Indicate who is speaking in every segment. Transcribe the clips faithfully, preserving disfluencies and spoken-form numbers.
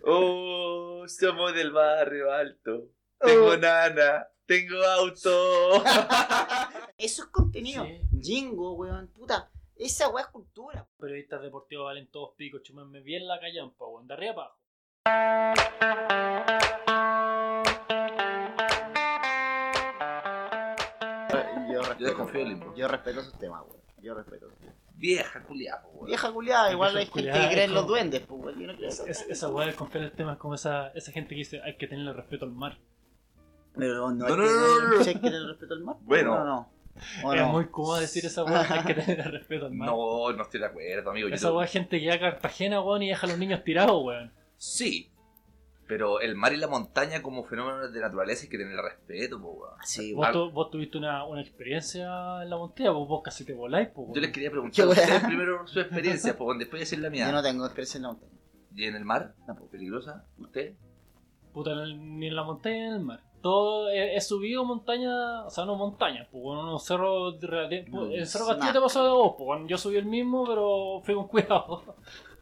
Speaker 1: Oh, somos del barrio alto. Tengo oh. nana, tengo auto.
Speaker 2: Eso es contenido.
Speaker 3: Sí.
Speaker 2: Jingo, weón, puta. Esa weá es cultura.
Speaker 3: Periodistas deportivos valen todos picos, chumenme bien la callampa, weón, de arriba para abajo.
Speaker 2: Yo respeto,
Speaker 1: Yo desconfío del limbo.
Speaker 2: Yo respeto esos temas, weón. Yo respeto esos temas.
Speaker 1: Vieja culiada, weón.
Speaker 2: Vieja culiada, igual hay
Speaker 3: Vieja
Speaker 2: gente
Speaker 3: culiada,
Speaker 2: que cree en
Speaker 3: como...
Speaker 2: los duendes, pues, weón. Yo no creo
Speaker 3: es,
Speaker 2: en
Speaker 3: es, Esa weá de confiar el tema es como esa, esa gente que dice hay que tenerle respeto al mar.
Speaker 2: Pero no,
Speaker 1: No,
Speaker 2: hay,
Speaker 1: no,
Speaker 2: que
Speaker 1: no,
Speaker 2: tener,
Speaker 1: no, no.
Speaker 2: hay que tener respeto al mar.
Speaker 1: Bueno.
Speaker 2: No, no. ¿O
Speaker 3: Es
Speaker 2: no?
Speaker 3: muy cómodo decir esa weá, hay que tenerle respeto al mar.
Speaker 1: No, no estoy de acuerdo, amigo. Yo
Speaker 3: Esa weá es gente que va a Cartagena, weón, y deja a los niños tirados, weón.
Speaker 1: Sí, pero el mar y la montaña como fenómenos de naturaleza hay que tener respeto, po, weón.
Speaker 2: Sí,
Speaker 3: Vos,
Speaker 1: Al-
Speaker 3: tu, vos tuviste una, una experiencia en la montaña, pues vos casi te voláis, pues.
Speaker 1: Yo les
Speaker 3: weón.
Speaker 1: quería
Speaker 2: Qué
Speaker 1: preguntar a
Speaker 2: weá.
Speaker 1: ustedes primero su experiencia, pues después decir la mía.
Speaker 2: yo no tengo experiencia en la montaña.
Speaker 1: ¿Y en el mar?
Speaker 2: No, pues.
Speaker 1: ¿Peligrosa? ¿Usted?
Speaker 3: Puta, en el- ni en la montaña ni en el mar. Todo he, he subido montaña, o sea, no montañas, pues bueno, unos cerros. de relati-
Speaker 2: Mm,
Speaker 3: el cerro Castillo
Speaker 2: nah.
Speaker 3: te pasó de vos, pues bueno, yo subí el mismo, pero fui con cuidado.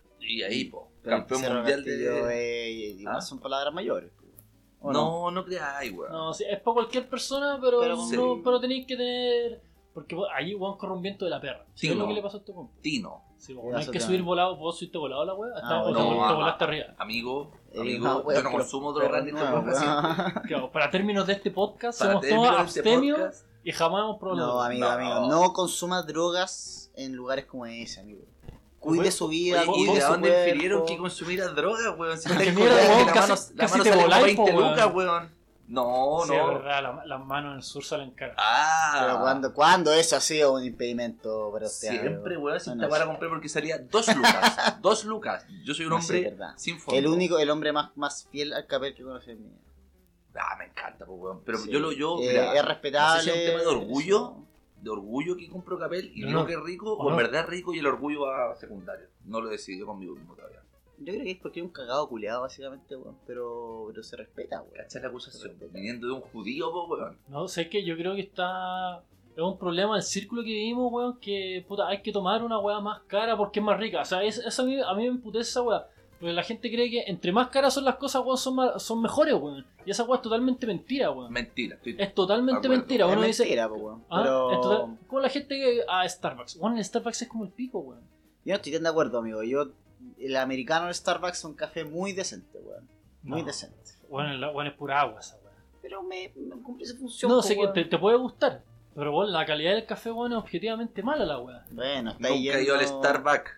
Speaker 1: Y ahí, po,
Speaker 2: Pero
Speaker 1: campeón
Speaker 2: Cerro
Speaker 1: mundial
Speaker 2: Castillo,
Speaker 1: de...
Speaker 2: eh, igual
Speaker 1: ¿Ah?
Speaker 2: son palabras mayores. pues, ¿o
Speaker 1: No, no creáis, weón.
Speaker 3: No, sí, es para cualquier persona, pero,
Speaker 2: Pero
Speaker 3: no,
Speaker 1: sí.
Speaker 3: pero tenéis que tener. Porque vos- ahí Juan corre un viento de la perra.
Speaker 1: Sí,
Speaker 3: ¿Qué es
Speaker 1: no.
Speaker 3: lo que le pasó a este compa?
Speaker 1: Tino.
Speaker 3: Sí,
Speaker 2: Ya,
Speaker 3: bueno, no hay
Speaker 2: eso
Speaker 3: que
Speaker 2: te-
Speaker 3: subir volado, vos subiste volado la wea,
Speaker 2: Ah,
Speaker 3: o te,
Speaker 1: no,
Speaker 3: te
Speaker 1: ah,
Speaker 3: volaste arriba.
Speaker 1: Amigo,
Speaker 2: Eh,
Speaker 1: amigo,
Speaker 2: no, weón,
Speaker 1: yo no
Speaker 2: pero-
Speaker 1: consumo
Speaker 2: pero
Speaker 1: drogas ni
Speaker 2: no,
Speaker 1: estupefacientes.
Speaker 2: weón.
Speaker 3: Claro, para términos de este podcast,
Speaker 1: Para
Speaker 3: somos todos
Speaker 1: términos de este
Speaker 3: abstemios
Speaker 1: podcast,
Speaker 3: y jamás hemos probado.
Speaker 2: No,
Speaker 3: la droga.
Speaker 2: amigo,
Speaker 1: No.
Speaker 2: amigo. No consuma drogas en lugares como ese, amigo. Cuide
Speaker 3: Oye,
Speaker 2: su vida,
Speaker 1: Oye, ¿y
Speaker 2: cuide
Speaker 1: de
Speaker 2: su
Speaker 1: dónde
Speaker 2: cuerpo.
Speaker 1: infirieron que consumieras drogas, weón? Si
Speaker 3: Porque
Speaker 1: te
Speaker 3: mira,
Speaker 1: acordás que
Speaker 3: weón,
Speaker 1: la
Speaker 3: casi-
Speaker 1: mano, la
Speaker 3: casi
Speaker 1: mano
Speaker 3: te
Speaker 1: sale como
Speaker 3: voláis,
Speaker 1: veinte
Speaker 3: po, weón.
Speaker 1: lucas, weón. No,
Speaker 3: Sí, es
Speaker 1: no.
Speaker 3: verdad, la- las manos en el sur salen caras.
Speaker 1: Ah,
Speaker 2: Pero cuando, cuando eso ha sido un impedimento para usted,
Speaker 1: siempre,
Speaker 2: amigo?
Speaker 1: weón, si
Speaker 2: No,
Speaker 1: esta
Speaker 2: no,
Speaker 1: para
Speaker 2: sí.
Speaker 1: comprar porque salía dos lucas. Dos lucas. Yo soy un
Speaker 2: No, sí,
Speaker 1: hombre
Speaker 2: es verdad.
Speaker 1: sin fondo.
Speaker 2: El único, el hombre más, más fiel al capel que conocí en mi vida.
Speaker 1: Ah, me encanta, pues, weón. Pero
Speaker 2: Sí.
Speaker 1: yo lo, yo,
Speaker 2: Eh,
Speaker 1: mira,
Speaker 2: es respetable.
Speaker 1: no sé si es un tema de orgullo,
Speaker 2: eso.
Speaker 1: de orgullo que compro Capel y
Speaker 3: No,
Speaker 1: digo
Speaker 3: no.
Speaker 1: que es rico, o
Speaker 3: No.
Speaker 1: en verdad es rico y el orgullo va secundario. No lo he decidido conmigo mismo todavía.
Speaker 2: Yo creo que es porque es un cagado culeado, básicamente, weón. Pero, pero se respeta, weón.
Speaker 1: ¿Cachai la acusación? Viniendo de un judío, pues, weón.
Speaker 3: No, sé que yo creo que está. Es un problema del círculo que vivimos, weón, que puta, hay que tomar una weá más cara porque es más rica. O sea, es- eso a mí, a mí me emputece esa weá. Porque la gente cree que entre más caras son las cosas, weón, son, más- son mejores, weón. Y esa weá es totalmente mentira, weón.
Speaker 1: Mentira. Estoy...
Speaker 3: Es totalmente
Speaker 1: De acuerdo.
Speaker 3: mentira.
Speaker 2: Es
Speaker 3: Uno dice.
Speaker 2: mentira, po, weón.
Speaker 3: Ah,
Speaker 2: Pero
Speaker 3: es total- como la gente que. Ah, Starbucks. Weón, el Starbucks es como el pico, weón.
Speaker 2: yo no estoy tan de acuerdo, amigo. Yo, el americano en Starbucks es un café muy decente, weón. Muy
Speaker 3: No.
Speaker 2: decente.
Speaker 3: Weón, el- weón, es pura agua esa weá.
Speaker 2: Pero me, me cumple esa función.
Speaker 3: No,
Speaker 2: po,
Speaker 3: sé que
Speaker 2: weón.
Speaker 3: te, te puede gustar. Pero weón, la calidad del café, weón, es objetivamente mala la weá.
Speaker 2: Bueno, está
Speaker 1: Nunca
Speaker 2: ahí
Speaker 1: he ido al Starbucks.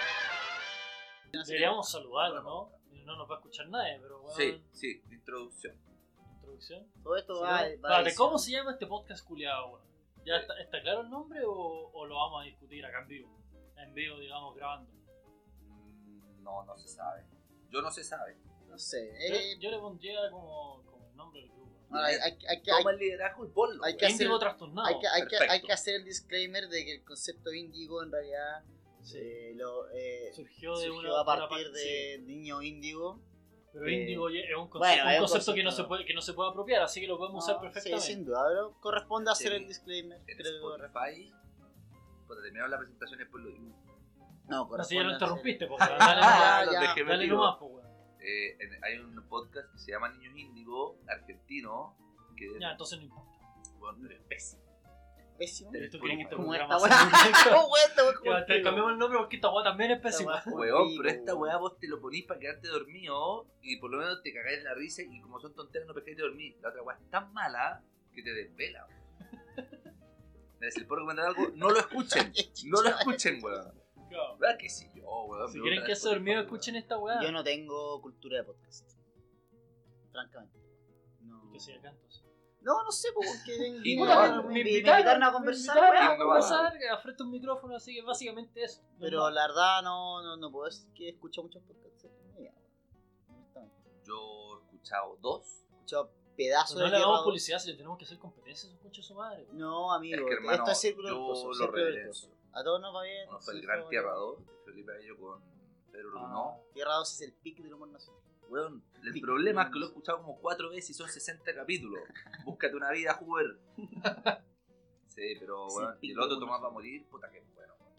Speaker 3: Deberíamos saludarlo, ¿no? No nos va a escuchar nadie, pero weón.
Speaker 1: Sí, sí, de introducción.
Speaker 3: Introducción.
Speaker 2: Todo esto
Speaker 3: Sí,
Speaker 2: va,
Speaker 3: ¿no?
Speaker 2: va
Speaker 3: Espérate,
Speaker 2: a
Speaker 3: ¿cómo se llama este podcast culiado, weón? ¿Ya está, está claro el nombre o, o lo vamos a discutir acá en vivo? En vivo, digamos, grabando.
Speaker 1: Mm, No, no se sabe. Yo no se sabe.
Speaker 2: No sé.
Speaker 3: Yo,
Speaker 2: eh,
Speaker 3: yo le pondría como, como el nombre del grupo.
Speaker 2: ahora hay, hay, hay que, hay,
Speaker 1: Toma el liderazgo y ponlo.
Speaker 2: hay
Speaker 1: weón.
Speaker 2: que hacer-
Speaker 3: Índigo trastornado.
Speaker 2: hay que, hay, que,
Speaker 1: Perfecto.
Speaker 2: hay que hacer el disclaimer de que el concepto índigo en realidad
Speaker 3: Sí.
Speaker 2: eh, lo, eh,
Speaker 3: Surgió de
Speaker 2: surgió
Speaker 3: una,
Speaker 2: a
Speaker 3: una
Speaker 2: partir
Speaker 3: parte-
Speaker 2: de
Speaker 3: sí.
Speaker 2: niño índigo.
Speaker 3: Pero
Speaker 2: eh,
Speaker 3: índigo es un concepto,
Speaker 2: bueno,
Speaker 3: un
Speaker 2: es un
Speaker 3: concepto que, no
Speaker 2: concepto.
Speaker 3: se puede, que no se puede apropiar, así que lo podemos usar
Speaker 2: No,
Speaker 3: perfectamente.
Speaker 2: Sí, sin duda, pero corresponde hacer
Speaker 1: Sí.
Speaker 2: el disclaimer.
Speaker 1: En
Speaker 2: Creo que corresponde.
Speaker 1: Spotify, cuando terminamos la presentación después lo digo.
Speaker 2: No,
Speaker 3: No, si ya lo
Speaker 2: corresponde
Speaker 3: interrumpiste,
Speaker 2: hacer-
Speaker 3: pues, weón, dale,
Speaker 2: Ah,
Speaker 3: nomás,
Speaker 2: ya,
Speaker 1: dejé
Speaker 3: dale
Speaker 1: metido.
Speaker 3: nomás, pues, weón.
Speaker 1: Eh, en- hay un podcast que se llama Niños Índigo, argentino, que
Speaker 3: Ya, entonces no importa.
Speaker 1: bueno, pero es pésimo.
Speaker 2: Pésimo.
Speaker 1: Pero
Speaker 3: ¿Tú
Speaker 1: es
Speaker 3: crees que este
Speaker 2: Como
Speaker 3: programa
Speaker 2: esta
Speaker 3: va a
Speaker 2: weá.
Speaker 3: ser directo?
Speaker 2: Como esta weá, como
Speaker 3: Ya,
Speaker 2: el
Speaker 3: te
Speaker 2: pico.
Speaker 3: cambiamos el nombre porque esta weá también es pésima.
Speaker 2: Esta weá.
Speaker 1: Weón,
Speaker 2: pico,
Speaker 1: pero esta
Speaker 2: weón.
Speaker 1: weá vos te lo ponís para quedarte dormido y por lo menos te cagáis la risa y como son tonteras no pescáis de dormir. La otra weá es tan mala que te desvela. weón. Mira, si les puedo recomendar algo, no lo escuchen. No lo escuchen, weón.
Speaker 3: Claro.
Speaker 1: ¿Verdad que sí yo, weón?
Speaker 3: Si
Speaker 1: Me
Speaker 3: quieren
Speaker 1: gusta
Speaker 3: que
Speaker 1: la
Speaker 3: se dormido,
Speaker 1: Spotify,
Speaker 3: escuchen esta weá.
Speaker 2: Yo no tengo cultura de podcast. Francamente. No.
Speaker 3: Que sea acá entonces.
Speaker 2: No, no sé, pues, porque ven-
Speaker 1: Y
Speaker 2: vine
Speaker 1: no,
Speaker 2: a-
Speaker 1: me
Speaker 2: me, me
Speaker 3: invitaron
Speaker 2: invitaron a conversar,
Speaker 3: me invitaron
Speaker 2: weá,
Speaker 3: a
Speaker 1: no,
Speaker 3: conversar, a frente a un micrófono, así que básicamente eso.
Speaker 2: pero la verdad no, no, no puedo decir que escucho muchos podcasts en mi vida, weón. Honestamente.
Speaker 1: Yo he escuchado dos.
Speaker 2: He escuchado pedazos
Speaker 3: no
Speaker 2: de
Speaker 3: le
Speaker 2: Tierra
Speaker 3: hagamos
Speaker 2: dos.
Speaker 3: publicidad si le tenemos que hacer competencia a esos conchos su madre. weón.
Speaker 2: No, amigo,
Speaker 1: Es que, hermano,
Speaker 2: esto es círculo
Speaker 1: yo
Speaker 2: virtuoso,
Speaker 1: lo
Speaker 2: círculo
Speaker 1: reverencio.
Speaker 2: virtuoso. A todos nos va bien.
Speaker 1: Uno fue el
Speaker 2: sí,
Speaker 1: Gran
Speaker 2: todo
Speaker 1: Tierra
Speaker 2: bien.
Speaker 1: dos, de Felipe Bello con Pedro
Speaker 3: Ah.
Speaker 1: Bruno.
Speaker 2: Tierra dos es el pic del humor nacional.
Speaker 1: Weón, el
Speaker 2: Pic-
Speaker 1: problema es que lo he escuchado como cuatro veces y son sesenta capítulos. Búscate una vida, Hoover. Sí, pero
Speaker 2: Sí,
Speaker 1: weón,
Speaker 2: pic
Speaker 1: y el otro
Speaker 2: del
Speaker 1: Tomás
Speaker 2: humor
Speaker 1: va a morir, puta que bueno.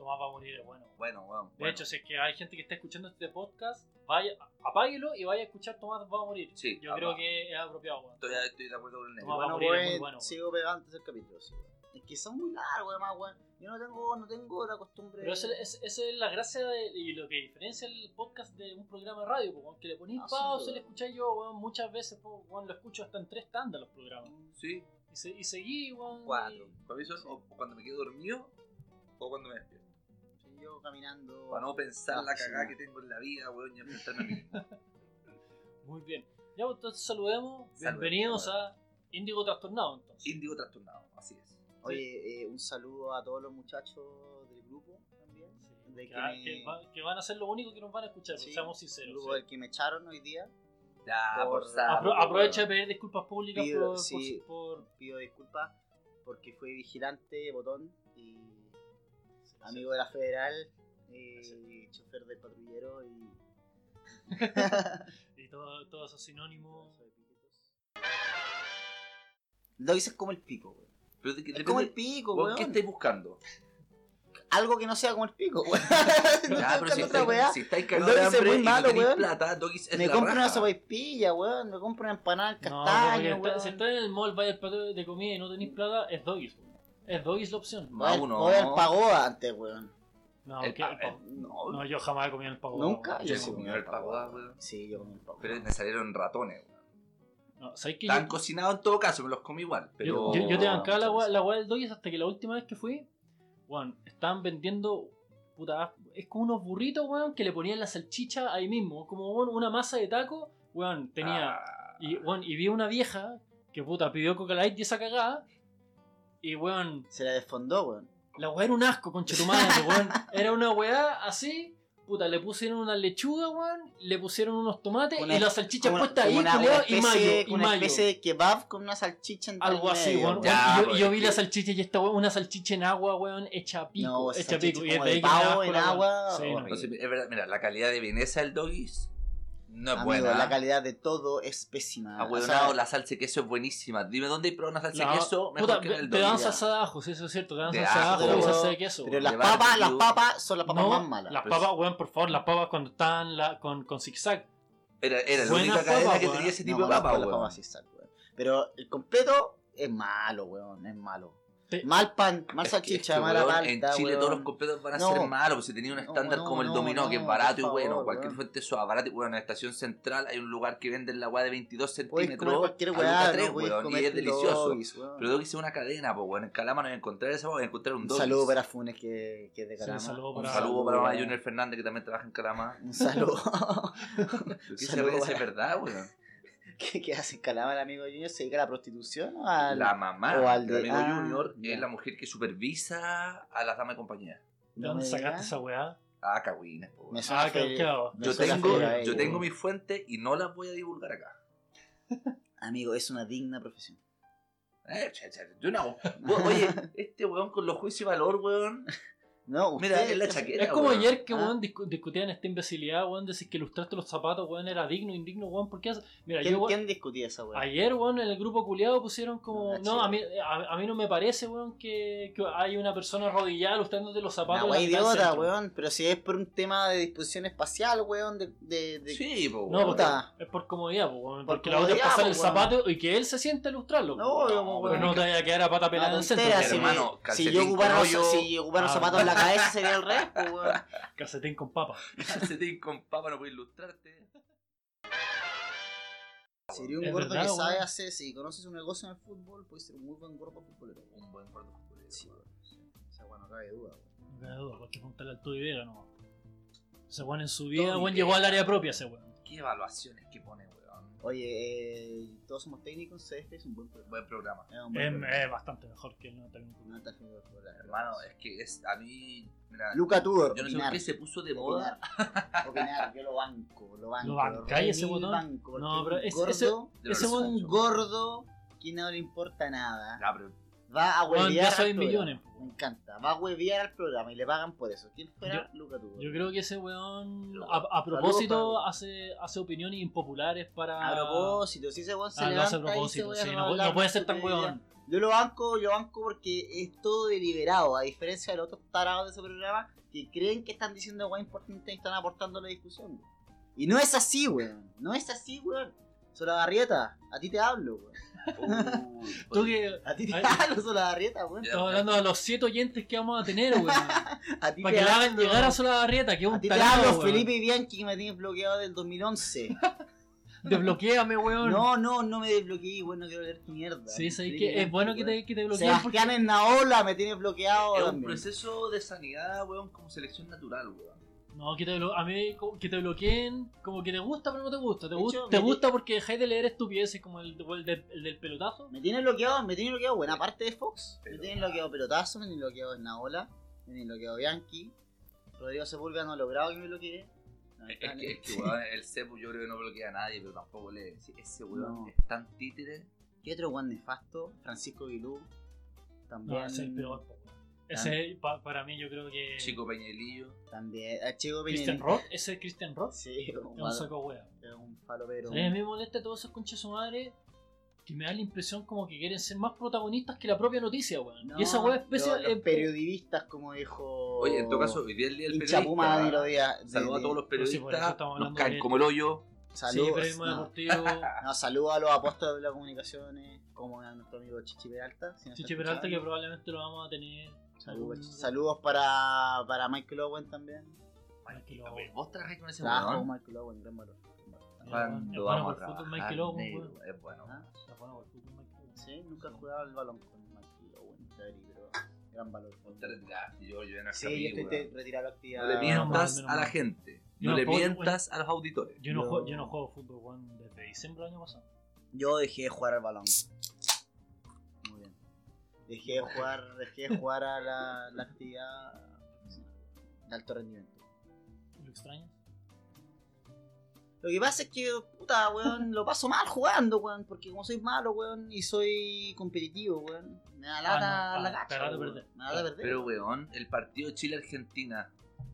Speaker 3: Tomás va a morir, es bueno.
Speaker 1: Bueno, bueno.
Speaker 3: De
Speaker 1: bueno.
Speaker 3: hecho, si es que hay gente que está escuchando este podcast, vaya, apáguelo y vaya a escuchar Tomás va a morir.
Speaker 1: Sí,
Speaker 3: Yo
Speaker 1: apa.
Speaker 3: creo que es apropiado, weón.
Speaker 1: Estoy, estoy de acuerdo con el negro.
Speaker 3: Tomás va a
Speaker 2: Bueno,
Speaker 3: morir, es muy
Speaker 2: pues,
Speaker 3: bueno,
Speaker 2: sigo pegando el capítulo, sí, weón. Es que son muy largos, además, weón. Yo no tengo, no tengo la costumbre.
Speaker 3: Pero esa es, esa es la gracia de, y lo que diferencia el podcast de un programa de radio, pues, weón, que le ponís
Speaker 2: Ah, sí,
Speaker 3: pausa,
Speaker 2: weón.
Speaker 3: le escucháis yo, weón, muchas veces, pues, weón, lo escucho hasta en tres tandas los programas.
Speaker 1: Sí,
Speaker 3: Y, se, y seguí, weón.
Speaker 2: Cuatro.
Speaker 3: y-
Speaker 1: para mí son
Speaker 2: Sí.
Speaker 1: o cuando me quedo dormido o cuando me despierto.
Speaker 2: Sí, yo caminando.
Speaker 1: Para no pensar
Speaker 2: Ah,
Speaker 1: la
Speaker 2: sí.
Speaker 1: cagada que tengo en la vida, weón, y enfrentarme a mí mismo.
Speaker 3: Muy bien. Ya, pues, entonces saludemos.
Speaker 1: Saludemos,
Speaker 3: Bienvenidos a Índigo Trastornado, entonces.
Speaker 1: Índigo trastornado, así es.
Speaker 2: Oye, eh, un saludo a todos los muchachos del grupo también.
Speaker 3: Sí,
Speaker 2: de
Speaker 3: que,
Speaker 2: que
Speaker 3: va-
Speaker 2: me-
Speaker 3: que va- que van a ser lo único que nos van a escuchar,
Speaker 2: Sí,
Speaker 3: pues, seamos
Speaker 2: el
Speaker 3: sinceros.
Speaker 2: grupo
Speaker 3: sí.
Speaker 2: del que me echaron hoy día.
Speaker 1: Ya,
Speaker 2: Por-
Speaker 1: por sapo,
Speaker 3: Apro-
Speaker 1: weón.
Speaker 3: aprovecha de pedir disculpas públicas
Speaker 2: Pido-
Speaker 3: por, por-
Speaker 2: sí.
Speaker 3: por-
Speaker 2: Pido disculpas porque fui vigilante, botón y amigo de la Federal, eh, chofer del patrullero y.
Speaker 3: y todo, todo eso sinónimo.
Speaker 2: Lo dices como el pico, weón.
Speaker 1: Pero de que
Speaker 2: Es
Speaker 1: depende-
Speaker 2: como el pico,
Speaker 1: weón,
Speaker 2: weón.
Speaker 1: ¿qué estáis buscando?
Speaker 2: Algo que no sea como el pico, weón. No
Speaker 1: Ya, pero si
Speaker 2: estoy buscando otra weá.
Speaker 1: estáis, si estáis
Speaker 2: El
Speaker 1: cagados de
Speaker 2: Doggies es
Speaker 1: hambre
Speaker 2: muy
Speaker 1: y
Speaker 2: malo,
Speaker 1: no tenéis
Speaker 2: weón.
Speaker 1: plata, Doggies es
Speaker 2: Me
Speaker 1: la
Speaker 2: compro una
Speaker 1: raja.
Speaker 2: sopaipilla, weón. Me compro una empanada al
Speaker 3: No,
Speaker 2: castaño,
Speaker 3: porque
Speaker 2: weón.
Speaker 3: está- si estás en el mall, vaya al plato de comida y no tenéis plata, es Doggies. weón. Es Doggies la opción.
Speaker 1: Más
Speaker 2: Voy al-
Speaker 1: uno.
Speaker 2: voy al Pagoda antes, weón.
Speaker 3: No,
Speaker 1: El-
Speaker 3: ¿qué?
Speaker 1: ah,
Speaker 3: El pavo.
Speaker 1: el- no,
Speaker 3: No, yo jamás he comido el pavo.
Speaker 2: ¿Nunca?
Speaker 1: yo
Speaker 2: Yo
Speaker 1: sí
Speaker 2: sí
Speaker 1: comí
Speaker 2: comí
Speaker 1: el Pagoda, weón.
Speaker 2: Sí, yo comí el Pagoda.
Speaker 1: Pero me salieron ratones, weón.
Speaker 3: No, ¿sabes qué?
Speaker 1: Están
Speaker 3: Yo,
Speaker 1: cocinados en todo caso, me los comí igual. Pero...
Speaker 3: yo, yo, yo te bancaba la
Speaker 2: muchas
Speaker 3: weá la weá del Doggies hasta que la última vez que fui, weón, estaban vendiendo. Puta, es como unos burritos, weón, que le ponían la salchicha ahí mismo. Como weón, una masa de taco, weón, tenía.
Speaker 1: Ah,
Speaker 3: Y, weón, y vi una vieja que puta pidió Coca Light y esa cagada. Y weón,
Speaker 2: Se la desfondó, weón.
Speaker 3: la weá era un asco, conchetumadre, weón. Era una weá así, puta, le pusieron una lechuga, weón, le pusieron unos tomates
Speaker 2: Una-
Speaker 3: y la salchicha
Speaker 2: Como una-
Speaker 3: puesta ahí,
Speaker 2: como una-
Speaker 3: culiao,
Speaker 2: una
Speaker 3: y
Speaker 2: especie-
Speaker 3: mayo, y
Speaker 2: como una
Speaker 3: mayo.
Speaker 2: especie de kebab con una salchicha en
Speaker 3: Algo
Speaker 2: en
Speaker 3: así,
Speaker 2: medio,
Speaker 3: weón.
Speaker 1: Ya,
Speaker 3: weón. Y yo,
Speaker 1: pues,
Speaker 3: y yo
Speaker 1: es
Speaker 3: vi
Speaker 1: que-
Speaker 3: la salchicha y esta weón, una salchicha en agua, weón, hecha a pico,
Speaker 2: No, esa
Speaker 3: hecha a
Speaker 2: salchicha
Speaker 3: pico. Y
Speaker 2: como
Speaker 3: desde
Speaker 2: de
Speaker 3: ahí que me da
Speaker 2: pavo
Speaker 3: asco
Speaker 2: en
Speaker 3: la weón.
Speaker 2: agua,
Speaker 3: Sí,
Speaker 2: horrible.
Speaker 3: no.
Speaker 1: Entonces, es verdad, mira, la calidad de vienesa del Doggies no es
Speaker 2: Amigo,
Speaker 1: buena.
Speaker 2: la calidad de todo es pésima.
Speaker 1: Ah,
Speaker 2: O
Speaker 1: weón,
Speaker 2: sea,
Speaker 1: la salsa de queso es buenísima. Dime dónde hay probado una salsa
Speaker 3: No,
Speaker 1: de queso mejor
Speaker 3: puta,
Speaker 1: que en el
Speaker 3: te dan
Speaker 1: Doggies.
Speaker 3: salsa de ajo, sí, eso es cierto, te dan
Speaker 1: De
Speaker 3: salsa de
Speaker 1: ajo,
Speaker 3: ajo y
Speaker 2: pero-
Speaker 3: salsa de queso.
Speaker 2: pero
Speaker 3: weón.
Speaker 2: las
Speaker 1: de
Speaker 2: papas, las
Speaker 1: barbecue.
Speaker 2: papas son las papas
Speaker 3: No,
Speaker 2: más malas.
Speaker 3: las
Speaker 1: Pero
Speaker 3: papas,
Speaker 1: es-
Speaker 3: weón, por favor, las papas cuando están la, con, con zigzag.
Speaker 1: Era, era la
Speaker 3: Buenas
Speaker 1: única cadena
Speaker 3: papas,
Speaker 1: que
Speaker 3: weón.
Speaker 1: tenía ese tipo
Speaker 2: No,
Speaker 1: de
Speaker 2: las-
Speaker 1: papas,
Speaker 2: las
Speaker 1: weón.
Speaker 2: papas sí están, weón. Pero el completo es malo, weón. Es malo.
Speaker 3: Te-
Speaker 2: Mal pan, mal
Speaker 1: Es que-
Speaker 2: salchicha,
Speaker 1: es que,
Speaker 2: mala
Speaker 1: weón,
Speaker 2: palta,
Speaker 1: en Chile
Speaker 2: weón.
Speaker 1: todos los completos van a
Speaker 2: No.
Speaker 1: ser malos, pues si tenía un
Speaker 2: No,
Speaker 1: estándar
Speaker 2: no,
Speaker 1: como el
Speaker 2: no,
Speaker 1: dominó, que es
Speaker 2: no,
Speaker 1: barato y
Speaker 2: por
Speaker 1: bueno,
Speaker 2: favor,
Speaker 1: cualquier
Speaker 2: weón.
Speaker 1: fuente suave, barato y bueno, en la estación central hay un lugar que vende la weá de veintidós
Speaker 2: Puedes
Speaker 1: centímetros
Speaker 2: comer cualquier
Speaker 1: a
Speaker 2: weá,
Speaker 1: Luca
Speaker 2: no
Speaker 1: tres,
Speaker 2: puedes
Speaker 1: weón, y
Speaker 2: comer
Speaker 1: es delicioso.
Speaker 2: Doggies, weón.
Speaker 1: Pero Doggies es una cadena, pues weón, en Calama no voy a encontrar esa, voy a encontrar un
Speaker 2: Un
Speaker 1: Doggies.
Speaker 2: saludo para Funes que, que es de
Speaker 3: Sí,
Speaker 2: Calama.
Speaker 3: saludo
Speaker 1: Un
Speaker 3: para-
Speaker 1: saludo para Mamá Junior Fernández que también trabaja en Calama.
Speaker 2: Un saludo.
Speaker 1: Pero que se
Speaker 2: Saludo
Speaker 1: ríe,
Speaker 2: para-
Speaker 1: es verdad, weón.
Speaker 2: ¿Qué, qué hace en Calama el amigo Junior? ¿Se dedica a la prostitución o al...?
Speaker 1: La mamá
Speaker 2: o al
Speaker 1: del
Speaker 2: de-
Speaker 1: amigo
Speaker 2: ah,
Speaker 1: Junior
Speaker 2: ya.
Speaker 1: es la mujer que supervisa a las damas de compañía.
Speaker 3: ¿De
Speaker 2: No
Speaker 3: dónde
Speaker 2: me
Speaker 3: sacaste
Speaker 2: digas.
Speaker 3: esa weá?
Speaker 1: Ah, cagüines, po, weón.
Speaker 2: Me suena
Speaker 3: Ah, qué-
Speaker 2: fe-
Speaker 3: qué hago.
Speaker 2: me
Speaker 1: Yo
Speaker 2: suena
Speaker 1: tengo,
Speaker 2: feo ahí,
Speaker 1: yo tengo
Speaker 2: weón.
Speaker 1: mis fuentes y no las voy a divulgar acá.
Speaker 2: Amigo, es una digna profesión.
Speaker 1: Eh, cha, cha, yo no. Vos- Oye, este weón con los juicios y valor, weón.
Speaker 2: No,
Speaker 1: Mira,
Speaker 2: usted-
Speaker 1: es la chaqueta.
Speaker 3: Es como
Speaker 1: weón.
Speaker 3: ayer que,
Speaker 2: Ah.
Speaker 3: weón, discu- discutían esta imbecilidad, weón, de si que ilustraste los zapatos, weón, era digno, indigno, weón, ¿por qué hace- Mira,
Speaker 2: ¿Quién,
Speaker 3: yo, weón,
Speaker 2: ¿Quién discutía esa weá?
Speaker 3: ayer, weón, en el grupo culiado pusieron como,
Speaker 2: Ah,
Speaker 3: no,
Speaker 2: chido.
Speaker 3: a mí, a, a mí no me parece, weón, que, que hay una persona arrodillada ilustrándote los zapatos.
Speaker 2: Una weá
Speaker 3: en la mitad del
Speaker 2: idiota,
Speaker 3: centro.
Speaker 2: weón. Pero si es por un tema de disposición espacial, weón, de... de, de-
Speaker 1: Sí, po,
Speaker 3: No,
Speaker 1: weón.
Speaker 3: porque,
Speaker 2: Puta.
Speaker 3: es por comodidad, po, weón,
Speaker 2: Por
Speaker 3: porque la otra es
Speaker 2: comodidad,
Speaker 3: pasar
Speaker 2: po,
Speaker 3: el
Speaker 2: weón.
Speaker 3: zapato y que él se sienta a ilustrarlo.
Speaker 2: No,
Speaker 3: po,
Speaker 2: obvio,
Speaker 3: weón.
Speaker 2: po,
Speaker 3: Pero
Speaker 2: weón.
Speaker 3: no te vaya a quedar a pata pelada en
Speaker 2: Una
Speaker 3: el centro.
Speaker 2: tontera,
Speaker 3: po,
Speaker 2: si,
Speaker 3: weón.
Speaker 1: hermano,
Speaker 2: me- si
Speaker 1: calcetín
Speaker 2: yo
Speaker 1: con
Speaker 2: ocupara, los,
Speaker 1: hoyo.
Speaker 2: si yo ocupara los
Speaker 3: Ah.
Speaker 2: zapatos en la cabeza sería el rey, pues, weón.
Speaker 3: Calcetín con papa.
Speaker 1: Calcetín con papa no puede ilustrarte.
Speaker 2: Sería un
Speaker 3: Es
Speaker 2: gordo
Speaker 3: verdad,
Speaker 2: que sabe
Speaker 3: weón.
Speaker 2: hacer, si conoces un negocio en el fútbol, puede ser un muy buen gordo futbolero.
Speaker 1: Un buen gordo futbolero.
Speaker 2: Sí, weón. O sea, bueno, no cabe duda, weón.
Speaker 3: No queda duda, porque preguntarle al Tudy Vega, no. Ese weón en su vida,
Speaker 1: Tudy
Speaker 3: weón,
Speaker 1: Vega.
Speaker 3: llegó al área propia, ese weón.
Speaker 1: ¿Qué evaluaciones que pone, weón?
Speaker 2: Oye, eh, todos somos técnicos, C F es un buen programa.
Speaker 1: Buen programa.
Speaker 2: Es un buen
Speaker 3: Es,
Speaker 2: programa.
Speaker 3: es bastante mejor que el no técnico.
Speaker 2: No está haciendo el programa.
Speaker 1: Hermano, es que es a mí. Mira,
Speaker 2: Luca Tudor,
Speaker 1: yo no sé por
Speaker 2: opinar.
Speaker 1: qué se puso de moda.
Speaker 2: Opinar, opinar, yo lo banco, lo banco.
Speaker 3: Lo bancáis
Speaker 2: re
Speaker 3: ese
Speaker 2: mil
Speaker 3: botón.
Speaker 2: banco,
Speaker 3: No,
Speaker 2: porque
Speaker 3: pero
Speaker 2: un
Speaker 3: ese-
Speaker 2: gordo,
Speaker 3: ese-
Speaker 1: de
Speaker 3: ese
Speaker 1: los
Speaker 3: weón-
Speaker 2: un gordo que no le importa nada.
Speaker 1: Ah, pero
Speaker 2: Va a
Speaker 3: Weón,
Speaker 2: huevear
Speaker 3: ya soy
Speaker 2: al programa.
Speaker 3: millones.
Speaker 2: Me encanta. Va a huevear al programa y le pagan por eso. ¿Quién fuera? Luca Tubo.
Speaker 3: Yo creo que ese weón,
Speaker 1: Pero,
Speaker 3: a, a propósito,
Speaker 2: saludos,
Speaker 3: hace, hace opiniones impopulares para...
Speaker 2: A propósito, si ese weón se
Speaker 3: Ah, lo hace
Speaker 2: levanta
Speaker 3: a
Speaker 2: y se
Speaker 3: propósito,
Speaker 2: voy
Speaker 3: sí,
Speaker 2: a
Speaker 3: no,
Speaker 2: hablar
Speaker 3: no puede
Speaker 2: de
Speaker 3: ser tan
Speaker 2: estupidez.
Speaker 3: weón.
Speaker 2: Yo lo banco, yo banco porque es todo deliberado, a diferencia de los otros tarados de ese programa que creen que están diciendo weón importante y están aportando a la discusión. Weón. Y no es así, weón. No es así, weón. Solabarrieta, a ti te hablo, weón.
Speaker 1: Uy,
Speaker 3: Tú que...
Speaker 2: A ti te
Speaker 3: Ay,
Speaker 2: hablo, Solabarrieta, weón.
Speaker 1: Ya.
Speaker 3: Estamos hablando de los siete oyentes que vamos a tener, weón.
Speaker 2: A ti
Speaker 3: Para
Speaker 2: te
Speaker 3: que le hagan
Speaker 2: hablo.
Speaker 3: llegar a Solabarrieta, que es
Speaker 2: A
Speaker 3: un
Speaker 2: ti te
Speaker 3: tarado,
Speaker 2: hablo,
Speaker 3: weón.
Speaker 2: Felipe Bianchi, que me tienes bloqueado del dos mil once.
Speaker 3: Desbloquéame, weón.
Speaker 2: No, no, no me desbloqueé, weón, no quiero leer tu mierda.
Speaker 3: Sí, sabes
Speaker 2: Felipe
Speaker 3: que es
Speaker 2: Bianchi,
Speaker 3: bueno que
Speaker 2: weón.
Speaker 3: te, que te bloqueen porque...
Speaker 2: Sebastián Ennaola me tiene bloqueado
Speaker 1: Es un
Speaker 2: también.
Speaker 1: proceso de sanidad, weón, como selección natural, weón.
Speaker 3: No, que te blo- a mí como que te bloqueen, como que te gusta pero no te gusta. Te,
Speaker 2: De
Speaker 3: gu-
Speaker 2: hecho,
Speaker 3: te
Speaker 2: me-
Speaker 3: gusta porque dejáis de leer estupideces como el, el, del, el del pelotazo.
Speaker 2: Me tiene bloqueado, me tiene bloqueado buena parte de Fox. Me
Speaker 1: Pero-
Speaker 2: tiene bloqueado Pelotazo, me tiene bloqueado Ennaola, me tiene bloqueado Bianchi. Rodrigo Sepúlveda no ha logrado que me bloquee. No,
Speaker 1: Es
Speaker 2: está-
Speaker 1: que, es que weón, el Cepu yo creo que no bloquea a nadie, pero tampoco lee. Sí, ese weón
Speaker 2: No.
Speaker 1: es tan títere.
Speaker 2: ¿Qué otro guan nefasto? Francisco Guilú. También.
Speaker 3: No, ese es el peor, po, weón. Ese pa- para mí yo creo que...
Speaker 1: Chico Peñalillo.
Speaker 2: También. Ah, Chico
Speaker 3: Christian
Speaker 2: Peña-
Speaker 3: Rock, ese es Christian Rock.
Speaker 2: Sí,
Speaker 3: Es
Speaker 2: un,
Speaker 3: un saco wea.
Speaker 2: es un falopero.
Speaker 3: A mí me molesta todos esos conchas su madre que me da la impresión como que quieren ser más protagonistas que la propia noticia, weón.
Speaker 2: No,
Speaker 3: y esa wea especie
Speaker 2: los, los
Speaker 3: eh,
Speaker 2: periodistas, como dijo.
Speaker 1: Oye, en todo caso, hoy día es el día del
Speaker 2: Hincha Puma Dani
Speaker 1: periodista.
Speaker 2: Rodríguez. de-
Speaker 1: Saludos a todos los
Speaker 3: Pero sí, por eso
Speaker 1: periodistas.
Speaker 3: estamos
Speaker 1: Nos
Speaker 3: hablando
Speaker 1: caen
Speaker 3: de-
Speaker 1: como el hoyo.
Speaker 3: Sí,
Speaker 2: Saludos.
Speaker 3: periodismo
Speaker 2: no,
Speaker 3: deportivo.
Speaker 2: no, saludos a los apóstoles de las comunicaciones, como a nuestro amigo Chichi Peralta. si nos
Speaker 3: Chichi
Speaker 2: está
Speaker 3: Peralta que
Speaker 2: escuchando.
Speaker 3: probablemente lo vamos a tener.
Speaker 2: Saludos,
Speaker 3: algún-
Speaker 2: saludos para, para Michael Owen también.
Speaker 3: Michael
Speaker 1: A ver,
Speaker 3: Owen.
Speaker 1: vos trabajás con ese
Speaker 2: Trabajo con
Speaker 1: weón.
Speaker 2: Michael Owen, gran valor. gran valor.
Speaker 3: Es
Speaker 1: Cuando
Speaker 3: bueno
Speaker 1: vamos a
Speaker 3: por el fútbol,
Speaker 1: trabajar,
Speaker 3: Michael Owen,
Speaker 1: negro,
Speaker 3: weón.
Speaker 1: es bueno.
Speaker 2: ¿Ah?
Speaker 3: Está bueno por el fútbol, Michael Owen.
Speaker 2: Sí, nunca he jugado al balón con Michael Owen, Terry, pero gran valor.
Speaker 1: Vos te retiraste, yo, yo en el
Speaker 2: Sí, yo
Speaker 1: capítulo,
Speaker 2: estoy
Speaker 1: weón.
Speaker 2: te- retirado de la actividad.
Speaker 1: No le
Speaker 3: Menos mal,
Speaker 1: mientas
Speaker 3: menos
Speaker 1: a la
Speaker 3: mal.
Speaker 1: gente.
Speaker 3: Yo
Speaker 1: No
Speaker 3: no
Speaker 1: le
Speaker 3: puedo-
Speaker 1: mientas a los auditores.
Speaker 3: Yo no,
Speaker 2: Yo-
Speaker 3: juego, yo no juego fútbol, weón, desde diciembre del año pasado.
Speaker 2: Yo dejé de jugar al balón. Muy bien. Dejé de jugar, dejé de jugar a la, la actividad de alto rendimiento.
Speaker 3: ¿Lo extrañas?
Speaker 2: Lo que pasa es que, puta, weón, lo paso mal jugando, weón, porque como soy malo, weón, y soy competitivo, weón, me da lata
Speaker 3: Ah, no,
Speaker 2: la
Speaker 3: ah,
Speaker 2: cacha,
Speaker 3: te da lata
Speaker 2: weón.
Speaker 3: perder.
Speaker 2: Me da lata perder.
Speaker 1: Pero, weón, el partido Chile-Argentina.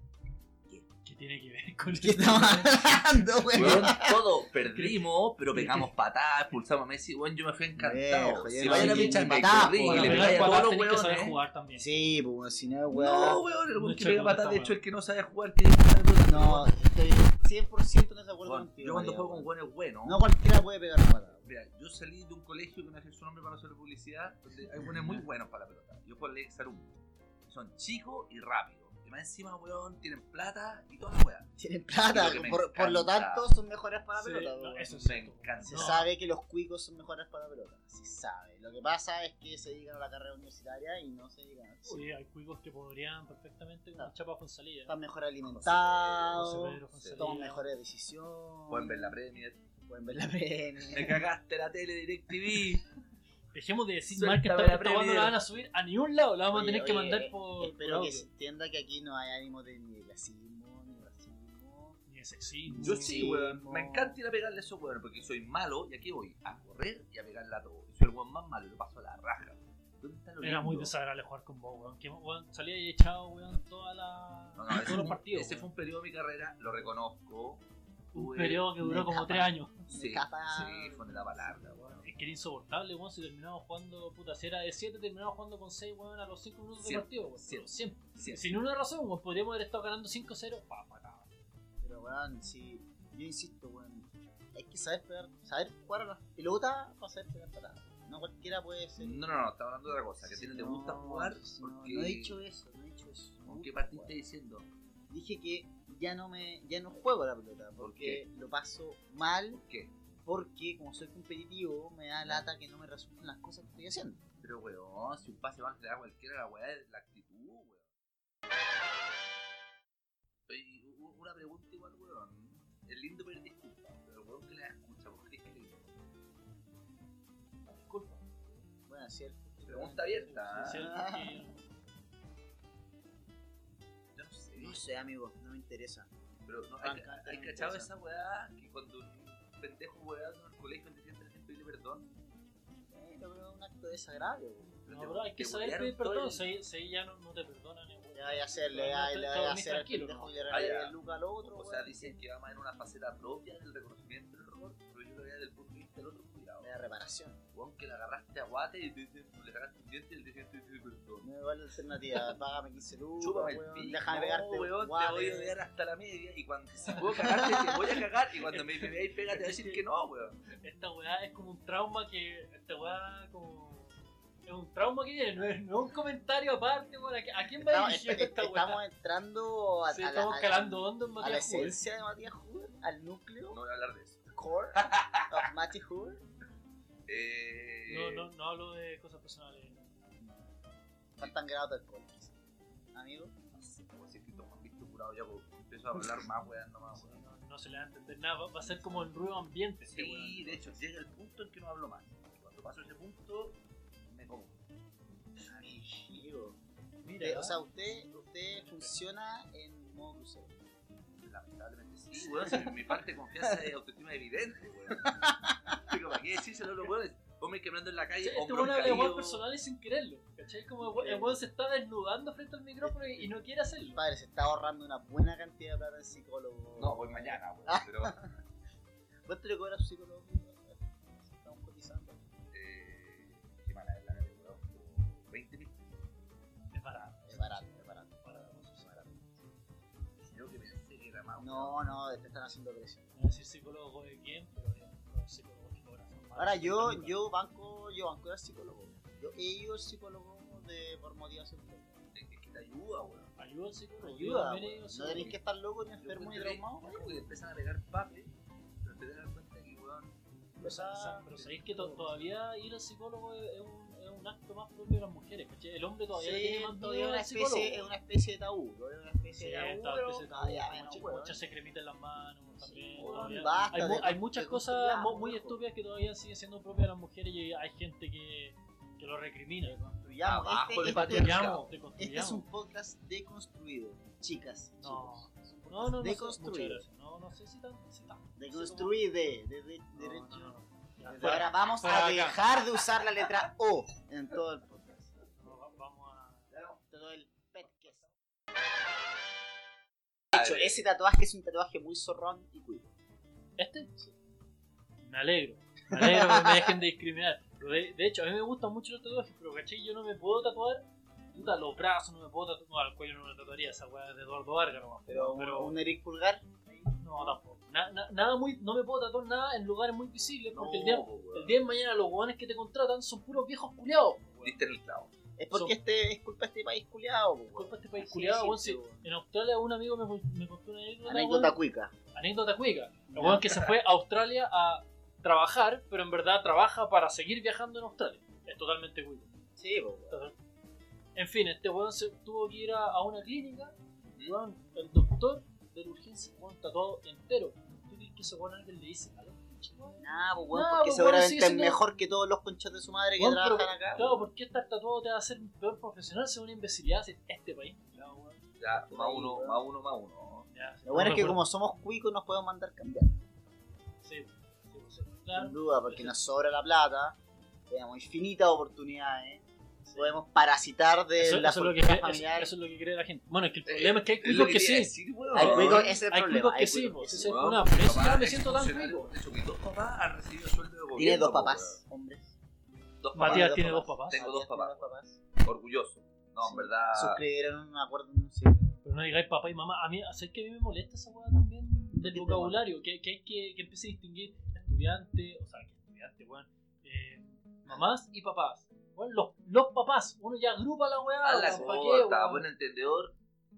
Speaker 3: ¿Qué tiene que ver con
Speaker 2: ¿Qué estamos hablando, weón?
Speaker 1: Weón, todo perdimos, pero pegamos patadas, expulsamos a Messi. Weón, yo me fui encantado.
Speaker 2: Viejo,
Speaker 1: Si
Speaker 2: yo
Speaker 1: vayan
Speaker 2: no
Speaker 1: a
Speaker 2: vi
Speaker 1: pichar
Speaker 2: ni
Speaker 1: me
Speaker 2: patadas,
Speaker 1: corrí
Speaker 2: po,
Speaker 1: y le
Speaker 2: la
Speaker 1: pegáis a
Speaker 2: verdad,
Speaker 1: todos los
Speaker 3: tenés que saber
Speaker 1: weones.
Speaker 3: jugar también.
Speaker 2: Sí, pues, si no, weón.
Speaker 1: No, weón, el weón
Speaker 3: Mucho
Speaker 1: que pega
Speaker 3: con
Speaker 1: patadas,
Speaker 3: esta
Speaker 1: de hecho,
Speaker 3: weón.
Speaker 1: el que no sabe jugar tiene que estar en
Speaker 2: No, estoy cien por ciento en desacuerdo
Speaker 1: Weón,
Speaker 2: contigo.
Speaker 1: yo cuando
Speaker 2: María,
Speaker 1: juego con
Speaker 2: weón.
Speaker 1: weones buenos.
Speaker 2: No cualquiera puede pegar patada.
Speaker 1: Mira, yo salí de un colegio que no hace su nombre para hacer publicidad, donde hay buenos muy buenos para la pelota. Yo juego en la Exarum. Son chicos y rápidos. Y más encima, weón, tienen plata y toda la weá.
Speaker 2: Tienen plata,
Speaker 1: Lo que me
Speaker 2: por, por lo
Speaker 1: encanta.
Speaker 2: tanto son mejores para la
Speaker 3: Sí,
Speaker 2: pelota.
Speaker 3: no,
Speaker 2: weón.
Speaker 3: eso sí.
Speaker 1: Me encanta.
Speaker 2: Se
Speaker 3: No.
Speaker 2: sabe que los cuicos son mejores para la pelota. Se sabe. Lo que pasa es que se dedican a la carrera universitaria y no se dedican al fútbol.
Speaker 3: Sí, hay cuicos que podrían perfectamente con
Speaker 2: Claro.
Speaker 3: chapa con salida.
Speaker 2: Están mejor
Speaker 3: José
Speaker 2: alimentados,
Speaker 3: Pedro Fonsalía.
Speaker 2: toman mejores decisiones.
Speaker 1: Pueden ver la Premier.
Speaker 2: Pueden ver la Premier.
Speaker 1: Me cagaste la tele DirecTV.
Speaker 3: Dejemos de decir
Speaker 1: Suéltame
Speaker 3: mal que esta,
Speaker 1: la
Speaker 3: esta
Speaker 1: Premier.
Speaker 3: weá no la van a subir a ningún lado. La vamos
Speaker 2: Oye,
Speaker 3: a tener que
Speaker 2: oye,
Speaker 3: mandar
Speaker 2: eh,
Speaker 3: por.
Speaker 2: Espero
Speaker 3: por
Speaker 2: que
Speaker 3: audio.
Speaker 2: se entienda que aquí no hay ánimo de ni de clasismo, ni de racismo.
Speaker 3: Ni de sexismo.
Speaker 1: Yo sí, weón. Me encanta ir a pegarle a esos weones porque soy malo y aquí voy a correr y a pegarle a todos. Soy el weón más malo y lo paso a la raja. ¿Dónde está lo
Speaker 3: Era muy
Speaker 1: lindo?
Speaker 3: desagradable jugar con vos, weón. Que weón, salía ahí echado, weón, toda la...
Speaker 1: No, no, ese,
Speaker 3: todos
Speaker 1: fue
Speaker 3: los
Speaker 1: un-
Speaker 3: partidos.
Speaker 1: ese
Speaker 3: weón.
Speaker 1: fue un periodo de mi carrera, lo reconozco.
Speaker 3: Un
Speaker 1: Tuve-
Speaker 3: periodo que duró
Speaker 2: me
Speaker 3: como
Speaker 2: escapa.
Speaker 3: tres años.
Speaker 1: Sí,
Speaker 2: Capa.
Speaker 1: sí, fue una etapa larga, weón.
Speaker 3: Es que era insoportable, weón. Si terminábamos jugando, puta, si era de siete, terminábamos jugando con seis, weón, a los cinco minutos de
Speaker 1: Siempre,
Speaker 3: partido, weón.
Speaker 1: siempre,
Speaker 3: Pero Siempre.
Speaker 1: siempre.
Speaker 3: Sin una razón, weón. Podríamos haber estado ganando cinco cero. Pa, patada.
Speaker 2: Pero weón, si yo insisto, weón, hay que saber pegar, saber jugar a la pelota para saber pegar patadas. No cualquiera puede ser.
Speaker 1: No, no, no, estaba hablando de otra cosa. Que a ti no te gusta
Speaker 2: No,
Speaker 1: jugar
Speaker 2: no,
Speaker 1: porque...
Speaker 2: no he dicho eso, no he dicho eso. Me
Speaker 1: ¿Con
Speaker 2: gusta
Speaker 1: qué partiste
Speaker 2: jugar.
Speaker 1: diciendo?
Speaker 2: Dije que ya no me ya no juego a la pelota
Speaker 1: ¿Por
Speaker 2: porque lo paso mal
Speaker 1: ¿Por qué?
Speaker 2: porque como soy competitivo me da lata que no me resulten las cosas que estoy haciendo.
Speaker 1: Pero, weón, si un pase más le da a cualquiera, la weá es la actitud, weón. Oye, u- una pregunta igual, weón. Es lindo pedir disculpas, pero el weón que la escucha, ¿vos crees que le
Speaker 3: Disculpa.
Speaker 2: Bueno, cierto.
Speaker 1: Pregunta abierta,
Speaker 3: Sí,
Speaker 1: ¿ah?
Speaker 3: sí, que-
Speaker 1: Yo no sé.
Speaker 2: No sé, amigo, no me interesa.
Speaker 1: Pero no,
Speaker 2: Ah,
Speaker 1: hay,
Speaker 2: acá
Speaker 1: hay
Speaker 2: me
Speaker 1: cachado
Speaker 2: interesa.
Speaker 1: esa weá que cuando un pendejo weando en el colegio te sienten en pedirle perdón.
Speaker 2: Eh, pero una acto desagradable, weón.
Speaker 3: No, bro, hay que
Speaker 1: Te
Speaker 3: saber
Speaker 1: huevearon
Speaker 3: pedir
Speaker 1: todo
Speaker 3: perdón.
Speaker 1: el-
Speaker 3: Si, si ya no, no te perdonan, eh,
Speaker 2: Le vaya a hacer, le
Speaker 3: Pero no
Speaker 2: vaya
Speaker 3: te-
Speaker 2: le
Speaker 3: te
Speaker 2: vaya a
Speaker 3: dormís
Speaker 2: hacer el
Speaker 3: tranquilo,
Speaker 2: pendejo
Speaker 3: ¿no?
Speaker 2: y le
Speaker 1: Ah,
Speaker 2: regale
Speaker 1: ya.
Speaker 2: el Luca al otro,
Speaker 1: O sea,
Speaker 2: weón.
Speaker 1: dicen que va más en una faceta propia del reconocimiento del error, pero yo lo veía desde el punto de vista del otro cuidado.
Speaker 2: De la reparación.
Speaker 1: Weón, que le agarraste a guate y te dicen, le sacaste un diente y el diente te dice perdón.
Speaker 2: No me vale la alternativa. Págame quince lucas,
Speaker 1: Chúpame el
Speaker 2: weón.
Speaker 1: pico,
Speaker 2: Déjame pegarte
Speaker 1: no, weón, te
Speaker 2: guate.
Speaker 1: voy a odiar hasta la media y cuando si puedo cagarte te voy a cagar y cuando me, me veáis pega te voy a decir que no, weón.
Speaker 3: Esta weá es como un trauma que. Esta weá como. Es un trauma que viene, no es, no es un comentario aparte, weón. ¿A, a quién va
Speaker 2: Estamos,
Speaker 3: dirigido esta weá?
Speaker 2: estamos entrando a,
Speaker 3: Sí,
Speaker 2: a la,
Speaker 3: estamos
Speaker 2: a-
Speaker 3: calando hondo en
Speaker 2: a la
Speaker 3: Matías Huber.
Speaker 2: esencia de Matías Huber, al núcleo,
Speaker 1: No voy a hablar de eso.
Speaker 2: core of Matty Huber.
Speaker 1: Eh,
Speaker 3: No, no, no hablo de cosas personales.
Speaker 2: Faltan grados del core. Amigo,
Speaker 1: No sé, como si es que tomo visto curado ya, pues, empiezo a hablar más, weón, nomás, weón.
Speaker 3: No, no se le va a entender nada, va, va a ser como el ruido ambiente. este
Speaker 1: Sí,
Speaker 3: weón.
Speaker 1: de hecho, llega el punto en que no hablo más. Cuando paso ese punto, me como.
Speaker 2: amigo.
Speaker 3: Mira,
Speaker 2: Usted- o sea, usted, usted funciona en modo crucero.
Speaker 1: Lamentablemente sí, weón. Si mi falta de confianza y autoestima es evidente, weón. Digo, ¿para qué decírselo a los weones? Vos me caminando en la
Speaker 3: sí,
Speaker 1: calle,
Speaker 3: este
Speaker 1: hombros
Speaker 3: weón habla de weón
Speaker 1: caídos.
Speaker 3: personales sin quererlo. ¿Cachai? Como el weón- el weón se está desnudando frente al micrófono y, y no quiere hacerlo.
Speaker 2: Padre, se está ahorrando una buena cantidad de plata en psicólogo.
Speaker 1: No, voy mañana, weón. Pero,
Speaker 2: ¿Cuánto le cobra a su psicólogo? Estamos cotizando.
Speaker 1: eh, qué mala es la categoría, como veinte mil.
Speaker 3: Es barato.
Speaker 2: Es barato, es barato.
Speaker 3: Es barato.
Speaker 1: Yo que pensé que era más.
Speaker 2: No, no, te están haciendo presión.
Speaker 3: No voy a decir psicólogo de quién, pero ya, los psicólogos que cobran son más
Speaker 2: Ahora
Speaker 3: de
Speaker 2: yo,
Speaker 3: cincuenta
Speaker 2: yo banco, yo banco al psicólogo. Yo he ido al psicólogo de, por motivación propia.
Speaker 1: Es que te ayuda, weón.
Speaker 3: lucas. Ayuda al psicólogo. yo
Speaker 2: Ayuda,
Speaker 3: también he ido
Speaker 2: weón.
Speaker 3: al
Speaker 2: No
Speaker 3: psicólogo.
Speaker 2: tenéis que estar loco ni
Speaker 1: Yo
Speaker 2: enfermo ni
Speaker 1: encontré-
Speaker 2: traumado.
Speaker 1: no, porque empiezan a pegar papel, pero te das cuenta que, weón.
Speaker 3: Pero, sa- sa- pero sabéis que to- todavía ir al psicólogo es, es un, es un acto más propio de las mujeres, ¿cachai? El hombre todavía le
Speaker 2: Sí,
Speaker 3: tiene más
Speaker 2: todavía
Speaker 3: miedo
Speaker 2: una
Speaker 3: al psicólogo.
Speaker 2: especie, es una especie de tabú. Es una especie
Speaker 3: Sí,
Speaker 2: de tabú,
Speaker 3: esta
Speaker 2: pero
Speaker 3: especie de
Speaker 2: todavía
Speaker 3: tabú,
Speaker 2: menos,
Speaker 3: mucha-
Speaker 2: weón.
Speaker 3: muchas se cremitan las manos también.
Speaker 2: weón,
Speaker 3: todavía.
Speaker 2: basta
Speaker 3: hay, mu-
Speaker 2: de-
Speaker 3: hay muchas
Speaker 2: de
Speaker 3: cosas
Speaker 2: construyamos,
Speaker 3: mu- muy
Speaker 2: loco.
Speaker 3: estúpidas que todavía siguen siendo propias de las mujeres y hay gente que, que lo recrimina.
Speaker 2: Deconstruyamos.
Speaker 1: Abajo
Speaker 2: Este,
Speaker 1: el
Speaker 2: este-
Speaker 1: patriarcado.
Speaker 3: Deconstruyamos,
Speaker 2: este es
Speaker 3: deconstruyamos.
Speaker 2: un podcast deconstruido, chicas.
Speaker 3: No.
Speaker 2: chicos. Es un podcast
Speaker 3: No, no, no, sé, muchas
Speaker 2: deconstruido.
Speaker 3: gracias. No, no sé si tan, si tan.
Speaker 2: Deconstruir de, de, de,
Speaker 3: No,
Speaker 2: derecho.
Speaker 3: no, no, no. Ya,
Speaker 2: Desde
Speaker 3: fuera.
Speaker 2: ahora vamos
Speaker 3: fuera
Speaker 2: a
Speaker 3: de acá.
Speaker 2: dejar de usar la letra O en todo el podcast.
Speaker 3: No, va- vamos a.
Speaker 2: Todo el podcast. De hecho, ese tatuaje es un tatuaje muy zorrón y cuido.
Speaker 3: ¿Este? Me alegro. Me alegro que me dejen de discriminar. Pero de, de hecho, a mí me gustan mucho los tatuajes, pero ¿cachai? Yo no me puedo tatuar. Puta, los brazos no me puedo tatuar. No, al cuello no me tatuaría, esa weá de Eduardo Vargas nomás.
Speaker 2: Pero,
Speaker 3: pero
Speaker 2: un Eric Pulgar.
Speaker 3: no, tampoco. Na- na- nada muy, no me puedo tatuar nada en lugares muy visibles, porque el, día,
Speaker 1: po, weón.
Speaker 3: el día de mañana los hueones que te contratan son puros viejos culiados.
Speaker 1: Diste en el clavo.
Speaker 2: Es porque
Speaker 3: Son-
Speaker 2: este es culpa de este país culiado.
Speaker 3: Disculpa este país
Speaker 2: Así
Speaker 3: culiado,
Speaker 2: es,
Speaker 3: weón.
Speaker 2: sí,
Speaker 3: Si
Speaker 2: weón.
Speaker 3: en Australia un amigo me, me contó una anécdota.
Speaker 2: Anécdota
Speaker 3: weón,
Speaker 2: cuica.
Speaker 3: anécdota cuica. El
Speaker 2: Ya.
Speaker 3: weón que se fue a Australia a trabajar, pero en verdad trabaja para seguir viajando en Australia. Es totalmente cuico.
Speaker 2: Sí, po, weón.
Speaker 3: En fin, este weón se tuvo que ir a, a una clínica. Weón, el doctor de la urgencia, weón, está todo entero. ¿Tú crees que ese weón alguien le dice algo?
Speaker 2: Nah, pues weón,
Speaker 3: Nah,
Speaker 2: porque
Speaker 3: pues,
Speaker 2: seguramente
Speaker 3: weón, sigue
Speaker 2: es
Speaker 3: siendo-
Speaker 2: mejor que todos los conchos de su madre que
Speaker 3: Weón, pero-
Speaker 2: trabajan acá.
Speaker 3: Claro, porque estar tatuado te va a hacer un peor profesional según una imbecilidad en este país. Claro, weón.
Speaker 1: Ya, más uno, más uno, más uno.
Speaker 3: Ya,
Speaker 2: Lo bueno es que
Speaker 3: no,
Speaker 2: como somos cuicos nos podemos mandar cambiar.
Speaker 3: Sí, sí, sí, claro.
Speaker 2: Sin duda, porque nos sobra la plata, tenemos infinitas oportunidades, podemos parasitar de
Speaker 3: Eso,
Speaker 2: la
Speaker 3: eso es lo que
Speaker 2: cultura
Speaker 3: cree, eso,
Speaker 2: familiar.
Speaker 3: eso es lo que cree la gente. Bueno, es que el
Speaker 1: Eh,
Speaker 3: problema es que hay
Speaker 1: Es lo
Speaker 3: cuicos que
Speaker 1: quería
Speaker 3: sí.
Speaker 1: decir, weón.
Speaker 2: Hay cuicos, ese es el
Speaker 3: Hay
Speaker 2: problema.
Speaker 3: cuicos que
Speaker 2: hay
Speaker 3: sí,
Speaker 2: cuicos
Speaker 3: pues,
Speaker 2: que
Speaker 3: ese
Speaker 2: sí.
Speaker 3: es
Speaker 1: Weón,
Speaker 3: una
Speaker 1: mi
Speaker 3: precio,
Speaker 1: papá
Speaker 3: me
Speaker 1: es
Speaker 3: siento tan
Speaker 1: funcionario.
Speaker 3: cuico.
Speaker 1: De hecho, mis dos papás han recibido sueldo de gobierno.
Speaker 2: Tiene dos
Speaker 1: po,
Speaker 2: papás, hombres.
Speaker 1: weón. Dos papás.
Speaker 3: Matías
Speaker 2: dos
Speaker 3: tiene
Speaker 2: papás.
Speaker 3: dos papás.
Speaker 1: Tengo dos
Speaker 2: Matías tiene
Speaker 1: papás.
Speaker 2: dos papás.
Speaker 1: Orgulloso. No, en
Speaker 2: Sí.
Speaker 1: verdad.
Speaker 2: Suscribieron un acuerdo, no sé.
Speaker 3: Pero no digáis papá y mamá. A mí, ¿sabes que a mí me molesta esa weá también del
Speaker 2: ¿Qué te
Speaker 3: vocabulario? Que, que hay que, que empiece a distinguir estudiante, o sea, que estudiante, weón. Eh, mamás y papás. Bueno, los, los papás. Uno ya agrupa la weá.
Speaker 1: A la
Speaker 3: weón, ¿pa' qué,
Speaker 1: corta,
Speaker 3: weón?
Speaker 1: buen entendedor.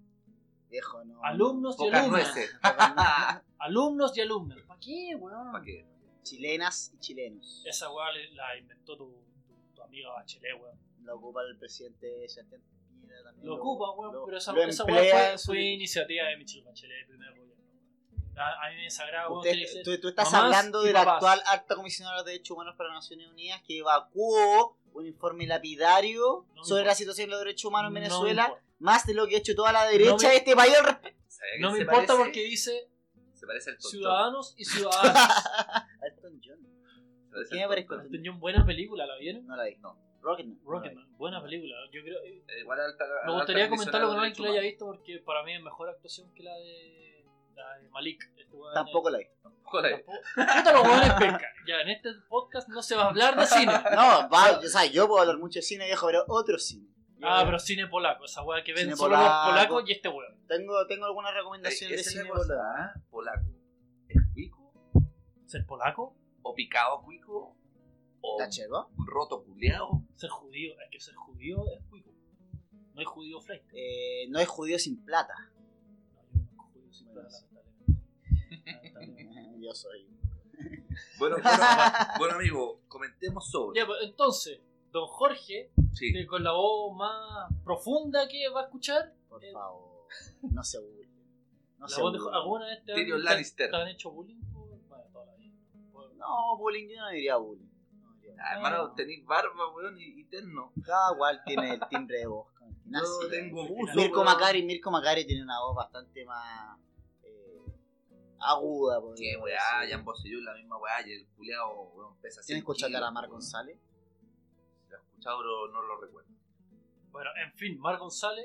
Speaker 2: Viejo, no.
Speaker 3: Alumnos y
Speaker 1: Pocas
Speaker 3: alumnas.
Speaker 1: nueces.
Speaker 3: Alumnos y alumnas. ¿Para qué, weón?
Speaker 1: ¿Para qué?
Speaker 2: Chilenas y chilenos.
Speaker 3: Esa weá le- la inventó tu, tu, tu amiga Bachelet, weón.
Speaker 2: Lo ocupa el presidente Sebastián Piñera también.
Speaker 3: Lo ocupa, weón,
Speaker 2: lo-
Speaker 3: pero esa,
Speaker 2: lo
Speaker 3: esa
Speaker 2: emplea
Speaker 3: weá
Speaker 2: en
Speaker 3: fue,
Speaker 2: su-
Speaker 3: fue iniciativa de Michelle Bachelet, el primer gobierno. weón. A, a mí me desagrada, weón,
Speaker 2: Usted-
Speaker 3: que dice,
Speaker 2: tú, tú estás
Speaker 3: mamás
Speaker 2: hablando
Speaker 3: y
Speaker 2: del
Speaker 3: papás.
Speaker 2: actual alta comisionada de los derechos humanos para las Naciones Unidas que evacuó un informe lapidario
Speaker 3: No me
Speaker 2: sobre
Speaker 3: importa.
Speaker 2: la situación de los derechos humanos en
Speaker 3: no me
Speaker 2: Venezuela,
Speaker 3: importa.
Speaker 2: más de lo que ha hecho toda la derecha
Speaker 3: No me-
Speaker 2: de este país al respecto.
Speaker 1: ¿Sabía que
Speaker 3: No me
Speaker 1: se
Speaker 3: importa
Speaker 1: parece-
Speaker 3: porque dice
Speaker 1: Se parece al tonto.
Speaker 3: ciudadanos y ciudadanas.
Speaker 2: Elton John.
Speaker 1: Se parece
Speaker 2: ¿Qué me
Speaker 1: al
Speaker 2: parece
Speaker 1: tonto.
Speaker 2: Elton John?
Speaker 3: Tenía una buena película, ¿la vieron?
Speaker 2: No la vi.
Speaker 1: No.
Speaker 2: Rocketman.
Speaker 3: Rocketman, buena película. Yo creo, eh,
Speaker 1: Eh, igual alta,
Speaker 3: me
Speaker 1: alta
Speaker 3: gustaría
Speaker 1: condicional
Speaker 3: comentarlo con
Speaker 1: de
Speaker 3: alguien que lo haya
Speaker 1: derechos
Speaker 3: visto porque para mí es mejor actuación que la de, la de Malik. Este weón
Speaker 2: Tampoco la vi.
Speaker 1: humanos. Joder,
Speaker 3: Tampoco. Puta, los hueones pesca. Ya, en este podcast no se va a hablar de cine.
Speaker 2: No, va, o sea, yo puedo hablar mucho de cine viejo, pero otro cine. Yo-
Speaker 3: Ah, pero cine polaco, esa weá que ven
Speaker 2: Cine
Speaker 3: solo
Speaker 2: polaco.
Speaker 3: los polacos y este weón.
Speaker 2: Tengo, tengo algunas
Speaker 1: eh,
Speaker 2: recomendaciones de
Speaker 1: esa es
Speaker 2: cine
Speaker 1: la cosa,
Speaker 2: polaco.
Speaker 1: ¿ah? Polaco. ¿Es cuico?
Speaker 3: ¿Ser polaco?
Speaker 1: ¿O picado cuico? ¿O
Speaker 2: ¿Tachego?
Speaker 1: un roto culeado?
Speaker 3: Ser judío. Es que ser judío es cuico. No hay judío flight.
Speaker 2: Eh, no es judío sin plata.
Speaker 3: No, yo no conozco judío sin
Speaker 2: Bueno,
Speaker 3: plata,
Speaker 2: sí.
Speaker 3: lamentablemente. Lamentablemente.
Speaker 2: Yo soy.
Speaker 1: Bueno, bueno, bueno, amigo, comentemos sobre.
Speaker 3: Ya, pues, entonces, don Jorge,
Speaker 1: Sí.
Speaker 3: que con la voz más profunda que va a escuchar,
Speaker 2: Por
Speaker 3: Eh,
Speaker 2: favor, no se burlen. No
Speaker 3: la
Speaker 2: se
Speaker 3: voz de
Speaker 2: burlen.
Speaker 3: alguna vez te
Speaker 1: Tyrion
Speaker 3: han,
Speaker 1: Lannister.
Speaker 3: te han hecho bullying por, bueno, toda la vida. Por-
Speaker 2: No, bullying, yo no diría bullying. No diría
Speaker 1: Ah,
Speaker 2: bullying.
Speaker 1: hermano, tenéis barba, weón, y, y terno.
Speaker 2: Cada cual tiene el timbre de voz.
Speaker 1: Yo
Speaker 2: Nazi.
Speaker 1: tengo buzo.
Speaker 2: Mirko
Speaker 1: weón.
Speaker 2: Macari, Mirko Macari tiene una voz bastante más eh, aguda.
Speaker 1: Qué
Speaker 2: podríamos
Speaker 1: weá,
Speaker 2: decir.
Speaker 1: Jan Bosellú, la misma weá, y el culeado, weón, pesa
Speaker 2: ¿Tienes
Speaker 1: cien
Speaker 2: escuchado
Speaker 1: kilos,
Speaker 2: a Mar
Speaker 1: weón.
Speaker 2: González?
Speaker 1: Lo he escuchado, pero no lo recuerdo.
Speaker 3: Bueno, en fin, Mar González,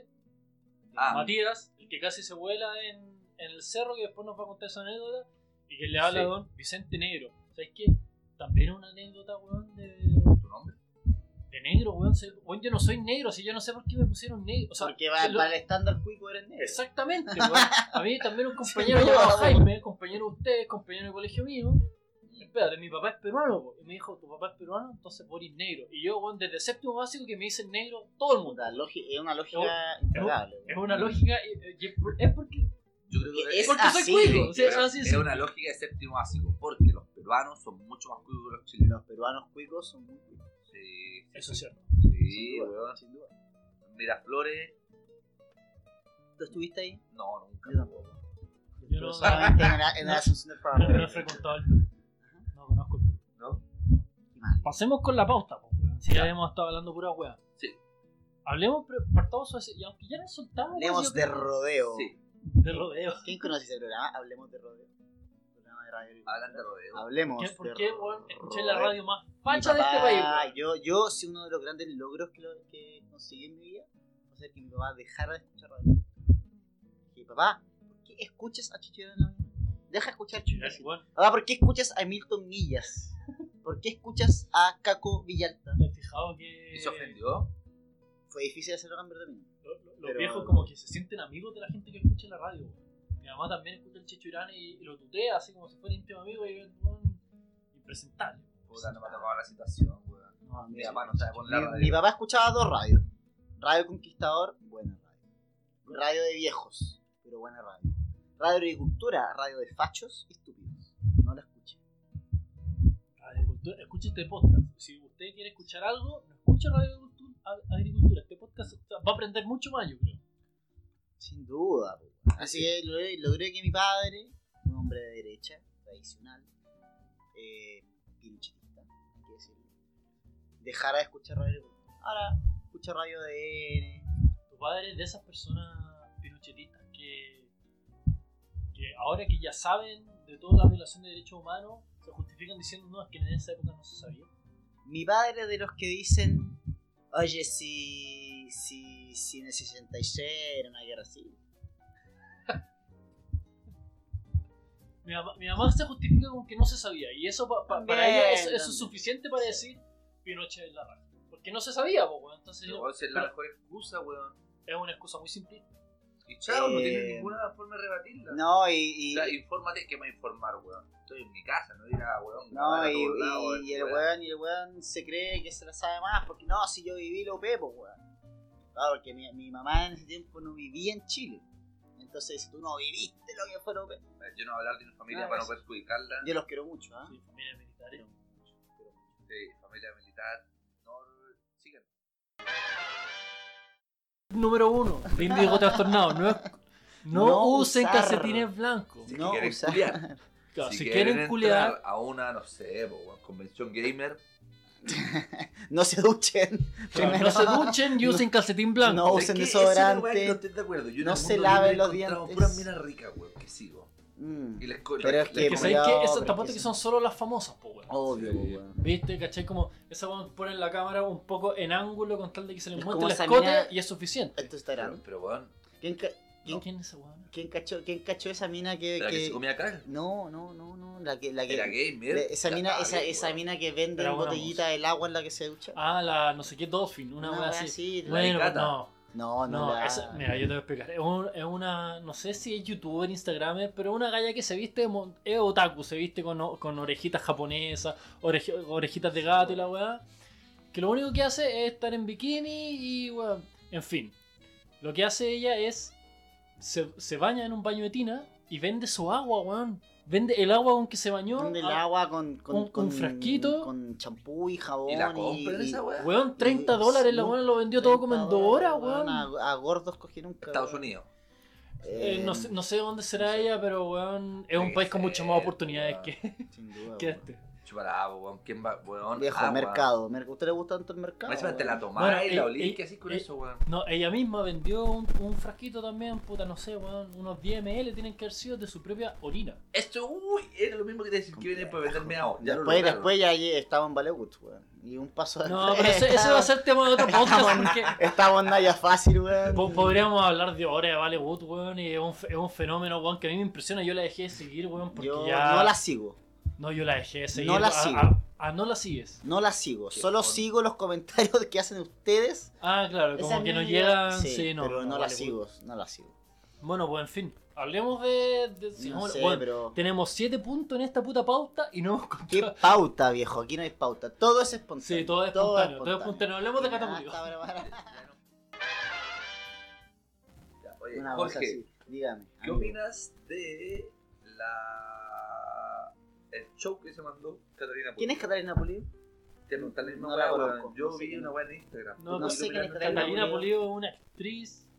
Speaker 1: Ah.
Speaker 3: Matías, el que casi se vuela en, en el cerro, que después nos va a contar esa anécdota, y que le habla
Speaker 1: Sí.
Speaker 3: a don Vicente Negro. ¿Sabes qué? También es una anécdota, weón, de,
Speaker 1: ¿Tu nombre?
Speaker 3: de negro, weón. Se- weón, yo no soy negro, si yo no sé por qué me pusieron negro. O sea,
Speaker 2: Porque va,
Speaker 3: lo-
Speaker 2: para el estándar cuico eres negro.
Speaker 3: Exactamente, weón. A mí también un compañero
Speaker 2: Sí, no,
Speaker 3: llamado
Speaker 2: no.
Speaker 3: Jaime, compañero de ustedes, compañero de colegio mío. Espérate, mi papá es peruano, po. Y me dijo, tu papá es peruano, entonces vos eres negro. Y yo, weón, desde séptimo básico que me dicen negro, todo el mundo.
Speaker 2: Puta, logi- es una lógica
Speaker 3: Es-
Speaker 2: impecable.
Speaker 3: Es
Speaker 2: weón.
Speaker 3: una lógica, y- y- es porque,
Speaker 1: Yo creo que
Speaker 2: Es
Speaker 3: porque
Speaker 2: así,
Speaker 3: soy cuico. O sea,
Speaker 1: pero
Speaker 3: así
Speaker 1: es
Speaker 3: es.
Speaker 1: una lógica de séptimo básico, porque los peruanos son mucho más cuicos que los chilenos.
Speaker 2: Los peruanos cuicos son muy cuicos.
Speaker 1: Sí,
Speaker 3: Eso es cierto.
Speaker 1: sí,
Speaker 2: Sin duda,
Speaker 1: weón.
Speaker 2: sin duda.
Speaker 1: Miraflores,
Speaker 2: ¿Tú estuviste ahí?
Speaker 1: no, nunca.
Speaker 2: Yo tampoco.
Speaker 3: Yo no,
Speaker 2: Solamente en la, en la
Speaker 3: no.
Speaker 2: Asunción del
Speaker 3: no, no he
Speaker 2: programa.
Speaker 3: frecuentado el Perú. No conozco el Perú.
Speaker 1: ¿No?
Speaker 2: Qué mal.
Speaker 3: Pasemos con la pauta, po, weón. Si
Speaker 1: Ya.
Speaker 3: ya hemos estado hablando pura weá.
Speaker 1: Sí.
Speaker 3: Hablemos, pero partamos así. Y aunque ya nos soltamos, weón,
Speaker 2: Hablemos
Speaker 3: yo
Speaker 2: de
Speaker 3: creo-
Speaker 2: rodeo.
Speaker 1: Sí,
Speaker 3: de rodeo.
Speaker 2: ¿Quién conoce ese programa? Hablemos de rodeo. Programa de radio.
Speaker 1: hablan de rodeo.
Speaker 2: Hablemos.
Speaker 3: ¿Qué- ¿Por
Speaker 2: de
Speaker 3: qué, weón, escuché la
Speaker 2: rodeo.
Speaker 3: radio más
Speaker 2: Mi
Speaker 3: facha de este
Speaker 2: papá-
Speaker 3: país, weón?
Speaker 2: Yo, yo, sí, uno de los grandes logros que, lo, que conseguí en mi vida fue hacer que mi papá dejara de escuchar radio. Dije, papá, ¿por qué escuchas a Chicho en la mañana? Deja de escuchar Chicho.
Speaker 3: Weón,
Speaker 2: Papá, ¿por qué escuchas a Milton Millas? ¿Por qué escuchas a Caco Villalta?
Speaker 3: ¿te has fijado que
Speaker 1: ¿Y se ofendió?
Speaker 2: Fue difícil hacerlo cambiar de opinión.
Speaker 3: lo- lo- los
Speaker 2: Pero-
Speaker 3: viejos como que se sienten amigos de la gente que escucha la radio, weón? Mi mamá también escucha el Checho Irán y, y lo tutea así como si fuera íntimo amigo y es weón, impresentable.
Speaker 1: Puta, no me ha tocado la situación, weón.
Speaker 3: No,
Speaker 1: Mi papá no sabe poner la
Speaker 2: Mi,
Speaker 1: radio.
Speaker 2: mi papá escuchaba dos radios. Radio Conquistador, buena radio. Radio de viejos, pero buena radio. Radio Agricultura, radio de fachos y estúpidos. No la escuché.
Speaker 3: Radio Cultura, escuche este podcast. Si usted quiere escuchar algo, no escuche Radio Agricultura. Agricultura. Este podcast va a aprender mucho más, yo creo.
Speaker 2: Sin duda. po. Así que logré, logré que mi padre, un hombre de derecha, tradicional, eh, pinochetista, hay que decirlo, dejara de escuchar radio. Ahora escucha radio de N.
Speaker 3: Tu padre es de esas personas pinochetistas que, que ahora que ya saben de toda la violación de derechos humanos, se justifican diciendo, no, es que en esa época no se sabía.
Speaker 2: Mi padre es de los que dicen, oye, si, si, si en el sesenta y seis era una guerra civil.
Speaker 3: Mi mamá, mi mamá se justifica con que no se sabía, y eso pa- pa- para
Speaker 2: También,
Speaker 3: ella eso, eso
Speaker 2: también.
Speaker 3: es suficiente para decir Pinochet es la raja. Porque no se sabía, po, weón. Entonces
Speaker 1: No, esa es la
Speaker 3: pero
Speaker 1: mejor excusa, weón.
Speaker 3: es una excusa muy simplista.
Speaker 1: Y chao, no
Speaker 2: Eh,
Speaker 1: tienes ninguna forma de rebatirla.
Speaker 2: No, y,
Speaker 1: O
Speaker 2: y,
Speaker 1: sea, infórmate, ¿qué me va a informar, weón? Estoy en mi casa, no ir a, weón.
Speaker 2: no,
Speaker 1: grabar a
Speaker 2: y,
Speaker 1: todos lados,
Speaker 2: y- y el
Speaker 1: weón.
Speaker 2: weón, y el weón se cree que se la sabe más, porque no, si yo viví lo pepo, weón. Claro, porque mi, mi mamá en ese tiempo no vivía en Chile. Entonces, si tú no viviste lo que fue lo pepo,
Speaker 1: Yo no voy a hablar de mi familia
Speaker 2: Ah,
Speaker 1: para no
Speaker 2: eso.
Speaker 1: perjudicarla.
Speaker 2: yo los quiero mucho, ¿ah?
Speaker 3: Sí, familia militar. ¿eh?
Speaker 1: Sí, familia militar. No, sigan.
Speaker 3: Número uno, de índigo trastornado. No, es- no
Speaker 2: No
Speaker 3: usen
Speaker 2: usar.
Speaker 3: calcetines blancos.
Speaker 1: Si
Speaker 2: No
Speaker 1: quieren
Speaker 2: usar-
Speaker 1: culiar.
Speaker 3: Claro, si,
Speaker 1: si
Speaker 3: quieren
Speaker 1: entrar
Speaker 3: culear,
Speaker 1: a una, no sé, po, weón, convención gamer.
Speaker 2: No se duchen.
Speaker 3: claro,
Speaker 2: Primero.
Speaker 3: no se duchen y usen calcetín blanco.
Speaker 2: No
Speaker 1: ¿Sabes
Speaker 2: usen
Speaker 1: qué? Esa es la
Speaker 2: desodorante.
Speaker 1: weá que No estoy de acuerdo. Yo en
Speaker 2: No
Speaker 1: el
Speaker 2: se
Speaker 1: mundo
Speaker 2: laven
Speaker 1: libre
Speaker 2: los
Speaker 1: he encontrado
Speaker 2: dientes.
Speaker 1: puras minas ricas, weón, que sigo.
Speaker 2: Mm.
Speaker 1: Y les co-
Speaker 2: Pero es
Speaker 1: les-
Speaker 2: que-
Speaker 3: Que
Speaker 1: les-
Speaker 3: sabéis
Speaker 2: no,
Speaker 3: que
Speaker 2: pero
Speaker 3: esas
Speaker 2: es
Speaker 3: tapotas
Speaker 2: que
Speaker 3: que
Speaker 2: sí.
Speaker 3: son solo las famosas, po, weón.
Speaker 2: Obvio,
Speaker 1: Sí.
Speaker 2: weón.
Speaker 3: ¿Viste? ¿Cachai? Como esa weón pone la cámara un poco en ángulo con tal de que se le
Speaker 2: Es
Speaker 3: muestre
Speaker 2: como
Speaker 3: el
Speaker 2: esa
Speaker 3: escote
Speaker 2: mina-
Speaker 3: y es suficiente.
Speaker 2: Esto está
Speaker 1: Pero,
Speaker 2: grande.
Speaker 1: pero weón,
Speaker 2: ¿Quién, ca- quién,
Speaker 3: ¿Quién es esa weón?
Speaker 2: quién cachó, ¿Quién cachó esa mina que...
Speaker 1: ¿era que
Speaker 2: que-
Speaker 1: se comía acá?
Speaker 2: No, no, no, no. La que, la que,
Speaker 1: Era gamer.
Speaker 2: la- esa
Speaker 1: Ya
Speaker 2: mina,
Speaker 1: estaba
Speaker 2: esa,
Speaker 1: bien,
Speaker 2: esa
Speaker 1: weón.
Speaker 2: mina que vende
Speaker 3: Era
Speaker 2: en
Speaker 3: una
Speaker 2: botellita el agua en la que se ducha.
Speaker 3: Ah, la no sé qué Dolphin, una
Speaker 2: Una
Speaker 3: weá
Speaker 2: wea
Speaker 3: así.
Speaker 2: así, la
Speaker 3: Bueno,
Speaker 1: Icata.
Speaker 3: no.
Speaker 2: No, no,
Speaker 3: No,
Speaker 2: la...
Speaker 3: esa- mira, yo te voy a explicar. Es, un- es una, no sé si es youtuber, instagramer, pero una galla que se viste, mo- es otaku, se viste con, o- con orejitas japonesas, oreji- orejitas de gato y la weá. Que lo único que hace es estar en bikini y weón, en fin. Lo que hace ella es, se, se baña en un baño de tina y vende su agua, weón. Vende el agua con que se bañó.
Speaker 2: Vende el
Speaker 3: a-
Speaker 2: agua con, con,
Speaker 3: un- un
Speaker 2: con-
Speaker 3: frasquito.
Speaker 2: con champú y jabón.
Speaker 1: ¿Y la compran
Speaker 2: y-
Speaker 1: esa weá?
Speaker 3: Weón, treinta
Speaker 2: y-
Speaker 3: dólares, la
Speaker 2: no,
Speaker 3: weón lo vendió todo como en dos horas, weón.
Speaker 2: A, a gordos cogí nunca.
Speaker 1: Estados
Speaker 2: weón.
Speaker 1: Unidos.
Speaker 3: Eh, no, sé, no sé dónde será
Speaker 2: no sé.
Speaker 3: ella, pero weón, es un
Speaker 1: Debe
Speaker 3: país con
Speaker 1: ser,
Speaker 3: muchas más oportunidades
Speaker 1: weón.
Speaker 3: que,
Speaker 2: Sin duda.
Speaker 3: que
Speaker 2: weón.
Speaker 3: este.
Speaker 1: Chupará, weón. ¿Quién va? Weón.
Speaker 2: Viejo,
Speaker 1: agua.
Speaker 2: mercado. Mer- ¿A usted le gusta tanto el mercado?
Speaker 1: Encima te la
Speaker 2: weón?
Speaker 1: tomás
Speaker 3: Bueno,
Speaker 1: y la
Speaker 3: eh,
Speaker 1: olís.
Speaker 3: eh,
Speaker 1: ¿Qué así con
Speaker 3: eh,
Speaker 1: eso, weón?
Speaker 3: No, ella misma vendió un, un frasquito también, puta, no sé, weón, unos diez mililitros tienen que haber sido de su propia orina.
Speaker 1: Esto, uy, era lo mismo que te decir que viene para venderme agua. Ya lo
Speaker 2: Después,
Speaker 1: lograron.
Speaker 2: después ya lle- estaba en Bollywood, weón. Y un paso de
Speaker 3: No, pero ese, ese va a ser tema de otro podcast porque
Speaker 2: Estamos en Naya fácil, weón.
Speaker 3: po- podríamos hablar de horas de Bollywood, weón, y es un, fe- es un fenómeno, weón, que a mí me impresiona. Yo la dejé de seguir, weón, porque
Speaker 2: Yo
Speaker 3: ya...
Speaker 2: no la sigo.
Speaker 3: No, yo la dejé de seguir.
Speaker 2: No la
Speaker 3: a-
Speaker 2: sigo.
Speaker 3: a- a no la sigues.
Speaker 2: No la sigo.
Speaker 1: Qué
Speaker 2: Solo
Speaker 1: joder.
Speaker 2: sigo los comentarios que hacen ustedes.
Speaker 3: Ah, claro, como
Speaker 2: Esa
Speaker 3: que no
Speaker 2: mina-
Speaker 3: llegan,
Speaker 2: Sí,
Speaker 3: sí, no.
Speaker 2: pero no, la
Speaker 3: Bollywood.
Speaker 2: sigo. No la sigo.
Speaker 3: Bueno, pues en fin, hablemos de... de-
Speaker 2: No
Speaker 3: sigamos-
Speaker 2: sé,
Speaker 3: bueno,
Speaker 2: pero...
Speaker 3: tenemos siete puntos en esta puta pauta y no hemos
Speaker 2: ¿Qué
Speaker 3: contado...
Speaker 2: pauta, viejo? Aquí no hay pauta. Todo es espontáneo.
Speaker 3: Sí, todo es espontáneo, todo es espontáneo. Hablemos de
Speaker 2: Ya,
Speaker 3: Catapulido.
Speaker 2: está, para, para.
Speaker 1: Ya, oye,
Speaker 2: Una cosa
Speaker 1: Jorge,
Speaker 2: así. Dígame.
Speaker 1: ¿qué
Speaker 2: amigo.
Speaker 1: opinas de la... el show que se mandó Catalina
Speaker 2: ¿Quién es Catalina Pulido?
Speaker 1: Te preguntan la misma
Speaker 2: No la
Speaker 1: weá, weón.
Speaker 2: conozco,
Speaker 1: Yo
Speaker 2: no sé
Speaker 1: vi
Speaker 2: quién
Speaker 1: una
Speaker 2: es.
Speaker 1: weá en Instagram.
Speaker 3: No,
Speaker 2: No sé quién es Catalina
Speaker 3: Catalina Pulido es una actriz.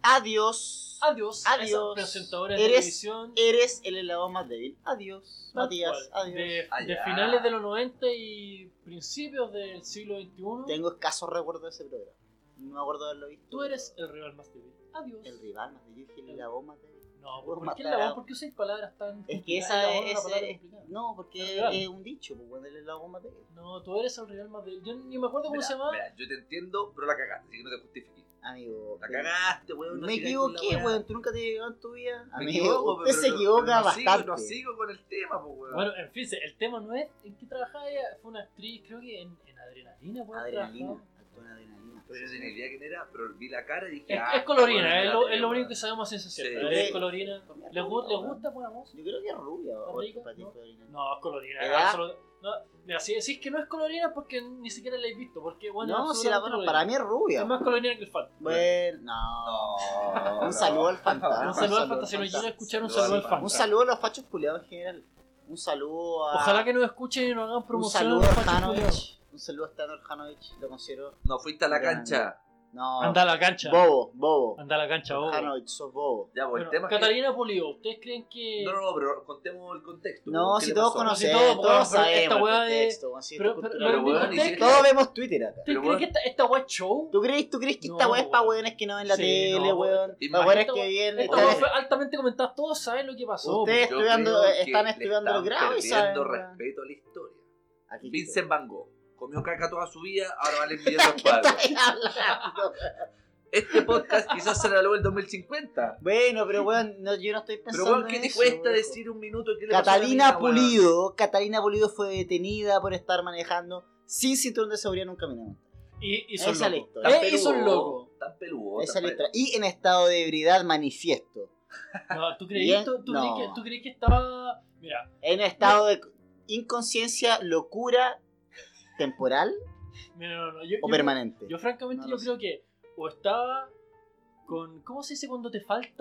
Speaker 2: Adiós.
Speaker 3: Adiós.
Speaker 2: Adiós.
Speaker 3: Esa presentadora de
Speaker 2: Eres-
Speaker 3: televisión.
Speaker 2: Eres el eslabón más débil. Adiós.
Speaker 3: tal
Speaker 2: Matías,
Speaker 3: cual,
Speaker 2: adiós.
Speaker 3: De,
Speaker 1: Ah,
Speaker 3: de
Speaker 1: ya.
Speaker 3: finales de los noventa y principios del siglo veintiuno.
Speaker 2: Tengo escasos recuerdos de ese programa. No me acuerdo de haberlo visto.
Speaker 3: Tú eres el rival más débil. Adiós.
Speaker 2: el rival más débil. Yo dije el eslabón más débil.
Speaker 3: No,
Speaker 2: Puedo
Speaker 3: ¿por qué
Speaker 2: matar
Speaker 3: la
Speaker 2: a-
Speaker 3: voz? ¿Por qué usáis palabras tan
Speaker 2: Es que
Speaker 3: complicadas?
Speaker 2: esa
Speaker 3: La voz
Speaker 2: es.
Speaker 3: una palabra
Speaker 2: es-
Speaker 3: complicada.
Speaker 2: no, porque
Speaker 3: El rival.
Speaker 2: es un dicho. Pues bueno, el eslabón más débil.
Speaker 3: No, tú eres el rival más débil. Yo ni me acuerdo cómo
Speaker 1: Mira,
Speaker 3: se llama.
Speaker 1: mira, yo te entiendo, pero la cagaste, así que no te justifiques.
Speaker 2: Amigo.
Speaker 1: La
Speaker 2: eh,
Speaker 1: cagaste, weón. no
Speaker 2: Me
Speaker 1: sigáis con la
Speaker 2: equivoqué,
Speaker 1: weá.
Speaker 2: weón. Tú nunca te has equivocado en tu vida.
Speaker 1: Me
Speaker 2: Amigo,
Speaker 1: equivoco,
Speaker 2: usted
Speaker 1: pero
Speaker 2: se
Speaker 1: no-
Speaker 2: equivoca
Speaker 1: pero no
Speaker 2: bastante.
Speaker 1: Sigo, no sigo con el tema, pues, weón.
Speaker 3: Bueno, en fin, el tema no es en qué trabajaba ella. Fue una actriz, creo que en, en Adrenalina. ¿puede
Speaker 2: Adrenalina.
Speaker 3: trabajar?
Speaker 2: Actuó en adrenalina.
Speaker 1: Pero yo tenía idea quién era, pero vi la cara y dije.
Speaker 3: Es,
Speaker 1: ah,
Speaker 3: es colorina,
Speaker 1: weón,
Speaker 3: es
Speaker 1: la
Speaker 3: lo,
Speaker 1: tele,
Speaker 3: es lo
Speaker 1: weón.
Speaker 3: único que sabemos a ciencia cierta.
Speaker 1: Sí.
Speaker 3: Es colorina.
Speaker 2: Comía
Speaker 3: ¿Les, gu-
Speaker 2: rubia,
Speaker 3: les
Speaker 2: weón.
Speaker 3: gusta buena voz?
Speaker 2: Yo creo que es rubia.
Speaker 3: ¿Está
Speaker 2: O
Speaker 3: rica?
Speaker 2: para ti
Speaker 3: ¿No?
Speaker 2: fue adrenalina.
Speaker 3: No, es colorina.
Speaker 2: ¿Edad?
Speaker 3: absolut- no, mira, si decís que no es colorina es porque ni siquiera la he visto. Porque, bueno,
Speaker 2: No,
Speaker 3: es
Speaker 2: si la
Speaker 3: absolutamente
Speaker 2: bueno, para mí es
Speaker 3: colorina.
Speaker 2: rubia.
Speaker 3: Es más colorina que el Fanta.
Speaker 2: Bueno, no.
Speaker 1: No,
Speaker 2: Un
Speaker 1: no.
Speaker 2: saludo al fantasma.
Speaker 3: Un saludo al Fanta. Si nos llega a escuchar, un saludo al Fanta.
Speaker 2: Un saludo a los fachos culiados en general. Un saludo a.
Speaker 3: Ojalá que nos escuchen y nos hagan
Speaker 2: Un
Speaker 3: promoción.
Speaker 2: saludo
Speaker 3: a los
Speaker 2: a
Speaker 3: fachos culiados.
Speaker 2: Janovich. Un saludo a Stanor Janovich. Lo considero.
Speaker 1: No fuiste a la
Speaker 2: Grande.
Speaker 1: cancha.
Speaker 2: No.
Speaker 3: Anda a la cancha.
Speaker 2: Bobo, bobo.
Speaker 3: Anda a la cancha, bobo.
Speaker 2: Janovich, sos bobo.
Speaker 1: Ya, pues
Speaker 3: Bueno,
Speaker 1: el tema es que-
Speaker 3: Catalina Pulido, ¿ustedes creen que.?
Speaker 1: No, no, no, pero contemos el contexto.
Speaker 2: No,
Speaker 1: ¿qué
Speaker 2: si
Speaker 1: le
Speaker 2: todos
Speaker 1: pasó?
Speaker 2: conocemos,
Speaker 3: Si todo,
Speaker 2: todos
Speaker 3: weón, pero
Speaker 2: sabemos
Speaker 3: esta
Speaker 2: el
Speaker 3: weá de-
Speaker 2: contexto, weón, si
Speaker 3: Pero,
Speaker 2: esto es
Speaker 3: pero,
Speaker 2: cultura
Speaker 3: lo
Speaker 1: Pero,
Speaker 3: único
Speaker 1: weón,
Speaker 3: que
Speaker 1: y
Speaker 3: ustedes
Speaker 1: si-
Speaker 2: Todos vemos Twitter acá.
Speaker 3: ¿Ustedes
Speaker 1: pero,
Speaker 3: creen
Speaker 1: weón.
Speaker 3: que esta, esta weá es show?
Speaker 2: ¿Tú crees, tú crees que
Speaker 3: No,
Speaker 2: esta weá es para
Speaker 3: weón.
Speaker 2: weones que no ven la
Speaker 3: Sí,
Speaker 2: tele,
Speaker 3: no,
Speaker 2: weón?
Speaker 1: imagínate,
Speaker 2: Para weones
Speaker 3: Esta
Speaker 2: que
Speaker 3: weá-
Speaker 2: vienen.
Speaker 3: esta
Speaker 2: están-
Speaker 3: weá fue altamente comentada, todos saben lo que pasó.
Speaker 2: Ustedes
Speaker 1: Yo
Speaker 2: estudiando,
Speaker 1: creo que
Speaker 2: están
Speaker 1: le
Speaker 2: estudiando el
Speaker 1: están
Speaker 2: grado y saben.
Speaker 1: perdiendo
Speaker 2: weón.
Speaker 1: respeto a la historia.
Speaker 2: Aquí
Speaker 1: Vincent Van Gogh comió caca toda su vida, ahora vale un millón de cuadros.
Speaker 2: estoy hablando.
Speaker 1: Este podcast quizás se regaló el dos mil cincuenta.
Speaker 2: Bueno, pero weón, no, yo no estoy
Speaker 1: Pero
Speaker 2: pensando
Speaker 1: weón, ¿qué
Speaker 2: en
Speaker 1: te
Speaker 2: eso,
Speaker 1: cuesta
Speaker 2: weón.
Speaker 1: decir un minuto qué le pasó a la
Speaker 2: Catalina
Speaker 1: mina, weón?
Speaker 2: Pulido, Catalina Pulido fue detenida por estar manejando sin cinturón de seguridad en un camino.
Speaker 3: Y, y son
Speaker 2: Esa
Speaker 3: locos.
Speaker 2: es la
Speaker 1: Tan
Speaker 2: historia.
Speaker 3: Eh, y son
Speaker 1: peludo,
Speaker 3: locos.
Speaker 1: Tan peludo.
Speaker 2: Esa
Speaker 1: tan
Speaker 2: es la historia. Y en estado de ebriedad manifiesto.
Speaker 3: No, ¿tú creí,
Speaker 2: Bien,
Speaker 3: tú, tú
Speaker 2: no.
Speaker 3: creí que, tú creí que estaba. Mira,
Speaker 2: En estado de inconsciencia, locura temporal
Speaker 3: mira, no, no. Yo,
Speaker 2: o
Speaker 3: yo-
Speaker 2: permanente.
Speaker 3: Yo, francamente,
Speaker 2: No
Speaker 3: yo
Speaker 2: lo sé.
Speaker 3: creo que o estaba con. ¿Cómo se dice cuando te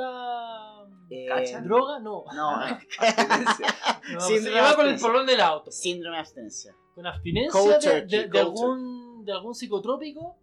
Speaker 3: falta.
Speaker 2: Eh,
Speaker 1: ¿Cacha?
Speaker 3: ¿Droga? No.
Speaker 2: No,
Speaker 1: Abstinencia.
Speaker 3: no
Speaker 2: Síndrome
Speaker 3: se
Speaker 2: de
Speaker 3: lleva con el
Speaker 2: abstinencia.
Speaker 3: polón del auto.
Speaker 2: síndrome de abstinencia.
Speaker 3: Con abstinencia
Speaker 2: Cold
Speaker 3: de,
Speaker 2: turkey,
Speaker 3: de- de
Speaker 2: cold
Speaker 3: algún, de algún psicotrópico.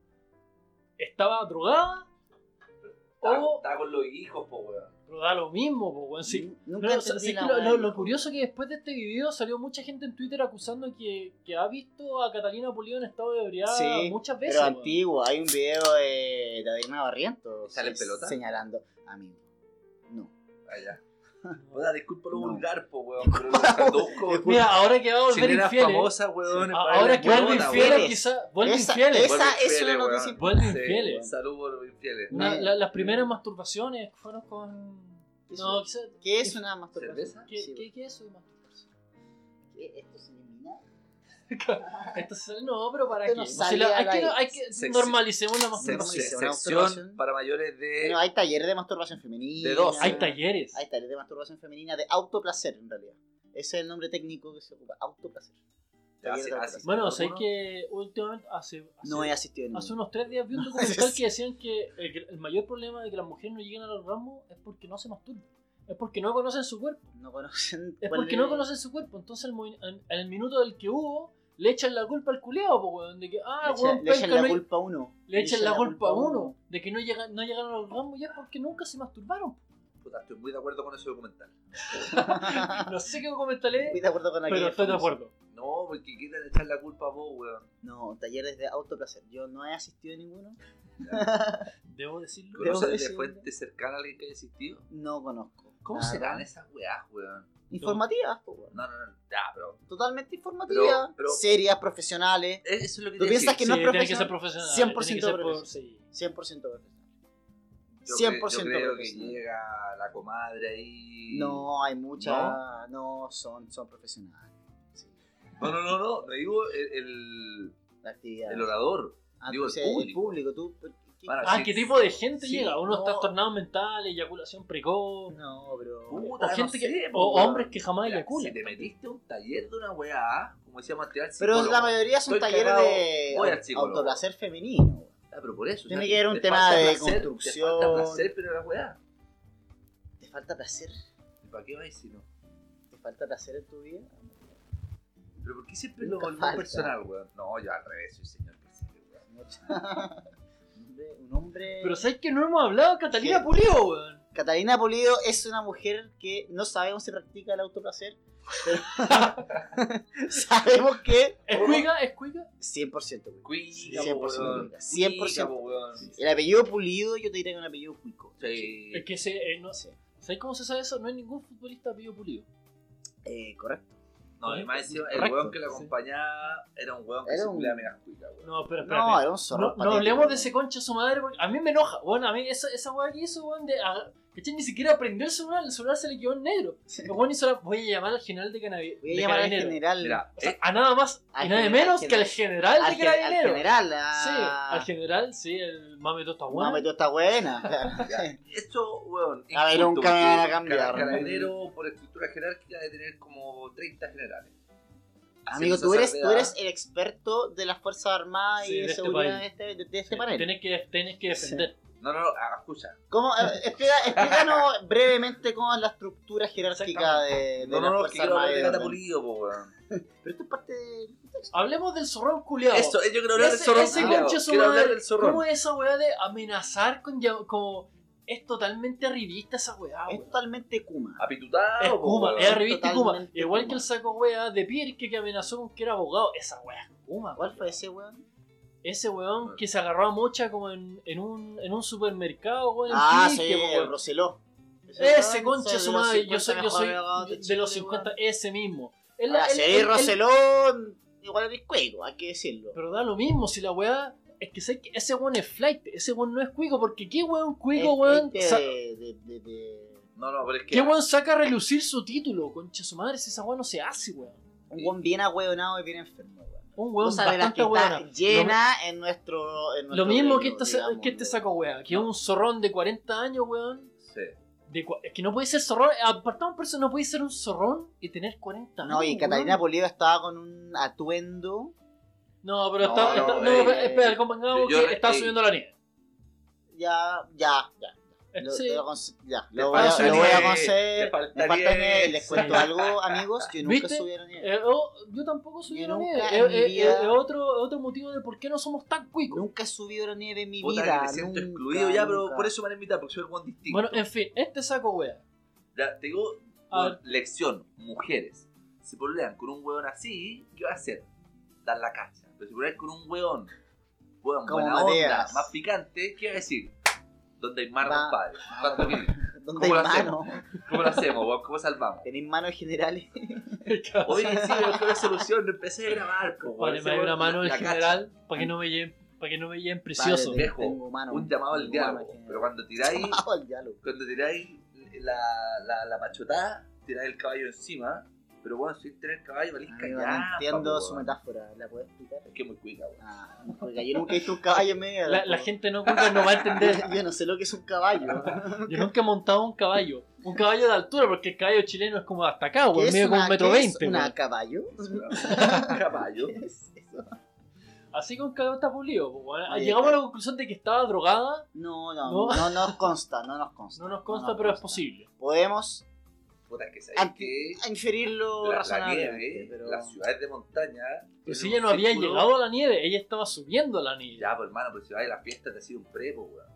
Speaker 3: Estaba drogada.
Speaker 1: Estaba,
Speaker 3: O.
Speaker 1: estaba con los hijos, po, weón.
Speaker 3: Pero da lo mismo, po, weón. Sí.
Speaker 2: Nunca
Speaker 3: No, o sea,
Speaker 2: entendí
Speaker 3: sí
Speaker 2: la
Speaker 3: que lo,
Speaker 2: weá,
Speaker 3: lo- lo
Speaker 2: hijo.
Speaker 3: curioso es que después de este video salió mucha gente en Twitter acusando que, que ha visto a Catalina Pulido en estado de ebriedad
Speaker 2: Sí,
Speaker 3: muchas veces.
Speaker 2: Pero
Speaker 3: weón.
Speaker 2: antiguo, hay un video de, de Adriana Barrientos
Speaker 1: ¿Sale en pelota?
Speaker 2: señalando, amigo, no.
Speaker 1: Allá. Puta, disculpa lo
Speaker 2: No.
Speaker 1: vulgar, po, weón. Pero cuando busco
Speaker 3: Mira, ahora que va a volver
Speaker 1: chilenas
Speaker 3: infieles.
Speaker 1: famosas, weón.
Speaker 3: a- Ahora que vuelve
Speaker 2: Buena,
Speaker 3: infieles,
Speaker 2: buena.
Speaker 3: quizás. Vuelve
Speaker 2: Esa-
Speaker 3: infieles.
Speaker 2: esa-
Speaker 1: Vuelve
Speaker 2: es una
Speaker 1: infieles,
Speaker 2: noticia
Speaker 1: weón.
Speaker 3: Vuelve
Speaker 1: Sí,
Speaker 3: infieles.
Speaker 1: Salud por infieles.
Speaker 3: Una-
Speaker 2: Me-
Speaker 3: la- las primeras masturbaciones fueron con.
Speaker 2: Eso-
Speaker 3: No, quizás.
Speaker 2: ¿Qué es una masturbación?
Speaker 1: ¿Cerveza?
Speaker 3: ¿Qué,
Speaker 2: Sí,
Speaker 3: qué, qué es eso de masturbación?
Speaker 2: ¿Qué? ¿Esto se elimina?
Speaker 3: Esto se- no, pero ¿para
Speaker 2: Esto
Speaker 3: qué?
Speaker 2: no
Speaker 3: O sea,
Speaker 2: sale
Speaker 3: la- hay,
Speaker 2: al
Speaker 3: que,
Speaker 2: aire.
Speaker 3: hay que
Speaker 1: Sexy.
Speaker 3: normalicemos la
Speaker 1: Se-
Speaker 3: masturbación.
Speaker 1: se-
Speaker 2: una
Speaker 1: sección
Speaker 2: masturbación.
Speaker 1: para mayores de.
Speaker 2: Bueno, hay talleres de masturbación femenina.
Speaker 1: De dos.
Speaker 3: Hay talleres.
Speaker 2: Hay talleres de masturbación femenina de autoplacer, en realidad. Ese es el nombre técnico que se ocupa, autoplacer.
Speaker 1: Ya,
Speaker 2: Talleres
Speaker 1: hace-
Speaker 2: de
Speaker 1: hace-
Speaker 2: autoplacer.
Speaker 3: Bueno,
Speaker 1: ¿Alguno?
Speaker 3: sé que últimamente hace, hace,
Speaker 2: No he asistido a
Speaker 3: hace
Speaker 2: ninguno.
Speaker 3: unos tres días vi un documental que decían que el, que el mayor problema de que las mujeres no lleguen al orgasmo es porque no se masturban. Es porque no conocen su cuerpo.
Speaker 2: No conocen.
Speaker 3: Es
Speaker 2: cuál
Speaker 3: porque no conocen su cuerpo. Entonces, el movi- en, en el minuto del que hubo, le echan la culpa al culeado, po, weón. De que, ah,
Speaker 2: Le echa-
Speaker 3: weón,
Speaker 2: le echan
Speaker 3: penca,
Speaker 2: la
Speaker 3: no-
Speaker 2: culpa a uno.
Speaker 3: le echan la culpa a uno. De que no llegan, no llegan al orgasmo ya porque nunca se masturbaron.
Speaker 1: Puta, estoy muy de acuerdo con ese documental.
Speaker 3: No sé qué documental es,
Speaker 2: Estoy de acuerdo con
Speaker 3: pero
Speaker 2: aquella
Speaker 3: estoy de
Speaker 2: famosa.
Speaker 3: acuerdo.
Speaker 1: No, porque quieren echar la culpa a vos, weón.
Speaker 2: No, talleres de autoplacer. Yo no he asistido a ninguno.
Speaker 3: Debo decirlo.
Speaker 2: Debo
Speaker 1: ¿Conoces de
Speaker 2: decirlo.
Speaker 1: fuente cercana a alguien que haya existido?
Speaker 2: No conozco.
Speaker 1: ¿Cómo
Speaker 2: Nada.
Speaker 1: serán esas weás, weón?
Speaker 2: Informativas, po, weón.
Speaker 1: No, no, no. Ya, pero.
Speaker 2: Totalmente informativas.
Speaker 1: Pero- pero-
Speaker 2: serias, profesionales.
Speaker 1: Eso es lo que
Speaker 2: ¿Tú
Speaker 1: te
Speaker 2: piensas
Speaker 1: decir.
Speaker 2: que no
Speaker 3: Sí,
Speaker 2: es
Speaker 3: tiene que ser
Speaker 2: profesional?
Speaker 3: profesional.
Speaker 2: cien por ciento
Speaker 3: tiene que ser por-
Speaker 2: profesional.
Speaker 3: sí.
Speaker 2: cien por ciento profesional.
Speaker 1: Yo
Speaker 2: cien
Speaker 1: cre-
Speaker 2: por ciento
Speaker 1: Yo creo que
Speaker 2: profesional.
Speaker 1: llega la comadre ahí.
Speaker 2: No, hay muchas. ¿No? son, son profesionales. Sí.
Speaker 1: No, no, no, no. No digo el, el,
Speaker 2: La actividad.
Speaker 1: el orador.
Speaker 2: Ah,
Speaker 1: digo,
Speaker 2: tú
Speaker 1: el
Speaker 2: dices,
Speaker 1: público.
Speaker 2: el público. Tú, ¿qué-
Speaker 1: Bueno,
Speaker 3: Ah,
Speaker 1: sí,
Speaker 3: ¿qué tipo de gente
Speaker 1: sí,
Speaker 3: llega? Unos
Speaker 2: no.
Speaker 3: trastornados mentales, eyaculación precoz.
Speaker 2: No, pero.
Speaker 1: Puta,
Speaker 3: O gente
Speaker 1: no
Speaker 3: que.
Speaker 1: sé,
Speaker 3: o
Speaker 1: weón.
Speaker 3: hombres que jamás
Speaker 1: Mira,
Speaker 3: eyaculan.
Speaker 1: Si te metiste a un taller de una weá, como decía Material
Speaker 2: Pero
Speaker 1: psicólogo.
Speaker 2: la mayoría son
Speaker 1: Estoy
Speaker 2: talleres
Speaker 1: cagado,
Speaker 2: de
Speaker 1: voy al
Speaker 2: au-
Speaker 1: psicólogo.
Speaker 2: autoplacer femenino. weón.
Speaker 1: Ah, pero por eso.
Speaker 2: Tiene
Speaker 1: o sea,
Speaker 2: que haber un
Speaker 1: te
Speaker 2: tema
Speaker 1: falta
Speaker 2: de
Speaker 1: placer,
Speaker 2: construcción.
Speaker 1: Te falta placer, pero la weá.
Speaker 2: ¿Te falta placer?
Speaker 1: ¿Y para qué vais si no?
Speaker 2: ¿Te falta placer en tu vida?
Speaker 1: Pero ¿por qué siempre
Speaker 2: Nunca
Speaker 1: lo volvemos
Speaker 2: falta.
Speaker 1: personal, weón? No, yo al revés, soy señor placer, weón.
Speaker 2: Un hombre- un hombre.
Speaker 3: Pero ¿sabes que no hemos hablado de Catalina
Speaker 2: ¿Qué?
Speaker 3: Pulido, weón?
Speaker 2: Catalina Pulido es una mujer que no sabemos si practica el autoplacer, pero sabemos que
Speaker 3: ¿Es cuica? ¿Es cuica?
Speaker 2: cien por ciento. güey.
Speaker 1: Cuica,
Speaker 2: cien
Speaker 1: po,
Speaker 2: por ciento,
Speaker 1: weón.
Speaker 2: cuica, cien por ciento.
Speaker 1: Cuica, po, weón.
Speaker 2: El apellido Pulido yo te diría que es un apellido cuico.
Speaker 1: Sí.
Speaker 3: Es que se, eh, no sé. ¿Sabes cómo se sabe eso? No hay ningún futbolista apellido Pulido.
Speaker 2: Eh, correcto.
Speaker 1: No, y más encima, el
Speaker 2: Correcto,
Speaker 1: weón que la
Speaker 3: sí.
Speaker 1: acompañaba era un weón que
Speaker 2: Era
Speaker 1: se
Speaker 2: un-
Speaker 1: culea mega cuica, weón.
Speaker 3: No, pero espera.
Speaker 2: No, era un zorro.
Speaker 3: No, no hablemos de ese concha su madre porque a mí me enoja. Bueno, a mí esa, esa weá que hizo, weón, de. A, ¿cachai? Ni siquiera aprendió el celular, el celular se le quedó en negro. El weón hizo la. Voy a llamar al general de cannabis.
Speaker 2: Voy a llamar al general.
Speaker 1: Mira,
Speaker 3: O sea,
Speaker 1: eh,
Speaker 3: a nada más
Speaker 2: Al
Speaker 3: y nada
Speaker 2: general,
Speaker 3: menos
Speaker 2: al
Speaker 3: que al general
Speaker 2: al,
Speaker 3: de
Speaker 2: gen- al
Speaker 3: carabineros.
Speaker 2: general.
Speaker 3: Sí,
Speaker 2: A...
Speaker 3: al general, sí, el mameto está bueno.
Speaker 2: Mami, tú estás buena.
Speaker 1: ya, esto, weón.
Speaker 2: A ver,
Speaker 1: injusto,
Speaker 2: nunca me van a
Speaker 1: porque
Speaker 2: cambiar,
Speaker 1: cada
Speaker 2: ¿no?
Speaker 1: Carabinero, por estructura jerárquica, debe tener como treinta generales.
Speaker 2: Amigo,
Speaker 1: Haciendo
Speaker 2: tú eres,
Speaker 1: esa
Speaker 2: tú eres
Speaker 1: salvedad,
Speaker 2: el experto de las Fuerzas Armadas
Speaker 3: Sí,
Speaker 2: y
Speaker 3: de
Speaker 2: de,
Speaker 3: este
Speaker 2: seguridad
Speaker 3: país.
Speaker 2: de este, de, de este
Speaker 3: Sí,
Speaker 2: panel.
Speaker 3: Tenés que, tenés que defender.
Speaker 1: No, no, no, ah, escucha.
Speaker 2: ¿Cómo, eh, explica, explícanos brevemente cómo es la estructura jerárquica de, de
Speaker 1: No, no,
Speaker 2: las
Speaker 1: no, que
Speaker 2: Fuerzas
Speaker 1: quiero hablar
Speaker 2: Armadas.
Speaker 1: de
Speaker 2: y
Speaker 1: Cata
Speaker 2: orden.
Speaker 1: Pulido, po, weón.
Speaker 2: Pero esto es parte de...
Speaker 3: Hablemos del zorrón culiado.
Speaker 1: Eso, yo quiero hablar del
Speaker 3: Ese,
Speaker 1: zorrón.
Speaker 3: ese
Speaker 1: culiao.
Speaker 3: concha su
Speaker 1: Quiero hablar
Speaker 3: madre,
Speaker 1: del zorrón.
Speaker 3: ¿cómo es esa weá de amenazar con ya- como es totalmente arribista esa weá,
Speaker 2: Es
Speaker 3: weón?
Speaker 2: totalmente Kuma.
Speaker 1: Apitutado,
Speaker 3: Es
Speaker 1: po,
Speaker 3: Kuma,
Speaker 1: weón.
Speaker 3: es arribista y Kuma.
Speaker 2: Totalmente
Speaker 3: Igual
Speaker 2: Kuma.
Speaker 3: que el saco weá de Pirque que amenazó con que era abogado. Esa weá es Kuma.
Speaker 2: ¿Cuál fue ese, weón?
Speaker 3: Ese weón que se agarró a mocha como en, en, un, en un supermercado, weón. en
Speaker 2: Ah,
Speaker 3: Pirque,
Speaker 2: sí,
Speaker 3: po,
Speaker 2: el
Speaker 3: weón.
Speaker 2: Roseló.
Speaker 3: Ese
Speaker 2: weón,
Speaker 3: concha
Speaker 2: de
Speaker 3: su
Speaker 2: los
Speaker 3: madre, yo
Speaker 2: cincuenta
Speaker 3: soy, yo
Speaker 2: mejores
Speaker 3: soy
Speaker 2: abogados
Speaker 3: de,
Speaker 2: Chile,
Speaker 3: los
Speaker 2: weón.
Speaker 3: cincuenta, ese mismo. Él-
Speaker 2: Ahora,
Speaker 3: él-
Speaker 2: si
Speaker 3: él-
Speaker 2: eres
Speaker 3: él-
Speaker 2: Roseló, igual eres cuico, hay que decirlo.
Speaker 3: Pero da lo mismo, si la weá. Es que sé que ese weón es flight, ese weón no es cuico, porque qué weón cuico,
Speaker 2: Es
Speaker 3: weón.
Speaker 2: gente
Speaker 3: sa-
Speaker 2: de, de, de, de-
Speaker 1: No, no, pero es que.
Speaker 3: ¿Qué weón saca a relucir su título? Concha su madre, si esa weón no se hace, weón.
Speaker 2: Un weón bien ahueonado y bien enfermo, weón.
Speaker 3: Un weón
Speaker 2: Cosa de las
Speaker 3: bastante
Speaker 2: que está
Speaker 3: weón.
Speaker 2: llena en nuestro, en
Speaker 3: Lo
Speaker 2: nuestro
Speaker 3: mismo
Speaker 2: gremio,
Speaker 3: que este,
Speaker 2: digamos,
Speaker 3: que este
Speaker 2: ¿no?
Speaker 3: saco weá, que es un zorrón de cuarenta años, weón.
Speaker 1: Sí.
Speaker 3: De cua- es que no puede ser zorrón, apartamos por eso, no puede ser un zorrón y tener cuarenta años.
Speaker 2: No, y Catalina
Speaker 3: weón.
Speaker 2: Pulido estaba con un atuendo.
Speaker 3: No, pero
Speaker 1: No,
Speaker 3: está.
Speaker 1: no,
Speaker 3: está- no,
Speaker 1: ey,
Speaker 3: espera, espera, convengamos
Speaker 1: yo-
Speaker 3: que está
Speaker 1: ey.
Speaker 3: subiendo la nieve.
Speaker 2: Ya, ya, ya. Lo,
Speaker 3: Sí.
Speaker 2: lo conce- ya,
Speaker 1: Le
Speaker 2: lo voy a,
Speaker 3: falta
Speaker 2: lo voy a
Speaker 1: nieve,
Speaker 2: conceder.
Speaker 1: le
Speaker 2: Me
Speaker 1: falta
Speaker 2: falta
Speaker 1: nieve.
Speaker 2: nieve. Y les cuento
Speaker 3: Sí.
Speaker 2: algo, amigos. Yo nunca
Speaker 3: ¿Viste?
Speaker 2: subí a la nieve.
Speaker 3: Eh, oh, yo tampoco subí
Speaker 2: Yo
Speaker 3: a la
Speaker 2: nunca
Speaker 3: nieve.
Speaker 2: en
Speaker 3: Es
Speaker 2: mi
Speaker 3: es-
Speaker 2: vida-
Speaker 3: es otro, otro motivo de por qué no somos tan cuicos.
Speaker 2: Nunca he subido a la nieve en mi
Speaker 1: Puta,
Speaker 2: vida.
Speaker 1: que me siento
Speaker 2: nunca,
Speaker 1: excluido ya, pero
Speaker 2: nunca.
Speaker 1: por eso me han invitado, porque soy el buen distinto.
Speaker 3: Bueno, en fin, este saco wea.
Speaker 1: Ya, te digo,
Speaker 3: A
Speaker 1: bueno, lección, mujeres. Si pololean con un weón así, ¿qué va a hacer? Dar la cacha. Pero si pololean con un weón, weón,
Speaker 2: Como
Speaker 1: buena onda,
Speaker 2: Mateas.
Speaker 1: más picante, ¿qué va a decir? ¿Dónde hay mar,
Speaker 2: Va-
Speaker 1: compadre? ¿Cuánto querés?
Speaker 2: ¿Dónde
Speaker 1: ¿Cómo
Speaker 2: hay
Speaker 1: lo hacemos?
Speaker 2: mano?
Speaker 1: ¿Cómo lo hacemos, weón? ¿Cómo salvamos?
Speaker 2: ¿Tenéis manos generales?
Speaker 1: Oye, sí, me busqué la solución, no empecé a grabar, po, weón.
Speaker 3: Vale, me hay una mano en
Speaker 1: La
Speaker 3: general para que no me lleven, para que no me lleven precioso.
Speaker 2: Padre,
Speaker 1: Viejo,
Speaker 2: tengo mano,
Speaker 1: un llamado al
Speaker 2: tengo
Speaker 1: diálogo.
Speaker 2: mano en general.
Speaker 1: Pero cuando tiráis,
Speaker 2: Llamado al diálogo.
Speaker 1: cuando tiráis la, la, la machotada, tiráis el caballo encima. Pero bueno, sin tener caballo, valís
Speaker 2: Amigo,
Speaker 1: callada.
Speaker 2: no entiendo
Speaker 1: po,
Speaker 2: su
Speaker 1: weón.
Speaker 2: metáfora, ¿la puedes explicar?
Speaker 1: Es que es muy cuica, weón.
Speaker 2: Ah, porque yo nunca he visto un caballo en medio de
Speaker 3: La, la gente no, cuica, no va a entender.
Speaker 2: Yo no sé lo que es un caballo.
Speaker 3: Yo nunca he montado un caballo. Un caballo de altura, porque el caballo chileno es como hasta acá,
Speaker 2: ¿Qué
Speaker 3: weón.
Speaker 2: es
Speaker 3: Medio como
Speaker 2: una,
Speaker 3: un metro
Speaker 2: ¿qué es
Speaker 3: veinte,
Speaker 2: una
Speaker 3: weón.
Speaker 2: caballo?
Speaker 1: Caballo.
Speaker 2: ¿Qué es eso?
Speaker 3: Así con caballo está pulido, pues, weón.
Speaker 2: Oye,
Speaker 3: Llegamos a
Speaker 2: pero-
Speaker 3: la conclusión de que estaba drogada.
Speaker 2: No, no,
Speaker 3: No.
Speaker 2: no, nos consta, no nos consta.
Speaker 3: No nos consta, pero es posible.
Speaker 2: Podemos
Speaker 1: Puta, es que sabéis
Speaker 2: Anti-
Speaker 1: que
Speaker 2: inferirlo
Speaker 1: la, la
Speaker 2: razonablemente,
Speaker 1: nieve,
Speaker 2: pero...
Speaker 1: las ciudades de montaña.
Speaker 3: Pero
Speaker 1: tienen
Speaker 3: si
Speaker 1: un
Speaker 3: ella no había
Speaker 1: círculo-
Speaker 3: llegado a la nieve, ella estaba subiendo a la nieve.
Speaker 1: Ya, pues hermano, pues si vas a la fiesta te ha sido un prepo, weón.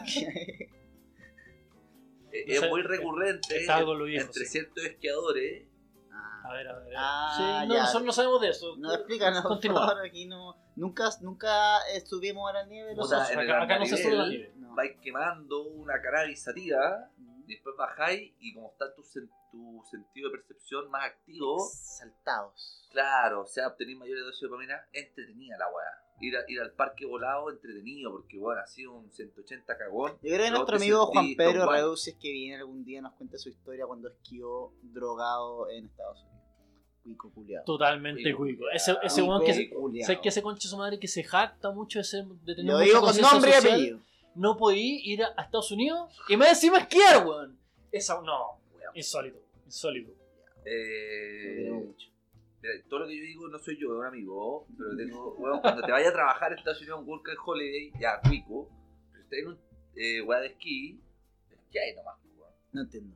Speaker 1: Es,
Speaker 3: O sea,
Speaker 1: es muy recurrente
Speaker 3: está con lo viejo,
Speaker 1: entre
Speaker 3: sí.
Speaker 1: ciertos esquiadores.
Speaker 2: Ah,
Speaker 3: A ver, a ver.
Speaker 2: Ah,
Speaker 3: sí, no,
Speaker 2: ya.
Speaker 3: nosotros no sabemos de eso.
Speaker 2: no, explícanos, por
Speaker 3: Continúa.
Speaker 2: favor, aquí no... Nunca, nunca estuvimos a la nieve
Speaker 1: O sea,
Speaker 2: nosotros.
Speaker 1: en el
Speaker 3: acá, acá no se sube la
Speaker 1: andarivel,
Speaker 3: nieve.
Speaker 2: No.
Speaker 1: vais quemando una cannabis sativa, después bajáis y como está tu, sen- tu sentido de percepción más activo,
Speaker 2: Saltados.
Speaker 1: claro, o sea, obtenéis mayores dosis de dopamina, entretenida la weá. Ir, a- ir al parque volado, entretenido, porque bueno, ha sido un ciento ochenta cagón.
Speaker 2: Yo creo que
Speaker 1: Luego
Speaker 2: nuestro
Speaker 1: te
Speaker 2: amigo Juan
Speaker 1: sentí
Speaker 2: Pedro
Speaker 1: Don Juan.
Speaker 2: Reus, si es que viene algún día, nos cuente su historia cuando esquió drogado en Estados Unidos. Cuico culiado.
Speaker 3: Totalmente
Speaker 1: Cuico,
Speaker 3: cuico.
Speaker 1: culiao.
Speaker 3: Ese, ese
Speaker 1: Cuico,
Speaker 3: weón que se.
Speaker 2: culiao.
Speaker 3: ¿Sabes que ese concha de su madre que se jacta mucho de, ser, de tener
Speaker 2: Lo
Speaker 3: mucha
Speaker 2: digo con
Speaker 3: conciencia
Speaker 2: nombre y
Speaker 3: social?
Speaker 2: apellido.
Speaker 3: No podí ir a, a Estados Unidos y más encima esquiar, weón. Esa, no,
Speaker 1: Weón.
Speaker 3: insólito, insólito.
Speaker 2: Lo
Speaker 1: Eh,
Speaker 2: queremos mucho.
Speaker 1: mira, todo lo que yo digo no soy yo, es un amigo, pero tengo, weón, cuando te vayas a trabajar en Estados Unidos en Work and Holiday, ya, cuico, pero estás en un eh, weá de esquí, esquí ahí nomás, weón.
Speaker 2: No entiendo.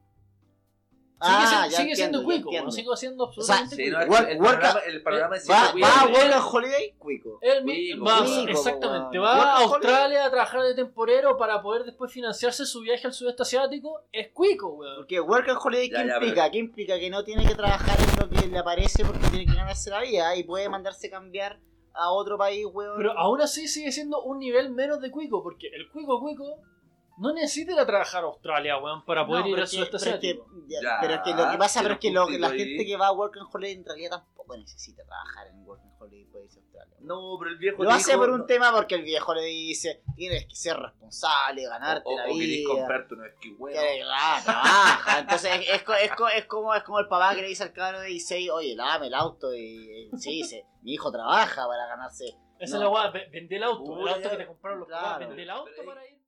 Speaker 3: Sigue,
Speaker 2: Ah,
Speaker 3: siendo-
Speaker 2: ya
Speaker 3: sigue siendo
Speaker 2: entiendo, ya
Speaker 3: cuico, weón.
Speaker 2: entiendo.
Speaker 3: Sigue siendo
Speaker 2: O sea,
Speaker 3: absolutamente
Speaker 1: Sí,
Speaker 3: cuico.
Speaker 1: no, el,
Speaker 2: Work-
Speaker 1: el
Speaker 2: work-
Speaker 1: panorama, el panorama es
Speaker 2: Va,
Speaker 1: siempre
Speaker 2: va a
Speaker 1: cuico.
Speaker 2: World and Holiday, cuico.
Speaker 3: Él mi-
Speaker 1: Cuico,
Speaker 3: va,
Speaker 1: weón.
Speaker 3: exactamente,
Speaker 2: Cuico,
Speaker 3: va
Speaker 2: weón.
Speaker 3: a
Speaker 2: Work and
Speaker 3: Australia a trabajar de temporero para poder después financiarse su viaje al sudeste asiático. Es cuico, weón.
Speaker 2: Porque Work and Holiday, ¿qué
Speaker 1: Ya, ya,
Speaker 2: implica? ¿Qué implica? Que no tiene que trabajar en lo que le aparece porque tiene que ganarse la vida y puede mandarse cambiar a otro país, weón.
Speaker 3: Pero aún así sigue siendo un nivel menos de cuico, porque el cuico cuico no necesita ir a trabajar a Australia, weón, para poder
Speaker 2: No,
Speaker 3: ir
Speaker 2: pero
Speaker 3: al
Speaker 2: es que-
Speaker 3: sudeste
Speaker 2: pero es que-
Speaker 3: asiático.
Speaker 2: ya,
Speaker 1: Ya,
Speaker 2: pero es que lo que pasa
Speaker 1: tiene
Speaker 2: pero es que
Speaker 1: un
Speaker 2: lo-
Speaker 1: puntito
Speaker 2: la
Speaker 1: ahí.
Speaker 2: gente que va a Work and Holiday en realidad tampoco necesita trabajar en Work and Holiday para irse a Australia.
Speaker 1: No, pero el viejo
Speaker 2: Lo
Speaker 1: te
Speaker 2: hace
Speaker 1: dijo,
Speaker 2: por un
Speaker 1: no,
Speaker 2: tema porque el viejo le dice tienes que ser responsable, ganarte
Speaker 1: o,
Speaker 2: la
Speaker 1: o querés
Speaker 2: vida.
Speaker 1: comprarte unos esquí, weón.
Speaker 2: Que, ah, trabaja. Entonces es, es, co- es, co- es como, es como el papá que le dice al cabro de dieciséis, oye, lávame el auto y y sí, dice, mi hijo trabaja para ganarse.
Speaker 3: Esa
Speaker 2: no.
Speaker 3: es la weá, ve- vendí el auto, el
Speaker 1: Uy,
Speaker 3: auto
Speaker 1: ya,
Speaker 3: que te compraron los
Speaker 2: claro.
Speaker 3: papás, vendí el auto
Speaker 1: Pero ahí-
Speaker 3: para ir.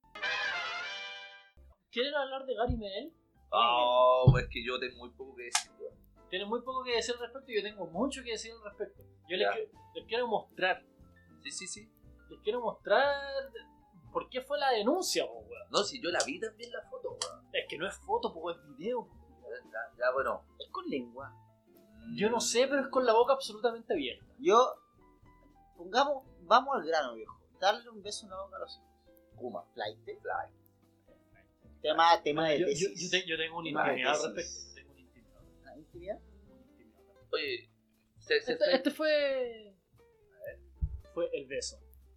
Speaker 3: ¿Quieren hablar de Gary Medel?
Speaker 1: Oh, pues es que yo tengo muy poco que decir, weón.
Speaker 3: Tienen muy poco que decir al respecto y yo tengo mucho que decir al respecto. Yo les,
Speaker 1: Ya.
Speaker 3: qui- les quiero mostrar,
Speaker 1: Sí, sí, sí.
Speaker 3: les quiero mostrar por qué fue la denuncia, po, weón.
Speaker 1: No, si yo la vi también la foto, weón.
Speaker 3: Es que no es foto, po, es video.
Speaker 1: Ya, ya, ya, bueno.
Speaker 2: Es con lengua.
Speaker 3: Yo no sé, pero es con la boca absolutamente abierta.
Speaker 2: Yo, pongamos, vamos al grano, viejo. Darle un beso en la boca a los hijos.
Speaker 1: Kuma.
Speaker 2: Flight.
Speaker 1: Fly.
Speaker 2: Tema, tema de
Speaker 3: Yo, yo,
Speaker 2: tesis.
Speaker 3: yo te- yo tengo una
Speaker 2: Tema de
Speaker 3: intimidad al
Speaker 2: tesis.
Speaker 3: respecto. Tengo una intimidad.
Speaker 2: ¿Ah, intimidad?
Speaker 1: Oye, se, se,
Speaker 3: Este, este fue. Fue el beso.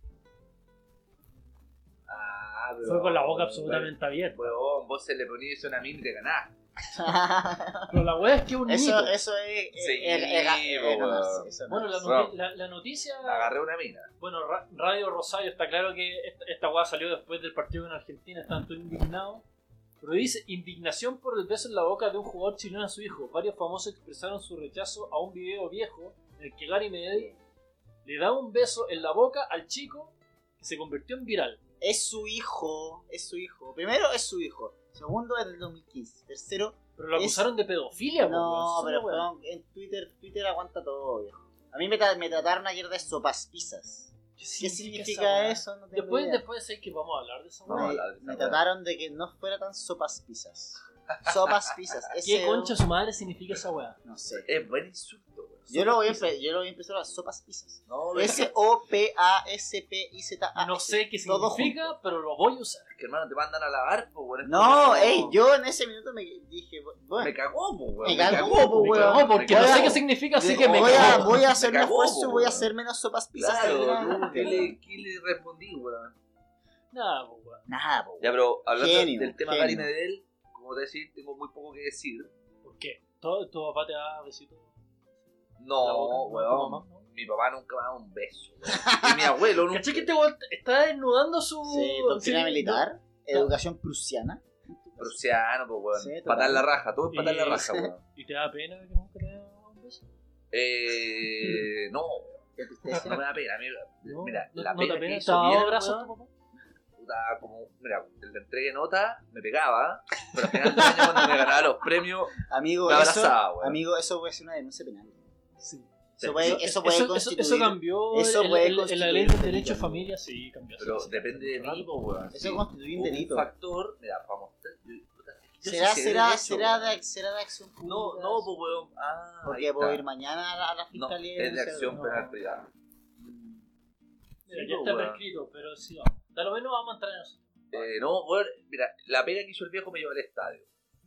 Speaker 1: Ah, pero,
Speaker 3: Fue con la boca absolutamente abierta.
Speaker 1: Weón, vos se le ponías una mina y te ganás.
Speaker 3: Pero la weá es que es un
Speaker 2: eso,
Speaker 3: mito.
Speaker 2: eso es.
Speaker 1: Sí,
Speaker 2: es- es- es-
Speaker 1: po,
Speaker 2: es ganarse,
Speaker 1: weón.
Speaker 2: eso es
Speaker 3: Bueno, la,
Speaker 2: ganarse.
Speaker 3: noti- la, la noticia.
Speaker 1: Agarré una mina.
Speaker 3: Bueno, Ra- Radio Rosario está claro que esta, esta weá salió después del partido en Argentina, están todos indignados. Pero dice, indignación por el beso en la boca de un jugador chileno a su hijo. Varios famosos expresaron su rechazo a un video viejo en el que Gary Medel le da un beso en la boca al chico que se convirtió en viral.
Speaker 2: Es su hijo, es su hijo. Primero, es su hijo. Segundo, es del dos mil quince. Tercero,
Speaker 3: Pero lo
Speaker 2: Es-
Speaker 3: acusaron de pedofilia, po,
Speaker 2: no,
Speaker 3: weón.
Speaker 2: pero
Speaker 3: Esa es la weá.
Speaker 2: perdón, en Twitter, Twitter aguanta todo, viejo. A mí me, tra- me trataron ayer de sopas pizzas. ¿Qué
Speaker 3: esa
Speaker 2: significa
Speaker 3: weá?
Speaker 2: eso? No tengo
Speaker 3: Después,
Speaker 2: idea.
Speaker 3: después sé que vamos a hablar de esa
Speaker 1: Vamos
Speaker 3: weá.
Speaker 1: a
Speaker 2: me,
Speaker 1: hablar de esa
Speaker 2: me
Speaker 1: weá.
Speaker 2: trataron de que no fuera tan sopas pizzas. Sopas pizzas.
Speaker 3: ¿Qué
Speaker 2: S O
Speaker 3: concha su madre significa esa weá?
Speaker 2: No sé.
Speaker 1: Es buen insulto, weón.
Speaker 2: Yo lo voy a empe- yo lo voy a empezar a las sopas pizzas.
Speaker 1: No,
Speaker 2: S O P A S P I Z A.
Speaker 3: No sé qué
Speaker 2: Todo
Speaker 3: significa,
Speaker 2: junto.
Speaker 3: pero lo voy a usar.
Speaker 1: es que hermano te mandan a lavar, pues, weón. es
Speaker 2: No,
Speaker 1: como-
Speaker 2: ey, yo en ese minuto me dije, bueno,
Speaker 1: Me cagó, pues, weón.
Speaker 2: Me cagó, po,
Speaker 3: Me
Speaker 2: weón.
Speaker 3: cagó porque no
Speaker 2: Voy a-
Speaker 3: sé qué significa, así que me
Speaker 2: voy, a,
Speaker 3: cagó.
Speaker 2: voy a hacer
Speaker 1: Me
Speaker 2: un
Speaker 1: cagó,
Speaker 2: esfuerzo y
Speaker 1: po,
Speaker 2: voy a
Speaker 1: weón.
Speaker 2: hacer menos sopas pizzas.
Speaker 1: Claro,
Speaker 2: seguramente.
Speaker 1: ¿tú ¿qué le, qué le respondí, weón?
Speaker 3: Nada, pues, weón.
Speaker 2: Nada, po.
Speaker 1: Ya, pero hablando
Speaker 2: Genio,
Speaker 1: del tema
Speaker 2: genio.
Speaker 1: Gary Medel, como te decía, tengo muy poco que decir.
Speaker 3: ¿Por qué? ¿Tu, tu papá te da besitos?
Speaker 1: No,
Speaker 3: ¿La boca? ¿No, tu
Speaker 1: weón.
Speaker 3: mamá? ¿No?
Speaker 1: Mi papá nunca me ha dado un beso, weón. Y mi abuelo nunca.
Speaker 3: ¿Cachai que este weón está desnudando su...
Speaker 2: Sí, doctrina
Speaker 3: sí,
Speaker 2: militar, educación prusiana.
Speaker 1: Prusiano, pues, weón.
Speaker 2: Sí, total.
Speaker 1: patar la raja, todo es patar la
Speaker 3: Y-
Speaker 1: raja, weón.
Speaker 3: ¿Y te da pena que nunca te da un beso?
Speaker 1: Eh. No, weón.
Speaker 2: ¿Qué tristeza?
Speaker 1: No me da pena. A mí,
Speaker 3: No,
Speaker 1: mira,
Speaker 3: no,
Speaker 1: la
Speaker 3: no te
Speaker 1: pena que
Speaker 3: pena, te
Speaker 1: hizo
Speaker 3: ha dado
Speaker 1: bien,
Speaker 3: abrazos
Speaker 1: weón,
Speaker 3: tu papá.
Speaker 1: puta, como, mira, le entregué nota, me pegaba, pero al final del año cuando me ganaba los premios,
Speaker 2: Amigo,
Speaker 1: me
Speaker 2: eso,
Speaker 1: abrazaba, weón.
Speaker 2: amigo, eso puede ser una denuncia penal.
Speaker 3: Sí.
Speaker 2: Eso puede, eso puede
Speaker 3: eso,
Speaker 2: constituir.
Speaker 3: eso cambió
Speaker 2: eso
Speaker 3: en,
Speaker 2: puede
Speaker 3: en- en la ley
Speaker 2: constituir
Speaker 3: del
Speaker 2: un
Speaker 3: derecho
Speaker 2: delito,
Speaker 3: de familia, sí, cambió.
Speaker 1: Pero
Speaker 3: sí, sí,
Speaker 1: depende de mí, pues, weón.
Speaker 2: Eso
Speaker 1: Sí.
Speaker 2: constituye un
Speaker 1: Un
Speaker 2: delito.
Speaker 1: factor, mira, para mostrar. yo- puta, yo
Speaker 2: ¿Será,
Speaker 1: sí sé
Speaker 2: será,
Speaker 1: de eso,
Speaker 2: será,
Speaker 1: weón.
Speaker 2: de, será de acción pública?
Speaker 1: No, no, pues, weón. Ah, ahí
Speaker 2: Porque puedo
Speaker 1: está.
Speaker 2: ir mañana a la, a la
Speaker 1: No,
Speaker 2: fiscalía. y
Speaker 1: es de
Speaker 2: denunciar.
Speaker 1: acción
Speaker 3: no.
Speaker 1: penal privada.
Speaker 3: Mira,
Speaker 1: Sí,
Speaker 3: ya
Speaker 1: pues,
Speaker 3: está
Speaker 1: weón.
Speaker 3: prescrito, pero sí, vamos. Da lo menos vamos a entrar en eso.
Speaker 1: Eh, no, weón, mira, la pega que hizo el viejo me llevó al estadio.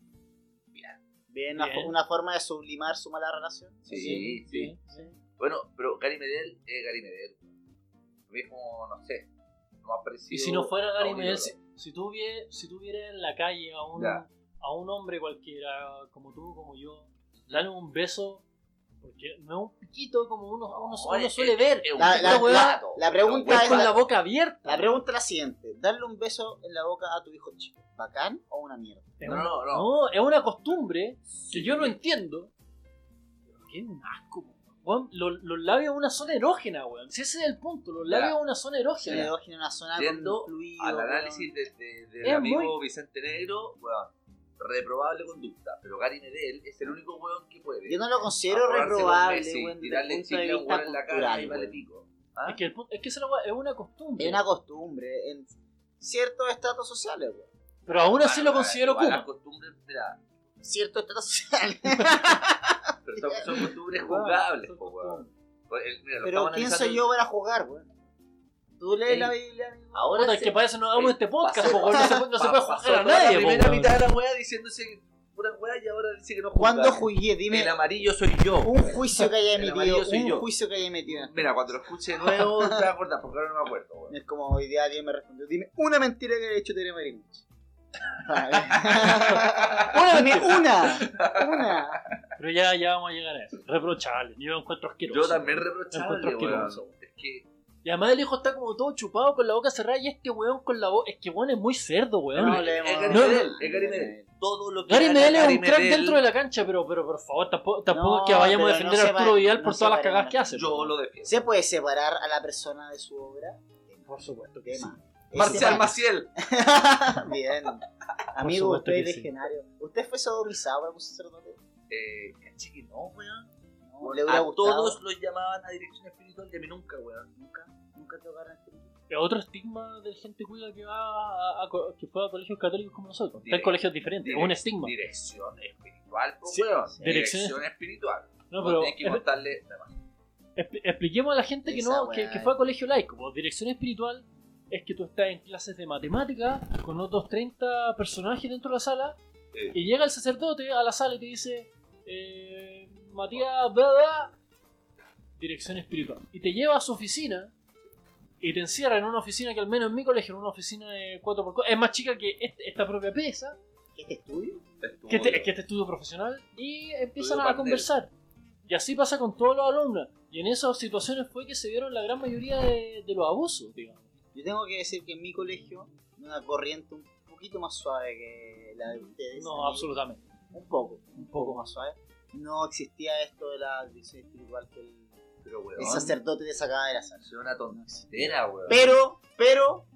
Speaker 2: Bien, una,
Speaker 3: Bien.
Speaker 2: fo- una forma de sublimar su mala relación.
Speaker 1: Sí, sí.
Speaker 3: sí.
Speaker 1: Bueno, pero Gary Medel es Gary Medel. Lo mismo, no sé, lo más parecido.
Speaker 3: Y si no fuera
Speaker 1: a
Speaker 3: Gary
Speaker 1: un
Speaker 3: Medel,
Speaker 1: ídolo.
Speaker 3: si, si tú vie- si tú vieras en la calle a un,
Speaker 1: Ya.
Speaker 3: a un hombre cualquiera, como tú, como yo, darle un beso, porque no es un piquito como uno, uno, uno
Speaker 1: Oye,
Speaker 3: suele
Speaker 1: es-
Speaker 3: ver.
Speaker 1: es un
Speaker 2: La- la-
Speaker 3: Esta weá
Speaker 2: la- la pregunta
Speaker 3: es
Speaker 2: es
Speaker 3: con
Speaker 2: la-
Speaker 3: la boca abierta.
Speaker 2: La pregunta es la siguiente: ¿darle un beso en la boca a tu hijo chico, bacán o una mierda?
Speaker 3: Es
Speaker 1: No,
Speaker 3: una-
Speaker 1: no, no.
Speaker 3: no, es una costumbre que
Speaker 1: Sí.
Speaker 3: yo no entiendo. Pero que es un asco, weón. Los, los labios es una zona erógena, weón. Si ese es el punto, los
Speaker 1: Ya.
Speaker 3: labios es una zona
Speaker 2: Se
Speaker 3: erógena.
Speaker 2: erógena en una zona
Speaker 1: Yendo
Speaker 2: con fluido.
Speaker 1: Al
Speaker 2: weón.
Speaker 1: análisis de, de- del
Speaker 3: Es
Speaker 1: amigo
Speaker 3: muy-
Speaker 1: Vicente Negro, weón, reprobable conducta. Pero Gary Medel es el único weón que puede.
Speaker 2: Yo no lo considero
Speaker 1: acordarse con
Speaker 2: reprobable,
Speaker 1: Messi,
Speaker 2: weón, desde el
Speaker 1: tirarle
Speaker 2: punto de
Speaker 1: chicle a un
Speaker 2: vista
Speaker 1: weón en la cara
Speaker 2: cultural,
Speaker 1: y vale
Speaker 2: weón.
Speaker 1: pico. ¿Ah?
Speaker 3: Es que, el punto- es que esa es la weá, es una costumbre.
Speaker 2: Es una costumbre en ciertos estratos sociales, weón.
Speaker 3: Pero aún así
Speaker 1: Bueno,
Speaker 3: lo considero
Speaker 1: igual
Speaker 3: Kuma.
Speaker 1: las costumbres, mira,
Speaker 2: Ciertos estratos sociales.
Speaker 1: pero son, son costumbres
Speaker 3: Weón,
Speaker 1: juzgables,
Speaker 3: son
Speaker 1: po, weón.
Speaker 3: costumbres.
Speaker 1: Pues, el- mira, lo
Speaker 2: Pero
Speaker 1: estamos
Speaker 2: ¿quién soy
Speaker 1: analizando-
Speaker 2: yo para jugar, weón? Tú lees
Speaker 1: Ey,
Speaker 2: la Biblia, amigo.
Speaker 1: Ahora
Speaker 3: Puta, es
Speaker 1: se-
Speaker 3: que para eso no hagamos
Speaker 1: Ey,
Speaker 3: este podcast,
Speaker 1: pasó-
Speaker 3: po, weón. No se, puede- no se
Speaker 1: pa-
Speaker 3: puede
Speaker 1: pasó
Speaker 3: juzgar a
Speaker 1: toda
Speaker 3: nadie,
Speaker 1: la
Speaker 3: po,
Speaker 1: primera
Speaker 3: weón.
Speaker 1: mitad de la weá diciéndose pura weá y ahora dice que no juzga.
Speaker 2: ¿Cuándo jugué? Dime
Speaker 1: El amarillo soy yo.
Speaker 2: un juicio que haya
Speaker 1: El
Speaker 2: emitido.
Speaker 1: amarillo soy
Speaker 2: Un
Speaker 1: yo.
Speaker 2: juicio que haya emitido.
Speaker 1: Mira, cuando lo escuche de nuevo te vas a acordar, porque ahora no me acuerdo, weón.
Speaker 2: Es como hoy día alguien me respondió: dime una mentira que haya hecho Tere Marinovich.
Speaker 3: Una
Speaker 2: Dime una. Una.
Speaker 3: Pero ya, ya vamos a llegar a eso. Reprochable. Yo lo encuentro asqueroso.
Speaker 1: Yo también
Speaker 3: Lo
Speaker 1: reprochable,
Speaker 3: encuentro
Speaker 1: weón.
Speaker 3: asqueroso.
Speaker 1: Es que
Speaker 3: Y además el hijo está como todo chupado con la boca cerrada y este weón con la boca... Es que weón es muy cerdo, weón.
Speaker 2: No,
Speaker 1: es
Speaker 2: leemos-
Speaker 1: Gary
Speaker 3: no,
Speaker 1: Medel,
Speaker 2: no,
Speaker 1: es Gary
Speaker 2: no,
Speaker 1: Medel. Todo lo que
Speaker 3: Gary
Speaker 1: haga
Speaker 3: Medel es
Speaker 1: Gary
Speaker 3: un crack
Speaker 1: Medel,
Speaker 3: dentro de la cancha, pero, pero por favor, tampoco, tampoco
Speaker 2: No,
Speaker 3: es que vayamos a
Speaker 2: pero
Speaker 3: defender
Speaker 2: no
Speaker 3: a Arturo
Speaker 2: sepa-
Speaker 3: Vidal
Speaker 2: no
Speaker 3: por todas las
Speaker 2: sepa-
Speaker 3: cagadas que hace.
Speaker 1: Yo lo defiendo.
Speaker 2: ¿Se puede separar a la persona de su obra?
Speaker 3: Por supuesto que sí.
Speaker 2: Tema. Ese
Speaker 1: Marcial
Speaker 2: tema.
Speaker 1: Maciel.
Speaker 2: Bien. Amigo,
Speaker 3: supuesto
Speaker 2: usted
Speaker 3: que
Speaker 2: es
Speaker 3: sí.
Speaker 2: legionario. ¿Usted fue sodomizado por un sacerdote?
Speaker 1: Eh, caché que no, weón.
Speaker 2: No, ¿le hubiera
Speaker 1: A
Speaker 2: gustado?
Speaker 1: todos los llamaban a dirección espiritual y a mí nunca, weón.
Speaker 2: Nunca, nunca te agarran el
Speaker 3: Es otro estigma de gente cuida que va a, a co- que fue a colegios católicos como nosotros. Está en
Speaker 1: Direc-
Speaker 3: colegios diferentes, es un estigma.
Speaker 1: Dirección espiritual, po,
Speaker 3: Sí,
Speaker 1: weón.
Speaker 3: sí.
Speaker 1: Dirección,
Speaker 3: Dirección-
Speaker 1: espiritual.
Speaker 3: No,
Speaker 1: Vos
Speaker 3: pero
Speaker 1: tenés que
Speaker 3: es-
Speaker 1: contarle. además.
Speaker 3: expli- expliquemos a la gente que
Speaker 2: Esa
Speaker 3: no que,
Speaker 2: weá.
Speaker 3: que fue a colegio laico. Pues, dirección espiritual es que tú estás en clases de matemática con otros treinta personajes dentro de la sala
Speaker 1: Eh,
Speaker 3: y llega el sacerdote a la sala y te dice eh, Matías, bla, bla, dirección espiritual. Y te lleva a su oficina y te encierra en una oficina que al menos en mi colegio, en una oficina de cuatro por cuatro, es más chica que este- esta propia pieza,
Speaker 2: ¿Este estudio?
Speaker 1: estudio.
Speaker 3: que este, que este estudio profesional, y empiezan
Speaker 1: Estudio
Speaker 3: a
Speaker 1: Parnell.
Speaker 3: conversar. Y así pasa con todos los alumnos. Y en esas situaciones fue que se vieron la gran mayoría de, de los abusos, digamos.
Speaker 2: Yo tengo que decir que en mi colegio, una corriente un poquito más suave que la de ustedes.
Speaker 3: No,
Speaker 2: amigos,
Speaker 3: absolutamente.
Speaker 2: Un poco, un poco más suave. No existía esto de la dirección espiritual que el,
Speaker 1: Pero, weón.
Speaker 2: el sacerdote te sacaba de la sala.
Speaker 1: Es una tontera, weón.
Speaker 2: Pero, pero,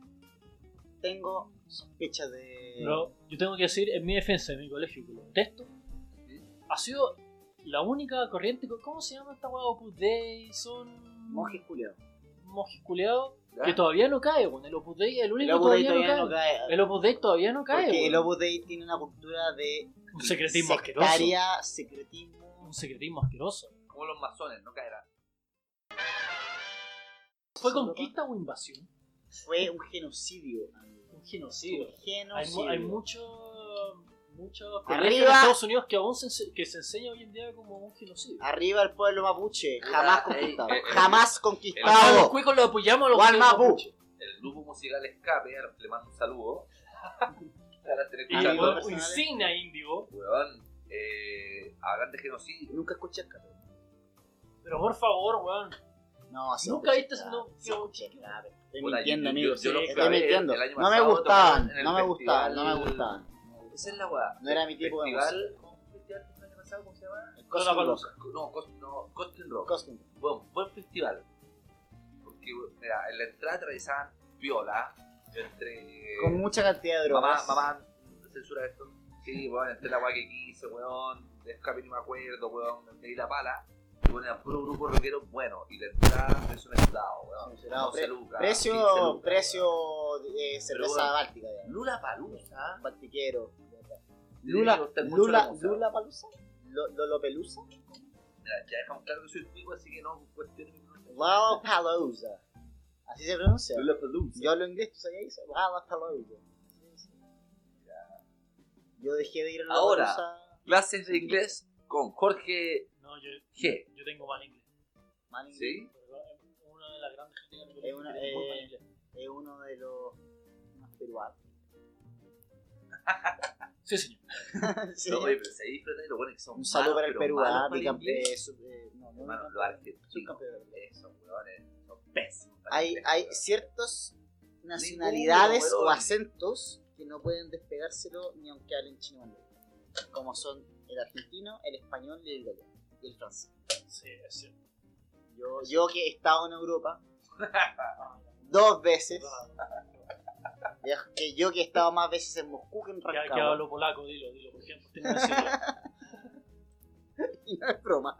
Speaker 2: tengo sospechas de...
Speaker 3: Pero yo tengo que decir, en mi defensa, en mi colegio, que lo detesto, ha sido la única corriente. ¿Cómo se llama esta hueá? Opus Dei, son.
Speaker 2: Monjes culiados.
Speaker 3: Monjes culiados,
Speaker 1: ¿Ya?
Speaker 3: que todavía no cae, bueno, el Opus Dei es el único
Speaker 2: El Opus Dei
Speaker 3: todavía,
Speaker 2: todavía
Speaker 3: no,
Speaker 2: no
Speaker 3: cae.
Speaker 2: cae.
Speaker 3: El Opus Dei todavía no cae,
Speaker 2: Porque el
Speaker 3: weón.
Speaker 2: Opus Dei tiene una cultura de
Speaker 3: Un secretismo asqueroso.
Speaker 2: sectaria, secretismo.
Speaker 3: Un secretismo asqueroso.
Speaker 1: Como los masones, no caerán.
Speaker 3: ¿Fue conquista o invasión?
Speaker 2: Fue un genocidio, amigo.
Speaker 3: Un genocidio.
Speaker 2: Un
Speaker 3: Hay,
Speaker 2: genocidio.
Speaker 3: mu- hay muchos muchos
Speaker 2: Arriba.
Speaker 3: colegios en Estados Unidos que aún se, ense- que se enseña hoy en día como un genocidio.
Speaker 2: Arriba el pueblo mapuche, jamás
Speaker 1: Puta, ey,
Speaker 2: conquistado.
Speaker 1: eh, eh,
Speaker 2: jamás
Speaker 3: Ah, los
Speaker 2: conquistado.
Speaker 3: cuicos lo apoyamos a los
Speaker 2: Juan
Speaker 3: cuicos
Speaker 2: Mapu.
Speaker 3: mapuche.
Speaker 1: el grupo musical Escape, a los que le mando un saludo. Ojalá estén
Speaker 3: Y
Speaker 2: Amigos
Speaker 1: escuchando.
Speaker 3: weón,
Speaker 2: personales.
Speaker 3: insignia índigo.
Speaker 1: Weón, eh, hablan de genocidio.
Speaker 2: Nunca escuché escape.
Speaker 3: Pero por favor, weón.
Speaker 2: No, sí.
Speaker 3: Nunca
Speaker 2: escuché
Speaker 3: viste
Speaker 2: escape,
Speaker 3: no,
Speaker 2: sí
Speaker 3: no,
Speaker 2: escuché escape. Estoy
Speaker 1: Puta,
Speaker 2: mintiendo,
Speaker 1: yo-
Speaker 2: amigo.
Speaker 1: yo- yo
Speaker 2: sí,
Speaker 1: los fui a
Speaker 2: estoy
Speaker 1: ver
Speaker 2: mintiendo.
Speaker 1: el año
Speaker 2: No me
Speaker 1: pasado,
Speaker 2: gustaban,
Speaker 1: tocaron en el
Speaker 2: no me gustaban, no me
Speaker 1: festival-
Speaker 2: gustaban.
Speaker 1: Esa es la weá.
Speaker 2: No era mi tipo de
Speaker 1: festival, ¿cómo fue el festival que fue el año pasado? ¿Cómo se llama?
Speaker 2: El Cosmic
Speaker 3: Lollapalooza.
Speaker 2: Rock.
Speaker 1: No, Cos- no Costin Rock.
Speaker 2: Cosmic.
Speaker 1: Bueno, buen festival. Porque, mira, en la entrada atravesaban viola entre.
Speaker 2: Con mucha cantidad de drogas.
Speaker 1: Mamá, mamá, censura esto. Sí, weón, entré la weá que quise, weón. De escape ni me acuerdo, weón. Me di la pala. Y bueno, era puro grupo rockero bueno. Y la entrada precio mensurado, weón.
Speaker 2: Mensurado.
Speaker 1: doce
Speaker 2: Pre-
Speaker 1: lucas, quince
Speaker 2: Precio,
Speaker 1: lucas,
Speaker 2: precio de cerveza
Speaker 1: bueno.
Speaker 2: báltica, digamos.
Speaker 1: Lula Palusa.
Speaker 2: Baltiquero.
Speaker 1: Lula,
Speaker 2: Lula,
Speaker 1: Lula,
Speaker 2: Lula, Lula Palusa. Lolo Pelusa.
Speaker 1: Mira, ya dejamos claro que soy pico, así que no cuestiones mi pronunciación.
Speaker 2: Lolo Palusa. Así se pronuncia.
Speaker 1: Lula Palusa.
Speaker 2: Yo hablo inglés, tú sabías eso. Lolo Palusa. Yo dejé de ir a la
Speaker 1: Ahora.
Speaker 2: Palusa.
Speaker 1: Clases de inglés con Jorge
Speaker 3: No, yo,
Speaker 1: G.
Speaker 3: yo tengo mal inglés.
Speaker 2: Mal inglés.
Speaker 1: ¿Sí?
Speaker 3: ¿Verdad? Es una de las grandes críticas
Speaker 2: Es una-
Speaker 3: que tengo
Speaker 2: eh,
Speaker 3: mal inglés.
Speaker 2: Es uno de los más peruanos.
Speaker 3: Sí, señor.
Speaker 2: Sí.
Speaker 1: No, oye, pero se disfruta y lo bueno es que son
Speaker 2: Un saludo
Speaker 1: malos,
Speaker 2: para el
Speaker 1: pero
Speaker 2: Perú,
Speaker 1: malos
Speaker 2: ah,
Speaker 1: para el
Speaker 2: bicampe-
Speaker 1: inglés.
Speaker 2: eh, sub- eh, no, no,
Speaker 1: Hermano,
Speaker 2: no,
Speaker 1: los argentinos,
Speaker 2: subcampeón.
Speaker 1: esos huevones son pésimos para el
Speaker 2: Hay,
Speaker 1: inglés,
Speaker 2: hay
Speaker 1: weón.
Speaker 2: ciertas nacionalidades
Speaker 1: Ninguno,
Speaker 2: o
Speaker 1: weón.
Speaker 2: acentos que no pueden despegárselo ni aunque hablen chino mandarín. Como son el argentino, el español y el italiano. Y el francés.
Speaker 3: Sí, es cierto.
Speaker 2: Yo, yo que he estado en Europa dos veces, ya que yo que he estado más veces en Moscú que en
Speaker 3: Que, que
Speaker 2: Rancagua.
Speaker 3: hablo polaco, dilo, dilo, por ejemplo. Tengo que decirlo.
Speaker 2: Y no es broma.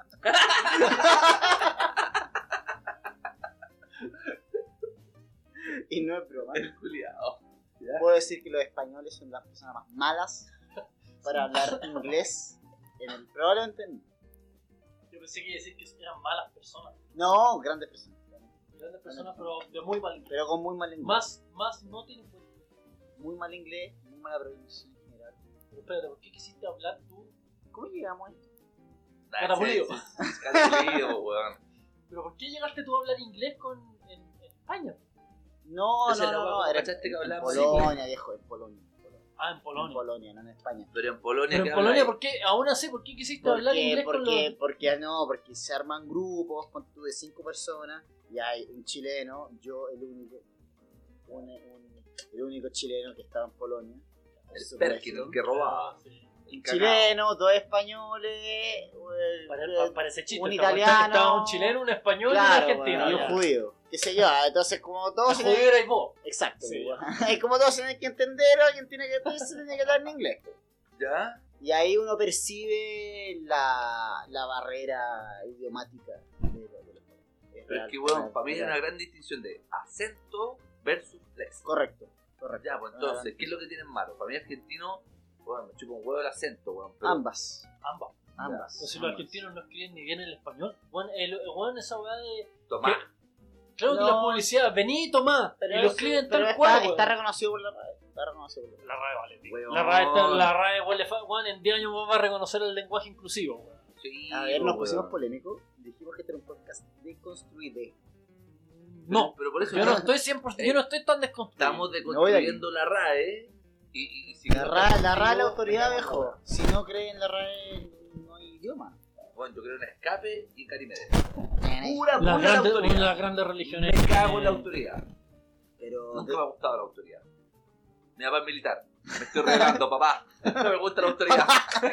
Speaker 2: Y no es broma.
Speaker 1: El culiao.
Speaker 2: Puedo decir que los españoles son las personas más malas para hablar inglés en el probablemente no.
Speaker 3: Yo pensé que iba a decir que eran malas personas.
Speaker 2: No, grandes personas.
Speaker 3: Grandes personas, pero de muy mal inglés.
Speaker 2: Pero con muy mal inglés.
Speaker 3: Más, más no tienen cuenta.
Speaker 2: Muy mal inglés, muy mala pronunciación en general.
Speaker 3: Pero espérate, ¿por qué quisiste hablar tú?
Speaker 2: ¿Cómo llegamos a esto?
Speaker 3: Catapulido.
Speaker 1: Catapulido, weón.
Speaker 3: ¿Pero por qué llegaste tú a hablar inglés con, en, en España?
Speaker 2: No,
Speaker 1: Esa
Speaker 2: no,
Speaker 1: es la
Speaker 2: no,
Speaker 1: hueá,
Speaker 2: no, era
Speaker 1: ¿cachaste que
Speaker 2: en, en
Speaker 1: hablamos?
Speaker 2: Polonia, viejo, en Polonia.
Speaker 3: Ah, en
Speaker 2: En
Speaker 3: Polonia.
Speaker 2: Polonia, no en España.
Speaker 1: Pero en Polonia,
Speaker 3: Pero
Speaker 1: ¿qué
Speaker 3: en Polonia,
Speaker 1: habláis?
Speaker 3: ¿por qué? Aún así, ¿por qué quisiste hablar
Speaker 2: Porque,
Speaker 3: inglés con
Speaker 2: porque,
Speaker 3: los...?
Speaker 2: porque no, porque se arman grupos con tú de cinco personas y hay un chileno, yo el único, un, un- el único chileno que estaba en Polonia. por
Speaker 1: El
Speaker 2: supuesto.
Speaker 1: Perkin, el que robaba.
Speaker 3: Ah, sí.
Speaker 2: Un
Speaker 1: Cagao.
Speaker 2: chileno, dos españoles, eh,
Speaker 3: Pare-
Speaker 2: eh,
Speaker 3: pa- Parece chiste.
Speaker 2: un
Speaker 3: esta cuestión,
Speaker 2: italiano.
Speaker 3: Estaba un chileno, un español
Speaker 2: claro,
Speaker 3: y un argentino.
Speaker 2: bueno, y un
Speaker 3: ya.
Speaker 2: judío, qué sé yo, entonces como todos
Speaker 3: El
Speaker 2: se
Speaker 3: judío erais vos.
Speaker 2: exacto,
Speaker 3: Sí.
Speaker 2: bueno. Y como todos tienen que entender, alguien tiene que, se tiene que hablar en inglés.
Speaker 1: ¿Ya?
Speaker 2: Y ahí uno percibe la, la barrera idiomática de, de, de- de-
Speaker 1: Pero es que, weón, para mí hay una gran distinción de acento versus léxico.
Speaker 2: Correcto, correcto.
Speaker 1: Ya, pues entonces, ¿qué es lo que tienen malo? Para mí argentino, weón, me chupa un huevo el acento, weón. Pero
Speaker 2: Ambas,
Speaker 3: Ambas.
Speaker 2: ambas.
Speaker 3: Pues si los
Speaker 2: ambas.
Speaker 3: argentinos no escriben ni bien el español. Bueno, el, bueno esa weá de...
Speaker 1: Tomás.
Speaker 3: Claro que
Speaker 2: No.
Speaker 3: la publicidad, vení, tomá.
Speaker 2: Pero
Speaker 3: y lo
Speaker 2: eso-
Speaker 3: escriben
Speaker 2: pero
Speaker 3: tal
Speaker 2: está,
Speaker 3: cual,
Speaker 2: está
Speaker 3: weón.
Speaker 2: reconocido por la RAE. Está reconocido por la RAE.
Speaker 3: La RAE vale, tío.
Speaker 1: Weón.
Speaker 3: La RAE, está, la RAE huele fa- weón, en diez años va a reconocer el lenguaje inclusivo, weón.
Speaker 1: Sí,
Speaker 2: A ver, nos
Speaker 1: weón.
Speaker 2: pusimos polémicos. Dijimos que este era un podcast deconstruido.
Speaker 3: No,
Speaker 1: pero por eso
Speaker 3: yo no estoy cien por ciento, yo no estoy tan desconstruido.
Speaker 1: estamos
Speaker 2: voy de aquí.
Speaker 1: deconstruyendo la RAE y, y, y si
Speaker 2: La
Speaker 1: no
Speaker 2: RAE,
Speaker 1: te
Speaker 2: la RAE es la
Speaker 1: contigo,
Speaker 2: autoridad,
Speaker 1: te
Speaker 2: viejo.
Speaker 1: cagamos.
Speaker 2: Si no creen en la RAE, no hay idioma.
Speaker 1: Bueno, yo creo en Escape y en Carimedes.
Speaker 2: Nene.
Speaker 1: Pura, pura
Speaker 3: Las
Speaker 1: la
Speaker 3: grandes, una de
Speaker 1: autoridad.
Speaker 3: las grandes religiones.
Speaker 1: Me cago en la
Speaker 3: eh,
Speaker 1: autoridad.
Speaker 2: Pero
Speaker 1: Nunca me ha gustado la autoridad. Mi papá es militar. Me estoy revelando, papá. No me gusta la autoridad.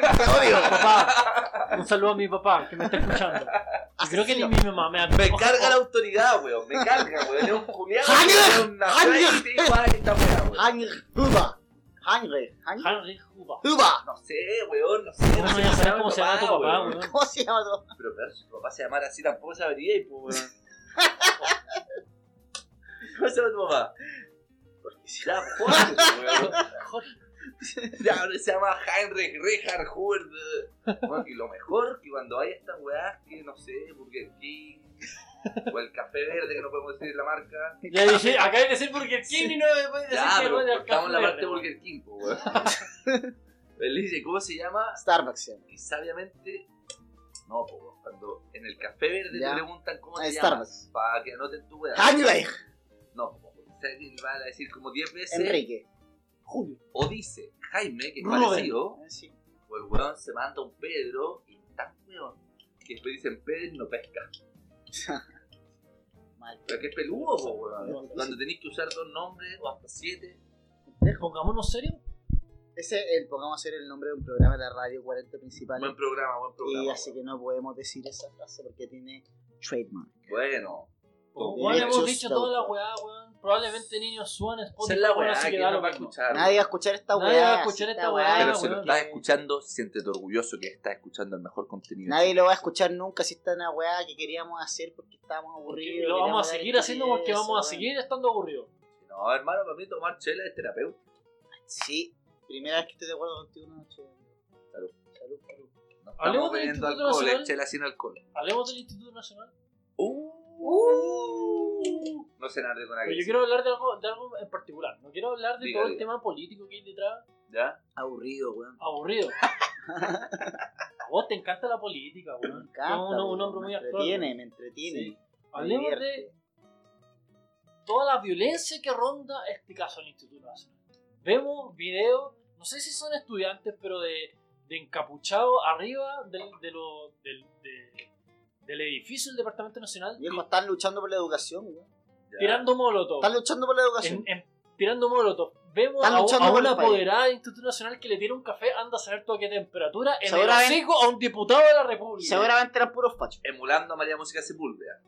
Speaker 3: Papá, un saludo a mi papá que me está escuchando. Y creo que ni mi mamá me ha
Speaker 1: Me carga la autoridad, weón. Me carga, weón. Es un culiado.
Speaker 2: ¡Heinrich!
Speaker 1: Es una frase y te digo, "Ay, esta weá, weón".
Speaker 2: Heinrich Huber. Heinrich. Heinrich
Speaker 3: Heinrich Huber.
Speaker 2: Huber.
Speaker 1: No sé, weón. No sé.
Speaker 3: Bueno,
Speaker 1: no sé
Speaker 3: ya sabes
Speaker 1: llama
Speaker 3: cómo
Speaker 1: mi
Speaker 3: se llama tu papá, weón.
Speaker 2: ¿Cómo se llama tu papá?
Speaker 1: Pero, pero, si tu papá se llamara así tampoco sabría y pues, weón. ¿Cómo se llama tu papá? Porque si ya, Jorge, weón.
Speaker 3: Jorge.
Speaker 1: Ya, ahora se llama Heinrich Richard Huber. Bueno, y lo mejor que cuando hay estas weás que no sé, Burger King o el café verde que no podemos decir la marca.
Speaker 3: Ya dije, acabé de decir Burger King y no me puedes decir
Speaker 1: Ya,
Speaker 3: que
Speaker 1: pero
Speaker 3: voy al
Speaker 1: cortamos la
Speaker 3: café
Speaker 1: parte de
Speaker 3: verde,
Speaker 1: Burger King, pues, weón. Él dice, ¿cómo se llama?
Speaker 2: Starbucks. ¿sí?
Speaker 1: Y sabiamente, no, pues, weón, cuando en el café verde
Speaker 2: Ya.
Speaker 1: te preguntan cómo
Speaker 2: Ah,
Speaker 1: te
Speaker 2: Starbucks.
Speaker 1: llamas, para que anoten tu weá.
Speaker 2: Heinrich.
Speaker 1: No, pues, O sea, que va a decir como diez veces.
Speaker 2: Enrique.
Speaker 3: Julio.
Speaker 1: O dice Jaime, que es
Speaker 3: Rubén.
Speaker 1: parecido.
Speaker 2: Eh, sí.
Speaker 1: O el weón se manda un Pedro y es tan weón que después dicen Pedro y no pesca.
Speaker 2: Mal.
Speaker 1: Pero que es peludo, po, weón.
Speaker 3: No,
Speaker 1: Cuando tenéis que usar dos nombres o hasta siete.
Speaker 3: Pongámonos serios.
Speaker 2: Ese el pongamos a ser el nombre de un programa de la radio cuarenta principal.
Speaker 1: Buen programa, buen programa.
Speaker 2: Y así
Speaker 1: weón.
Speaker 2: que no podemos decir esa frase porque tiene trademark.
Speaker 1: Bueno.
Speaker 3: Como
Speaker 2: Con
Speaker 3: weón, hemos
Speaker 2: derechos
Speaker 3: dicho
Speaker 2: de
Speaker 3: toda la
Speaker 2: autor.
Speaker 3: weá, weón. Probablemente niños suban
Speaker 1: Esa
Speaker 3: Spotify,
Speaker 1: es la
Speaker 3: weón,
Speaker 1: weá
Speaker 3: así
Speaker 1: que
Speaker 3: que da
Speaker 1: no
Speaker 3: lo
Speaker 1: va a
Speaker 3: mismo.
Speaker 1: escuchar.
Speaker 2: Nadie va a escuchar esta
Speaker 3: Nadie
Speaker 2: weá.
Speaker 3: va a escuchar
Speaker 2: así
Speaker 3: esta weá,
Speaker 1: Pero
Speaker 3: Ah,
Speaker 1: si lo
Speaker 3: weón.
Speaker 1: estás escuchando, siéntete orgulloso que estás escuchando el mejor contenido.
Speaker 2: Nadie lo va a escuchar nunca si está una weá que queríamos hacer porque estábamos
Speaker 3: Porque
Speaker 2: aburridos.
Speaker 3: lo vamos
Speaker 2: queríamos
Speaker 3: a
Speaker 2: dar
Speaker 3: seguir haciendo porque
Speaker 2: estupidez,
Speaker 3: vamos a
Speaker 2: weón.
Speaker 3: seguir estando aburridos.
Speaker 1: No, hermano, para mí tomar chela es terapeuta.
Speaker 2: Sí, primera vez que estoy de acuerdo contigo una noche.
Speaker 1: Salud.
Speaker 2: Salud, salud.
Speaker 1: No
Speaker 3: Hablemos
Speaker 1: estamos
Speaker 3: del
Speaker 1: bebiendo
Speaker 3: Instituto
Speaker 1: alcohol,
Speaker 3: Nacional.
Speaker 1: es chela sin alcohol.
Speaker 3: Hablemos del Instituto Nacional.
Speaker 1: Uh. No sé nada de con
Speaker 3: Pero yo
Speaker 1: aquel.
Speaker 3: quiero hablar de algo, de algo en particular. No quiero hablar de
Speaker 1: Diga,
Speaker 3: todo el
Speaker 1: diga.
Speaker 3: tema político que hay detrás.
Speaker 1: ¿Ya?
Speaker 2: Aburrido, weón.
Speaker 3: Aburrido. A vos te encanta la política, weón.
Speaker 2: Me encanta,
Speaker 3: Sos un, un
Speaker 2: weón,
Speaker 3: hombre muy
Speaker 2: me
Speaker 3: actual.
Speaker 2: entretiene,
Speaker 3: weón.
Speaker 2: me entretiene.
Speaker 3: Sí.
Speaker 2: me
Speaker 3: Hablemos
Speaker 2: divierte.
Speaker 3: de toda la violencia que ronda este caso del Instituto Nacional. Vemos videos, no sé si son estudiantes, pero de, de encapuchados arriba del, de lo, del, de- del edificio del Departamento Nacional,
Speaker 2: Viejo,
Speaker 3: ti-
Speaker 2: están luchando por la educación, weón.
Speaker 1: Ya.
Speaker 3: tirando molotov.
Speaker 2: Están luchando por la educación.
Speaker 3: En- en- tirando molotov. Vemos
Speaker 2: Están
Speaker 3: a,
Speaker 2: luchando
Speaker 3: a
Speaker 2: por
Speaker 3: una
Speaker 2: el país.
Speaker 3: apoderada del Instituto Nacional que le tira un café, anda a saber tú qué temperatura, en el
Speaker 2: Seguramente-
Speaker 3: hocico a un diputado de la República.
Speaker 2: Seguramente eran puros fachos.
Speaker 1: Emulando a María Música Sepúlveda.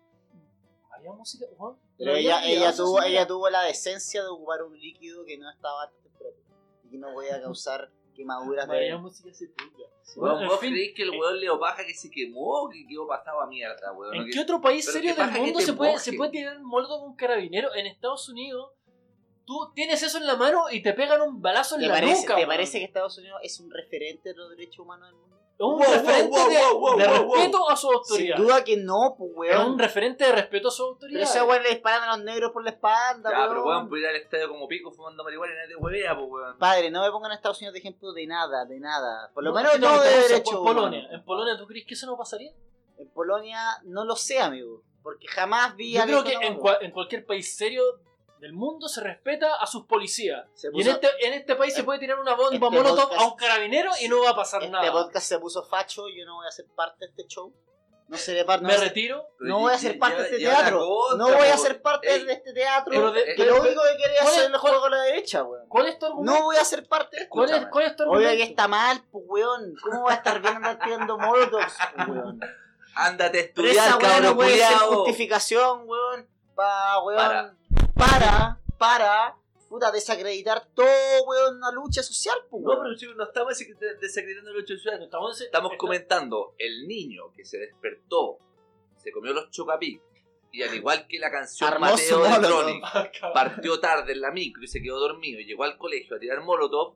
Speaker 3: Había música, Juan.
Speaker 2: Pero
Speaker 3: Me
Speaker 2: ella,
Speaker 3: había olvidado
Speaker 2: ella,
Speaker 3: esa
Speaker 2: tuvo,
Speaker 3: señora.
Speaker 2: ella tuvo la decencia de ocupar un líquido que no estaba a alta temperatura y que no podía causar quemaduras
Speaker 3: María
Speaker 2: de...
Speaker 3: música se pulga.
Speaker 1: Weón,
Speaker 3: Bueno, en
Speaker 1: ¿vos
Speaker 3: fin,
Speaker 1: creéis que el
Speaker 3: eh,
Speaker 1: weón Leo Paja que se quemó que quedó pasado a mierda, weón?
Speaker 3: ¿En
Speaker 1: ¿No?
Speaker 3: qué
Speaker 1: Que-
Speaker 3: otro país
Speaker 1: pero
Speaker 3: serio
Speaker 1: qué
Speaker 3: del
Speaker 1: paja que
Speaker 3: mundo
Speaker 1: te
Speaker 3: se puede,
Speaker 1: mojen.
Speaker 3: se puede tirar un molotov con un carabinero? En Estados Unidos, tú tienes eso en la mano y te pegan un balazo en
Speaker 2: ¿Te
Speaker 3: la
Speaker 2: parece,
Speaker 3: nuca.
Speaker 2: ¿te
Speaker 3: weón.
Speaker 2: parece que Estados Unidos es un referente de los derechos humanos del mundo?
Speaker 3: Es un
Speaker 1: Wow, wow,
Speaker 3: referente
Speaker 1: wow,
Speaker 3: de,
Speaker 1: wow, wow,
Speaker 3: de
Speaker 1: wow, wow.
Speaker 3: respeto a su
Speaker 2: Sin
Speaker 3: autoridad.
Speaker 2: duda que no, pues
Speaker 3: Es un
Speaker 2: weón.
Speaker 3: referente de respeto a su
Speaker 2: Pero
Speaker 3: autoridad.
Speaker 2: ese weón le disparan a los negros por la espalda,
Speaker 1: Ya,
Speaker 2: weón.
Speaker 1: pero weón, por ir al estadio como pico fumando marihuana y nadie te huevea, pues weón.
Speaker 2: Padre, no me pongan a Estados Unidos de ejemplo de nada, de nada. Por lo
Speaker 3: No,
Speaker 2: menos
Speaker 3: ¿qué te
Speaker 2: no de
Speaker 3: gusta?
Speaker 2: derechos
Speaker 3: En Polonia.
Speaker 2: humanos.
Speaker 3: ¿En Polonia tú crees que eso no pasaría?
Speaker 2: En Polonia no lo sé, amigo. Porque jamás vi
Speaker 3: Yo
Speaker 2: a
Speaker 3: creo
Speaker 2: Lejos
Speaker 3: que en,
Speaker 2: Nowhere.
Speaker 3: cua- en cualquier país serio del mundo se respeta a sus policías.
Speaker 2: Se
Speaker 3: Y en
Speaker 2: puso-
Speaker 3: este, en este país se puede tirar una bomba
Speaker 2: este
Speaker 3: molotov
Speaker 2: podcast-
Speaker 3: a un carabinero y no va a pasar
Speaker 2: Este
Speaker 3: nada.
Speaker 2: podcast se puso facho, yo no voy a ser parte de este show. No seré parte.
Speaker 3: Me
Speaker 2: no, sé-
Speaker 3: retiro.
Speaker 1: Pero
Speaker 2: no voy a
Speaker 1: lle-
Speaker 2: ser parte de
Speaker 1: lleva-
Speaker 2: este
Speaker 1: lleva la
Speaker 2: teatro.
Speaker 1: contra,
Speaker 2: No voy a
Speaker 1: po.
Speaker 2: ser parte
Speaker 1: Ey,
Speaker 2: de este teatro.
Speaker 3: Pero de-
Speaker 2: que
Speaker 3: pero-
Speaker 2: lo único que quería
Speaker 3: ¿cuál es-
Speaker 2: hacer es los
Speaker 3: cuál-
Speaker 2: juegos a la derecha, weón.
Speaker 3: ¿Cuál es tu argumento?
Speaker 2: No voy a ser parte de esto.
Speaker 3: ¿Cuál, es,
Speaker 1: Escúchame.
Speaker 3: ¿Cuál es tu
Speaker 2: Obvio
Speaker 3: argumento?
Speaker 2: que está mal, pues, weón. ¿Cómo va a estar bien andar tirando molotovs, pues, weón?
Speaker 1: Ándate a
Speaker 2: Pero esa
Speaker 1: estudiar,
Speaker 2: weón no
Speaker 1: cabrón
Speaker 2: puede ser
Speaker 1: culiao.
Speaker 2: justificación, weón. Pa, weón.
Speaker 1: Para.
Speaker 2: Para, para, puta, desacreditar todo, weón, una lucha social, pues,
Speaker 1: No,
Speaker 2: weón.
Speaker 1: pero chicos, no estamos des- desacreditando el ocho ciudadanos.
Speaker 3: Estamos,
Speaker 1: Estamos
Speaker 3: está-
Speaker 1: comentando el niño que se despertó, se comió los chocapic y al igual que la canción
Speaker 2: Armó su
Speaker 1: Mateo de
Speaker 2: molotov.
Speaker 1: Tronic,
Speaker 3: Ah, cabrón.
Speaker 1: partió tarde en la micro y se quedó dormido y llegó al colegio a tirar molotov.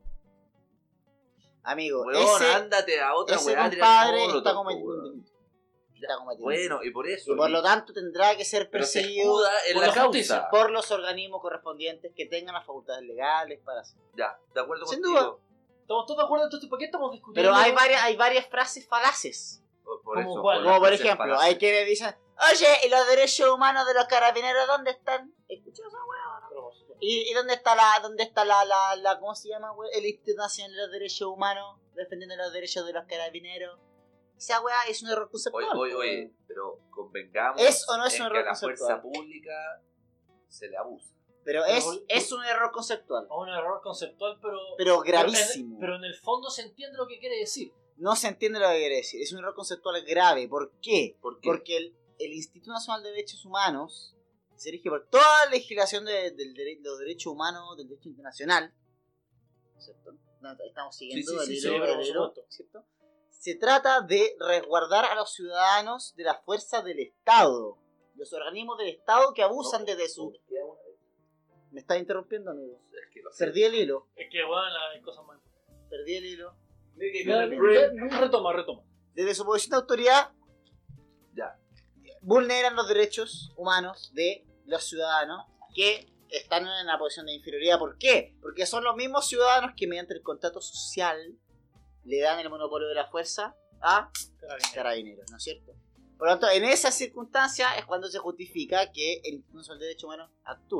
Speaker 2: Amigo,
Speaker 1: Weón,
Speaker 2: ese,
Speaker 1: ándate a otra
Speaker 2: ese
Speaker 1: weá a tirar
Speaker 2: compadre
Speaker 1: molotov,
Speaker 2: está
Speaker 1: po,
Speaker 2: cometiendo un
Speaker 1: weón.
Speaker 2: delito. Está cometiendo un
Speaker 1: Bueno, y por eso.
Speaker 2: Y por lo tanto tendrá que ser
Speaker 1: pero se
Speaker 2: perseguido
Speaker 1: escuda en
Speaker 3: por
Speaker 1: la
Speaker 3: la
Speaker 1: causa.
Speaker 3: justicia.
Speaker 2: por los organismos correspondientes que tengan las facultades legales para hacer.
Speaker 1: Ya, de acuerdo
Speaker 2: Sin
Speaker 1: contigo.
Speaker 3: Estamos todos de acuerdo, entonces, ¿por qué estamos discutiendo?
Speaker 2: Pero hay varias, hay varias frases falaces.
Speaker 1: Por, por
Speaker 3: ¿Cómo
Speaker 1: eso.
Speaker 3: cuál?
Speaker 1: las
Speaker 2: Como por
Speaker 1: frases
Speaker 2: ejemplo,
Speaker 1: falaces.
Speaker 2: hay quienes dicen, oye, ¿y los derechos humanos de los carabineros dónde están? ¿Escuchas esa weá?
Speaker 3: Pero, por supuesto.
Speaker 2: ¿Y, y dónde está la, dónde está la, la, la, ¿cómo se llama, weón? El Instituto Nacional de los Derechos Humanos defendiendo los derechos de los carabineros. Esa weá es un error
Speaker 1: Oye,
Speaker 2: conceptual.
Speaker 1: oye,
Speaker 2: weón.
Speaker 1: oye, pero convengamos
Speaker 2: ¿Es o no es
Speaker 1: en
Speaker 2: un
Speaker 1: que
Speaker 2: error
Speaker 1: a la fuerza
Speaker 2: conceptual?
Speaker 1: pública se le abusa.
Speaker 2: Pero
Speaker 3: Pero
Speaker 2: es,
Speaker 3: por-
Speaker 2: es un error conceptual.
Speaker 3: Es un error conceptual, pero...
Speaker 2: Pero
Speaker 3: pero
Speaker 2: gravísimo.
Speaker 3: en, pero en el fondo se entiende lo que quiere decir.
Speaker 2: No se entiende lo que quiere decir. Es un error conceptual grave. ¿Por qué?
Speaker 1: ¿Por qué?
Speaker 2: Porque el, el Instituto Nacional de Derechos Humanos se rige por toda la legislación de, del dere- los derechos humanos, del derecho internacional. ¿Cierto? No, estamos siguiendo
Speaker 1: Sí, sí,
Speaker 2: el
Speaker 1: sí,
Speaker 2: hilo,
Speaker 3: sí,
Speaker 2: el
Speaker 3: pero por
Speaker 2: hilo,
Speaker 3: supuesto.
Speaker 2: ¿cierto? Se trata de resguardar a los ciudadanos de las fuerzas del Estado. Los organismos del Estado que abusan desde su... ¿Me estás interrumpiendo, amigo?
Speaker 1: Es que lo sé.
Speaker 2: Perdí el hilo.
Speaker 3: Es que, bueno, hay cosas más importantes.
Speaker 2: Perdí el hilo.
Speaker 3: Ya, ya, Retoma, retoma.
Speaker 2: Desde su posición de autoridad,
Speaker 1: Ya.
Speaker 2: vulneran los derechos humanos de los ciudadanos que están en la posición de inferioridad. ¿Por qué? Porque son los mismos ciudadanos que mediante el contrato social le dan el monopolio de la fuerza a
Speaker 3: Carabinero.
Speaker 2: carabineros, ¿no es cierto? Por lo tanto, en esas circunstancias es cuando se justifica que el Instituto Nacional de Derechos Humanos actúe.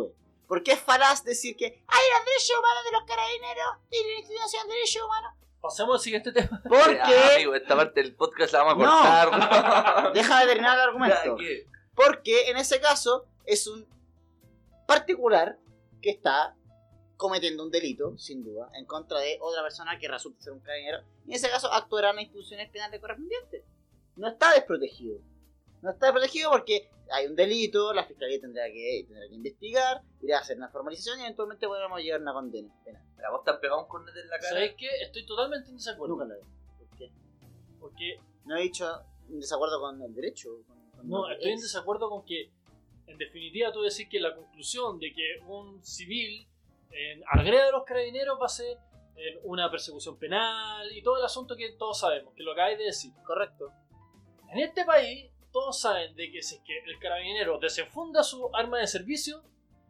Speaker 2: Porque es falaz decir que hay los derechos humanos de los carabineros y la institución de derechos humanos.
Speaker 3: Pasemos al siguiente tema.
Speaker 2: Porque...
Speaker 1: Ah, amigo, esta parte del podcast la vamos a
Speaker 2: No.
Speaker 1: cortar.
Speaker 2: Déjame terminar el
Speaker 1: Ya,
Speaker 2: argumento.
Speaker 1: ¿qué?
Speaker 2: Porque en ese caso es un particular que está cometiendo un delito, sin duda, en contra de otra persona que resulta ser un carabinero. Y en ese caso actuarán las instituciones penales correspondientes. No está desprotegido. No está desprotegido porque hay un delito, la fiscalía tendrá que, tendrá que investigar, irá a hacer una formalización y eventualmente podremos llegar a una condena penal.
Speaker 1: ¿A vos te han pegado un cornete en la cara?
Speaker 3: ¿Sabéis qué? Estoy totalmente en desacuerdo.
Speaker 2: Nunca lo he ¿Por qué?
Speaker 3: Porque
Speaker 2: No he dicho en desacuerdo con el derecho. Con, con
Speaker 3: no,
Speaker 2: lo que
Speaker 3: estoy en
Speaker 2: es.
Speaker 3: desacuerdo con que, en definitiva, tú decís que la conclusión de que un civil en agreda a los carabineros va a ser en una persecución penal y todo el asunto que todos sabemos, que lo acabáis de decir.
Speaker 2: Correcto.
Speaker 3: En este país, todos saben de que si es que el carabinero desenfunda su arma de servicio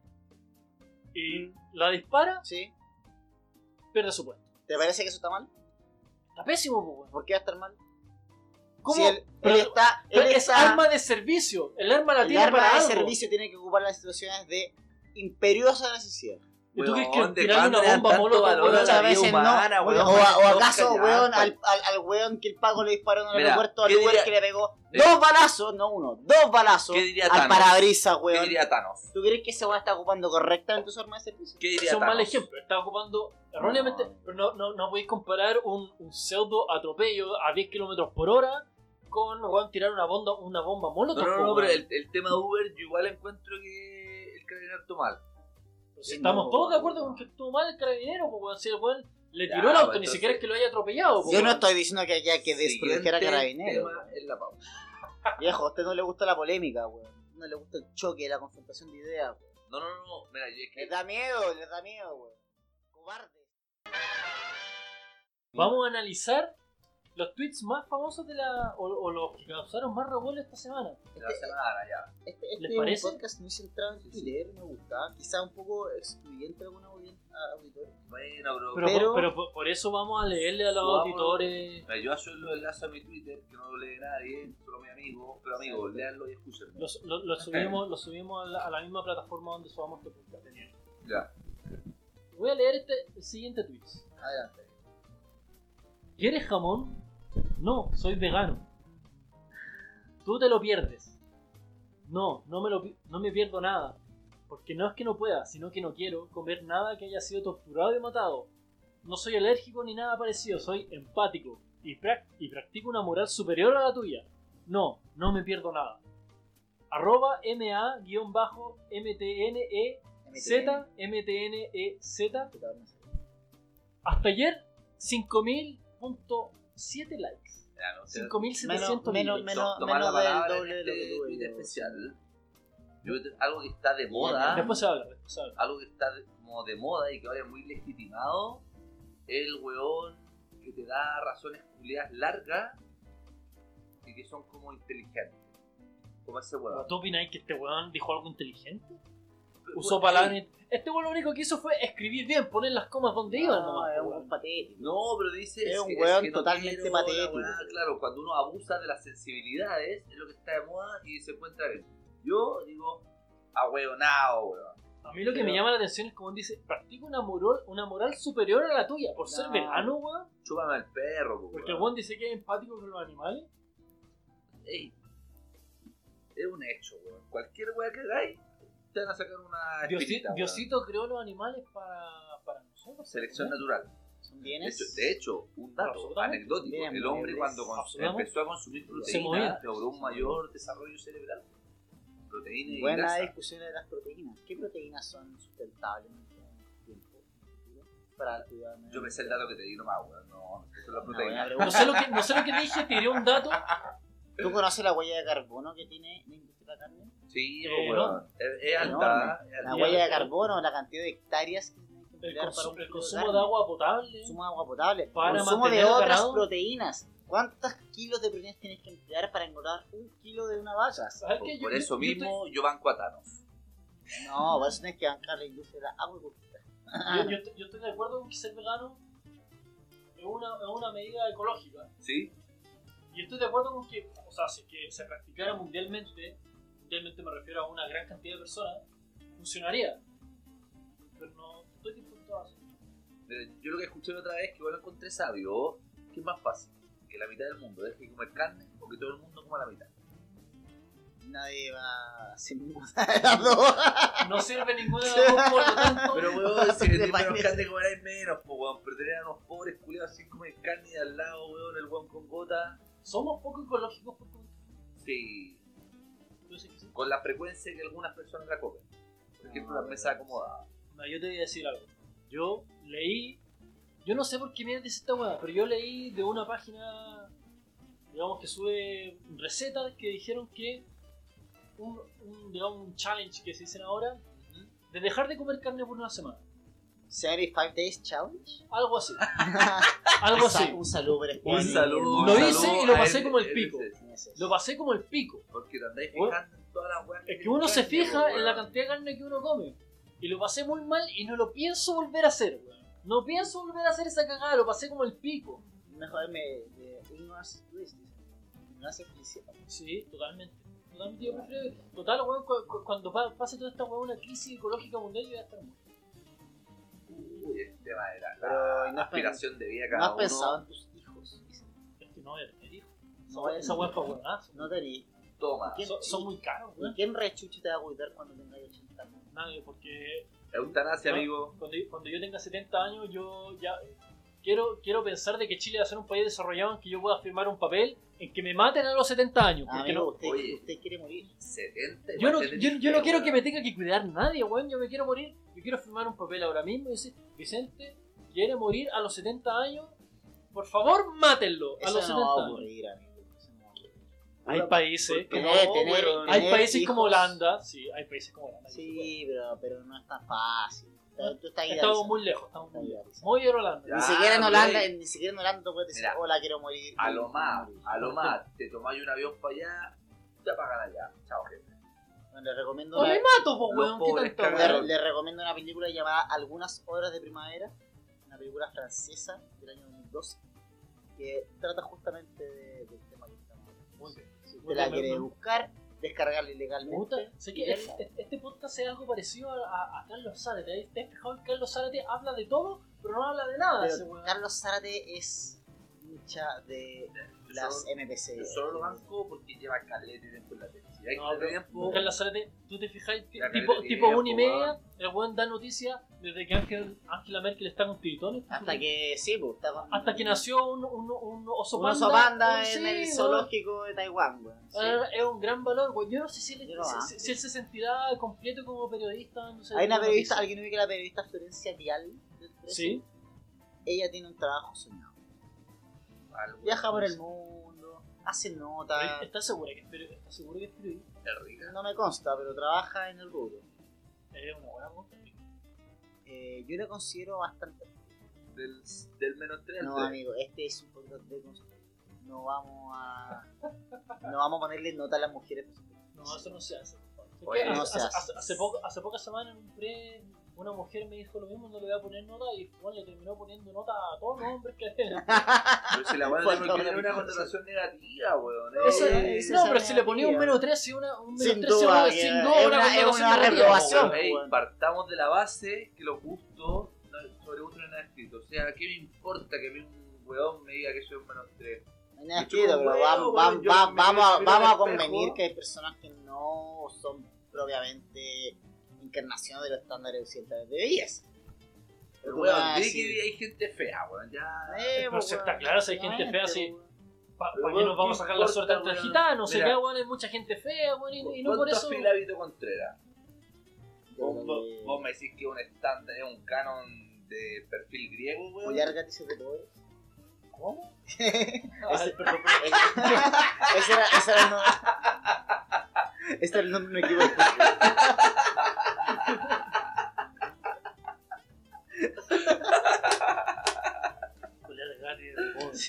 Speaker 3: y la dispara,
Speaker 2: ¿Sí?
Speaker 3: pierde su puesto.
Speaker 2: ¿Te parece que eso está mal?
Speaker 3: Está pésimo, pues, weón.
Speaker 2: ¿Por qué va a estar mal?
Speaker 3: ¿Cómo?
Speaker 2: Si él,
Speaker 3: Pero-
Speaker 2: él está, él
Speaker 3: Pero es
Speaker 2: está-
Speaker 3: arma de servicio. El arma la
Speaker 2: el
Speaker 3: tiene
Speaker 2: arma
Speaker 3: para
Speaker 2: de
Speaker 3: algo.
Speaker 2: servicio tiene que ocupar las situaciones de imperiosa necesidad.
Speaker 3: ¿Y tú crees
Speaker 1: Weón,
Speaker 3: que
Speaker 1: ¿de
Speaker 3: tirarle
Speaker 1: cuándo
Speaker 3: una
Speaker 1: le dan
Speaker 3: bomba
Speaker 1: tanto
Speaker 3: molotov,
Speaker 1: valor
Speaker 3: weón,
Speaker 1: a la
Speaker 2: Muchas
Speaker 1: vida
Speaker 2: veces no.
Speaker 1: humana,
Speaker 2: o,
Speaker 1: weón?
Speaker 2: o- o
Speaker 1: Maldito
Speaker 2: acaso,
Speaker 1: callampa.
Speaker 2: weón, al, al, al weón que el Paco le disparó en el
Speaker 1: Mira,
Speaker 2: aeropuerto al
Speaker 1: ¿qué
Speaker 2: Uber
Speaker 1: diría-
Speaker 2: que le pegó
Speaker 1: eh,
Speaker 2: dos balazos, no uno, dos balazos
Speaker 1: ¿Qué diría
Speaker 2: al
Speaker 1: Thanos?
Speaker 2: parabrisas,
Speaker 1: ¿Qué
Speaker 2: weón.
Speaker 1: diría Thanos?
Speaker 2: ¿Tú crees que ese weón está ocupando correctamente su arma de servicio?
Speaker 1: ¿Qué
Speaker 3: Es
Speaker 1: diría
Speaker 3: un mal
Speaker 1: Thanos?
Speaker 3: ejemplo. Está ocupando erróneamente.
Speaker 2: No.
Speaker 3: Pero no, no, no podéis comparar un, un pseudo atropello a diez kilómetros por hora con weón, tirar una bomba, una bomba
Speaker 1: No,
Speaker 3: molotov.
Speaker 1: no,
Speaker 3: po,
Speaker 1: no, pero
Speaker 3: weón.
Speaker 1: el, el tema de Uber, yo igual encuentro que el carabinero actuó mal.
Speaker 3: Pero si estamos
Speaker 2: No,
Speaker 3: todos de acuerdo
Speaker 2: weón.
Speaker 3: con que estuvo mal el carabinero, pues, weón. Si el weón le
Speaker 1: Ya,
Speaker 3: tiró el auto,
Speaker 1: pues,
Speaker 3: ni
Speaker 1: entonces-
Speaker 3: siquiera es que lo haya atropellado. pues,
Speaker 2: Yo no
Speaker 3: weón.
Speaker 2: estoy diciendo que haya que desproteger a
Speaker 1: Siguiente
Speaker 2: carabineros.
Speaker 1: tema en la pausa.
Speaker 2: Viejo, a usted no le gusta la polémica, weón. No le gusta el choque, la confrontación de ideas, weón.
Speaker 1: No, no, no, mira, yo es que...
Speaker 2: Les da miedo, les da miedo, weón. Cobarde.
Speaker 3: Vamos a analizar los tweets más famosos de la. o, o los que causaron más revuelo esta semana.
Speaker 1: La semana ya.
Speaker 2: Este, este
Speaker 3: ¿Les
Speaker 2: es un
Speaker 3: parece?
Speaker 2: podcast muy centrado en Twitter, me gusta. Quizá un poco excluyente de algunos audien- a- auditores.
Speaker 1: Bueno, bro.
Speaker 3: Pero,
Speaker 2: Pero-
Speaker 3: por, pero por, por eso vamos a leerle a los
Speaker 1: Subamos-
Speaker 3: auditores.
Speaker 1: Mira, yo ayer lo enlazo a mi Twitter, que no lo lee nadie, solo mi amigo. Pero amigos, leanlo y escúchenlo.
Speaker 3: Los, lo, lo subimos, lo subimos a la, a la misma plataforma donde subamos este podcast.
Speaker 1: Ya.
Speaker 3: Voy a leer este el siguiente tweet.
Speaker 2: Adelante.
Speaker 3: ¿Quieres jamón? No, soy vegano. Tú te lo pierdes. No, no me, lo, pi- no me pierdo nada. Porque no es que no pueda, sino que no quiero comer nada que haya sido torturado y matado. No soy alérgico ni nada parecido, soy empático y, prac- y practico una moral superior a la tuya. No, no me pierdo nada. Arroba ma guión bajo mtne z mtnez. Hasta ayer cinco mil punto siete likes.
Speaker 1: Ya, no sé.
Speaker 3: cinco mil
Speaker 2: Menos,
Speaker 3: setecientos
Speaker 2: menos,
Speaker 3: likes.
Speaker 2: menos,
Speaker 1: Tomar la
Speaker 2: menos del
Speaker 1: palabra
Speaker 2: doble de
Speaker 1: en
Speaker 2: lo que
Speaker 1: este
Speaker 2: tuve
Speaker 1: tweet
Speaker 2: yo.
Speaker 1: especial. Yo creo que algo que está de moda,
Speaker 3: Después se habla, después se habla.
Speaker 1: algo que está de- como de moda y que ahora es muy legitimado, el weón que te da razones culiadas largas y que son como inteligentes. Como ese weón.
Speaker 3: ¿Tú opináis que este weón dijo algo inteligente?
Speaker 1: Pero,
Speaker 3: Usó
Speaker 1: weón,
Speaker 3: palabras. Este weón lo único que hizo fue escribir bien, poner las comas donde iban
Speaker 2: No,
Speaker 3: nomás.
Speaker 2: es
Speaker 3: weón.
Speaker 2: un patético.
Speaker 1: No, pero dice
Speaker 2: Es un
Speaker 1: que-
Speaker 2: weón
Speaker 1: que no
Speaker 2: totalmente
Speaker 1: quiero,
Speaker 2: patético.
Speaker 1: la weá, claro, cuando uno abusa de las sensibilidades es lo que está de moda y se encuentra bien. Yo digo, ahueonao, weón.
Speaker 3: A mí lo que
Speaker 2: Pero-
Speaker 3: me llama la atención es como dice, practico una moral, una moral superior a la tuya por ser
Speaker 2: No.
Speaker 3: vegano, weón.
Speaker 1: Chúpame al perro, po,
Speaker 3: Porque el
Speaker 1: weón.
Speaker 3: weón dice que es empático con los animales.
Speaker 1: Ey, es un hecho, weón. Cualquier weá que hagáis, te van a sacar una
Speaker 3: Diosi-
Speaker 1: espinita, weón.
Speaker 3: Diosito creó los animales para, para nosotros.
Speaker 1: Selección
Speaker 3: ¿no?
Speaker 1: natural.
Speaker 2: Son
Speaker 1: De
Speaker 2: bienes.
Speaker 1: hecho, de hecho, un dato
Speaker 3: Absolutamente.
Speaker 1: anecdótico.
Speaker 2: Bien,
Speaker 1: El hombre
Speaker 2: muebles.
Speaker 1: cuando con-
Speaker 3: Absolutamente.
Speaker 1: empezó a consumir
Speaker 3: Se movía.
Speaker 1: proteína, logró un mayor desarrollo cerebral. Proteína y
Speaker 2: Buena
Speaker 1: grasa.
Speaker 2: discusión de las proteínas. ¿Qué proteínas son sustentables en el tiempo? Para el cuidado del medio
Speaker 1: Yo me sé el dato que te di nomás, weón. No, eso es la
Speaker 2: Una
Speaker 1: proteína.
Speaker 2: buena
Speaker 3: No sé lo que, no sé lo que dije, tiré un dato.
Speaker 2: ¿Tú conoces la huella de carbono que tiene la industria de la carne?
Speaker 1: Sí,
Speaker 3: Eh,
Speaker 1: pues, weón. Es, es alta.
Speaker 2: Enorme.
Speaker 1: es
Speaker 2: La
Speaker 1: alta.
Speaker 2: huella de carbono, la cantidad de hectáreas que tienen que
Speaker 3: El,
Speaker 2: emplear para
Speaker 3: consu-
Speaker 2: un
Speaker 3: el
Speaker 2: kilo
Speaker 3: consumo
Speaker 2: carne.
Speaker 3: de agua potable.
Speaker 2: Consumo de agua potable.
Speaker 3: Para
Speaker 2: Consumo de
Speaker 3: mantener el
Speaker 2: otras
Speaker 3: ganado.
Speaker 2: proteínas. ¿Cuántos kilos de proteínas tienes que emplear para engordar un kilo de una vaca?
Speaker 3: ¿Sabes
Speaker 1: Por,
Speaker 3: qué? Yo-
Speaker 1: por
Speaker 3: yo-
Speaker 1: eso
Speaker 3: yo
Speaker 1: mismo yo banco a Thanos.
Speaker 2: No, vas a tener que bancar la industria de la agricultura.
Speaker 3: Yo, yo, yo estoy de acuerdo con que ser vegano es una, es una medida ecológica.
Speaker 1: ¿Sí?
Speaker 3: Y estoy de acuerdo con que, o sea, si es que se practicara mundialmente, mundialmente me refiero a una gran cantidad de personas, funcionaría. pero no estoy dispuesto a hacerlo.
Speaker 1: Mira, yo lo que escuché la otra vez, que igual lo encontré sabio, que es más fácil, que la mitad del mundo deje de comer carne o que todo el mundo coma la mitad.
Speaker 2: Nadie va a hacer ninguna de las dos.
Speaker 3: No sirve ninguna de las dos, por lo tanto.
Speaker 1: Pero weón, si
Speaker 2: Me
Speaker 1: vendís menos
Speaker 2: parece.
Speaker 1: carne comeráis menos, pues weón, pero tener a unos pobres culiados sin comer carne y de al lado, weón, el weón con gota.
Speaker 3: Somos poco ecológicos por comer.
Speaker 1: Sí,
Speaker 3: ¿Tú dices que sí?
Speaker 1: con la frecuencia que algunas personas la comen. Por ejemplo,
Speaker 2: No,
Speaker 1: las mesas acomodadas.
Speaker 3: No, yo te voy a decir algo. Yo leí. Yo no sé por qué mierda dice esta weá, pero yo leí de una página, digamos, que sube recetas que dijeron que un, un, digamos, un challenge que se dicen ahora, de dejar de comer carne por una semana.
Speaker 2: setenta y cinco Days Challenge.
Speaker 3: Algo así. Algo así.
Speaker 2: Un saludo para
Speaker 1: Un
Speaker 2: España.
Speaker 1: saludo.
Speaker 3: Lo
Speaker 1: un
Speaker 3: hice
Speaker 1: saludo
Speaker 3: y lo
Speaker 1: a
Speaker 3: pasé
Speaker 1: él-
Speaker 3: como el
Speaker 1: él-
Speaker 3: pico.
Speaker 1: él-
Speaker 3: Lo pasé como el pico.
Speaker 1: Porque te andáis
Speaker 3: Weón.
Speaker 1: fijando en todas las weas.
Speaker 3: Es que
Speaker 1: tienen
Speaker 3: uno se
Speaker 1: carne,
Speaker 3: fija
Speaker 1: weón.
Speaker 3: en la cantidad de carne que uno come. Y lo pasé muy mal y no lo pienso volver a hacer, weón. No pienso volver a hacer esa cagada, lo pasé como el pico.
Speaker 2: Mejor me. De Ignorance Bliss, dice. Ignorancia es felicidad.
Speaker 3: Sí, totalmente. Totalmente yo prefiero. Total, weón, cu- cu- cuando pa- pase toda esta weón, una crisis ecológica mundial, yo voy a estar muerto.
Speaker 1: Uy, el tema de la, la
Speaker 2: Pero, ¿y no has
Speaker 1: aspiración de vida
Speaker 2: ¿No
Speaker 1: cada
Speaker 2: has
Speaker 1: uno.
Speaker 2: pensado en tus hijos? Dice.
Speaker 3: Es que no voy a tener hijos.
Speaker 2: No,
Speaker 3: Esa weón es para weonazo.
Speaker 2: No te di.
Speaker 1: Toma.
Speaker 2: ¿Quién-
Speaker 3: Son, son muy caros,
Speaker 2: ¿Y
Speaker 3: weón.
Speaker 2: quién rechucho te va a cuidar cuando tengas ochenta años?
Speaker 3: Nadie, porque
Speaker 1: Eutanasia,
Speaker 3: ¿no?
Speaker 1: amigo.
Speaker 3: cuando, cuando yo tenga setenta años, yo ya quiero, quiero pensar de que Chile va a ser un país desarrollado en que yo pueda firmar un papel en que me maten a los setenta años. Porque
Speaker 2: Amigo,
Speaker 3: no,
Speaker 2: usted,
Speaker 1: Oye.
Speaker 2: usted quiere morir.
Speaker 1: setenta.
Speaker 3: yo, no,
Speaker 1: igual tenés
Speaker 3: yo, yo no
Speaker 1: fe,
Speaker 3: quiero que me
Speaker 1: weón.
Speaker 3: tenga que cuidar nadie, weón. Yo me quiero morir. Yo quiero firmar un papel ahora mismo y decir, Vicente, quiere morir a los setenta años. Por favor, mátenlo a
Speaker 2: Eso
Speaker 3: los
Speaker 2: no
Speaker 3: setenta
Speaker 2: va a
Speaker 3: años.
Speaker 2: ocurrir, amigo. Eso no va a ocurrir.
Speaker 3: Hay países,
Speaker 1: ¿Por qué
Speaker 3: como-
Speaker 2: Tener-
Speaker 1: no,
Speaker 2: tener-
Speaker 1: weón?
Speaker 3: hay
Speaker 2: tener
Speaker 3: países como
Speaker 2: hijos-
Speaker 3: Holanda, sí, hay países como Holanda. que se puede.
Speaker 2: Sí, pero, pero no es tan fácil. Tú estás
Speaker 3: Estamos
Speaker 2: idealizando.
Speaker 3: muy lejos, estamos muy
Speaker 2: Estás
Speaker 3: lejos.
Speaker 2: idealizando.
Speaker 3: Muy bien Holanda.
Speaker 1: Ya.
Speaker 2: Ni siquiera en
Speaker 1: Ah,
Speaker 2: Holanda,
Speaker 1: güey.
Speaker 2: ni siquiera en Holanda tú puedes decir,
Speaker 1: Mira,
Speaker 2: hola, quiero morir.
Speaker 1: A lo más,
Speaker 2: Morir.
Speaker 1: a lo más, te tomáis un avión para allá, te apagan allá. Chao, jefe.
Speaker 2: Bueno, le recomiendo
Speaker 3: O
Speaker 2: una,
Speaker 3: me mato, po,
Speaker 1: Los
Speaker 3: weón. ¿Qué
Speaker 1: pobres
Speaker 3: tanto,
Speaker 1: cagaron.
Speaker 3: weón?
Speaker 2: le, le recomiendo una película llamada Algunas horas de primavera, una película francesa del año dos mil doce que trata justamente de- del tema que estamos hablando.
Speaker 3: Muy bien.
Speaker 2: Si
Speaker 3: Muy
Speaker 2: usted la
Speaker 3: bien,
Speaker 2: quiere
Speaker 3: me-
Speaker 2: buscar, descargarla
Speaker 3: Puta,
Speaker 2: ilegalmente.
Speaker 3: sé
Speaker 2: y
Speaker 3: que
Speaker 2: verla.
Speaker 3: este, este podcast es algo parecido a, a- a Carlos Zárate. ¿Te has fijado que Carlos Zárate habla de todo, pero no habla de nada? ese
Speaker 2: Pero
Speaker 3: weón?
Speaker 2: Carlos Zárate es hincha de
Speaker 1: Yo
Speaker 2: las
Speaker 1: solo-
Speaker 2: M P C.
Speaker 1: Yo solo lo banco porque lleva caleta de tiempo en la tele. Si hay
Speaker 3: No,
Speaker 1: caleta de
Speaker 3: pero
Speaker 1: tiempo,
Speaker 3: Carlos Zárate, tú te fijas, que
Speaker 1: Ya,
Speaker 3: tipo,
Speaker 1: caleta de
Speaker 3: tipo
Speaker 1: tiempo,
Speaker 3: una y media,
Speaker 1: weón.
Speaker 3: el weón da noticias desde que Ángel, Angela Merkel está con tiritones.
Speaker 2: Hasta que, sí, pues, está con-
Speaker 3: Hasta que nació un, un, un oso
Speaker 2: un
Speaker 3: panda.
Speaker 2: oso panda
Speaker 3: Sí,
Speaker 2: en el
Speaker 3: weón.
Speaker 2: zoológico de Taiwán, weón. Sí.
Speaker 3: Ah, Es un gran valor, güey. Yo no sé si él,
Speaker 2: Yo lo
Speaker 3: si-
Speaker 2: banco.
Speaker 3: si, si él se sentirá completo como periodista. No sé,
Speaker 2: Hay una
Speaker 3: de
Speaker 2: periodista,
Speaker 3: noticias.
Speaker 2: ¿alguien ubica a la periodista Florencia Vial? del trece?
Speaker 3: Sí.
Speaker 2: Ella tiene un trabajo soñado.
Speaker 1: algo
Speaker 2: Viaja por el mundo, hace notas.
Speaker 3: ¿Estás segura que es peri- ¿Estás seguro que es periodista?
Speaker 1: es rica.
Speaker 2: No me consta, pero trabaja en el rubro.
Speaker 3: Es una buena pregunta.
Speaker 2: Eh, yo lo considero bastante.
Speaker 1: Del, del menos tres al
Speaker 2: No,
Speaker 1: tres.
Speaker 2: amigo, este es un podcast de construcción. No vamos a. No vamos a ponerle nota a las mujeres.
Speaker 3: No, eso no se hace. Es
Speaker 1: Oye,
Speaker 3: que
Speaker 2: no
Speaker 3: hace,
Speaker 2: se
Speaker 3: hace-
Speaker 2: hace.
Speaker 3: hace poco, hace pocas semanas en un pre, una mujer me dijo lo mismo, no le voy a poner nota y Juan le terminó poniendo nota a todos los hombres que había.
Speaker 1: Pero si la buena
Speaker 2: Falta
Speaker 1: tiene
Speaker 2: una
Speaker 1: una
Speaker 2: cosa.
Speaker 1: connotación negativa, weón.
Speaker 3: Eso-
Speaker 1: eh.
Speaker 2: ese
Speaker 3: no,
Speaker 2: esa
Speaker 3: pero si le ponía un
Speaker 2: negativa.
Speaker 3: menos tres y una, un menos
Speaker 2: Sin
Speaker 3: tres y
Speaker 2: duda,
Speaker 3: una,
Speaker 2: que
Speaker 3: sin
Speaker 2: es
Speaker 3: duda,
Speaker 2: una-
Speaker 3: una,
Speaker 2: es
Speaker 3: connotación
Speaker 2: una
Speaker 3: negativa,
Speaker 2: reprobación.
Speaker 3: weón.
Speaker 1: Ey,
Speaker 2: weón.
Speaker 1: partamos de la base que los gustos no- sobre gustos no hay nada escrito. O sea, ¿qué me importa que a mí un weón me diga que soy un menos tres?
Speaker 2: No hay nada
Speaker 1: Me chupa
Speaker 2: escrito,
Speaker 1: un
Speaker 2: pero
Speaker 1: huevo,
Speaker 2: vamos,
Speaker 1: weón,
Speaker 2: vamos,
Speaker 1: yo
Speaker 2: vamos,
Speaker 1: me
Speaker 2: vamos,
Speaker 1: miro-
Speaker 2: a-
Speaker 1: miro
Speaker 2: vamos a
Speaker 1: al espejo.
Speaker 2: convenir que hay personas que no son propiamente encarnaciones de los estándares occidentales de belleza.
Speaker 1: Pero
Speaker 2: Tú
Speaker 1: weón,
Speaker 2: me vas a
Speaker 1: di
Speaker 2: decir,
Speaker 1: que hay gente fea, weón. Ya.
Speaker 2: eh,
Speaker 3: Pero
Speaker 2: pues,
Speaker 3: si está
Speaker 2: weón,
Speaker 3: claro, si hay gente fea,
Speaker 2: obviamente,
Speaker 3: sí.
Speaker 2: weón.
Speaker 3: ¿Para
Speaker 1: Pero,
Speaker 3: qué
Speaker 1: weón,
Speaker 3: nos vamos a
Speaker 1: ¿qué
Speaker 3: sacar la suerte
Speaker 1: importa,
Speaker 3: entre
Speaker 1: weón?
Speaker 3: gitanos? Se
Speaker 1: Mira.
Speaker 3: ve, weón, hay mucha gente fea, weón, y, y no por
Speaker 1: ¿Cuánto
Speaker 3: eso.
Speaker 1: afila Vito Contreras?
Speaker 2: Yo
Speaker 1: Vos,
Speaker 2: creo
Speaker 1: vos-
Speaker 2: que-
Speaker 1: vos me decís que es un estándar, es un canon de perfil griego, weón.
Speaker 2: Follar gatices de pobres.
Speaker 3: ¿Cómo?
Speaker 2: Ese-
Speaker 3: Ay, perdón,
Speaker 2: ese era, ese era el nombre. Este era el nombre de un equipo de fútbol.
Speaker 3: Julián Gatti es de pobre.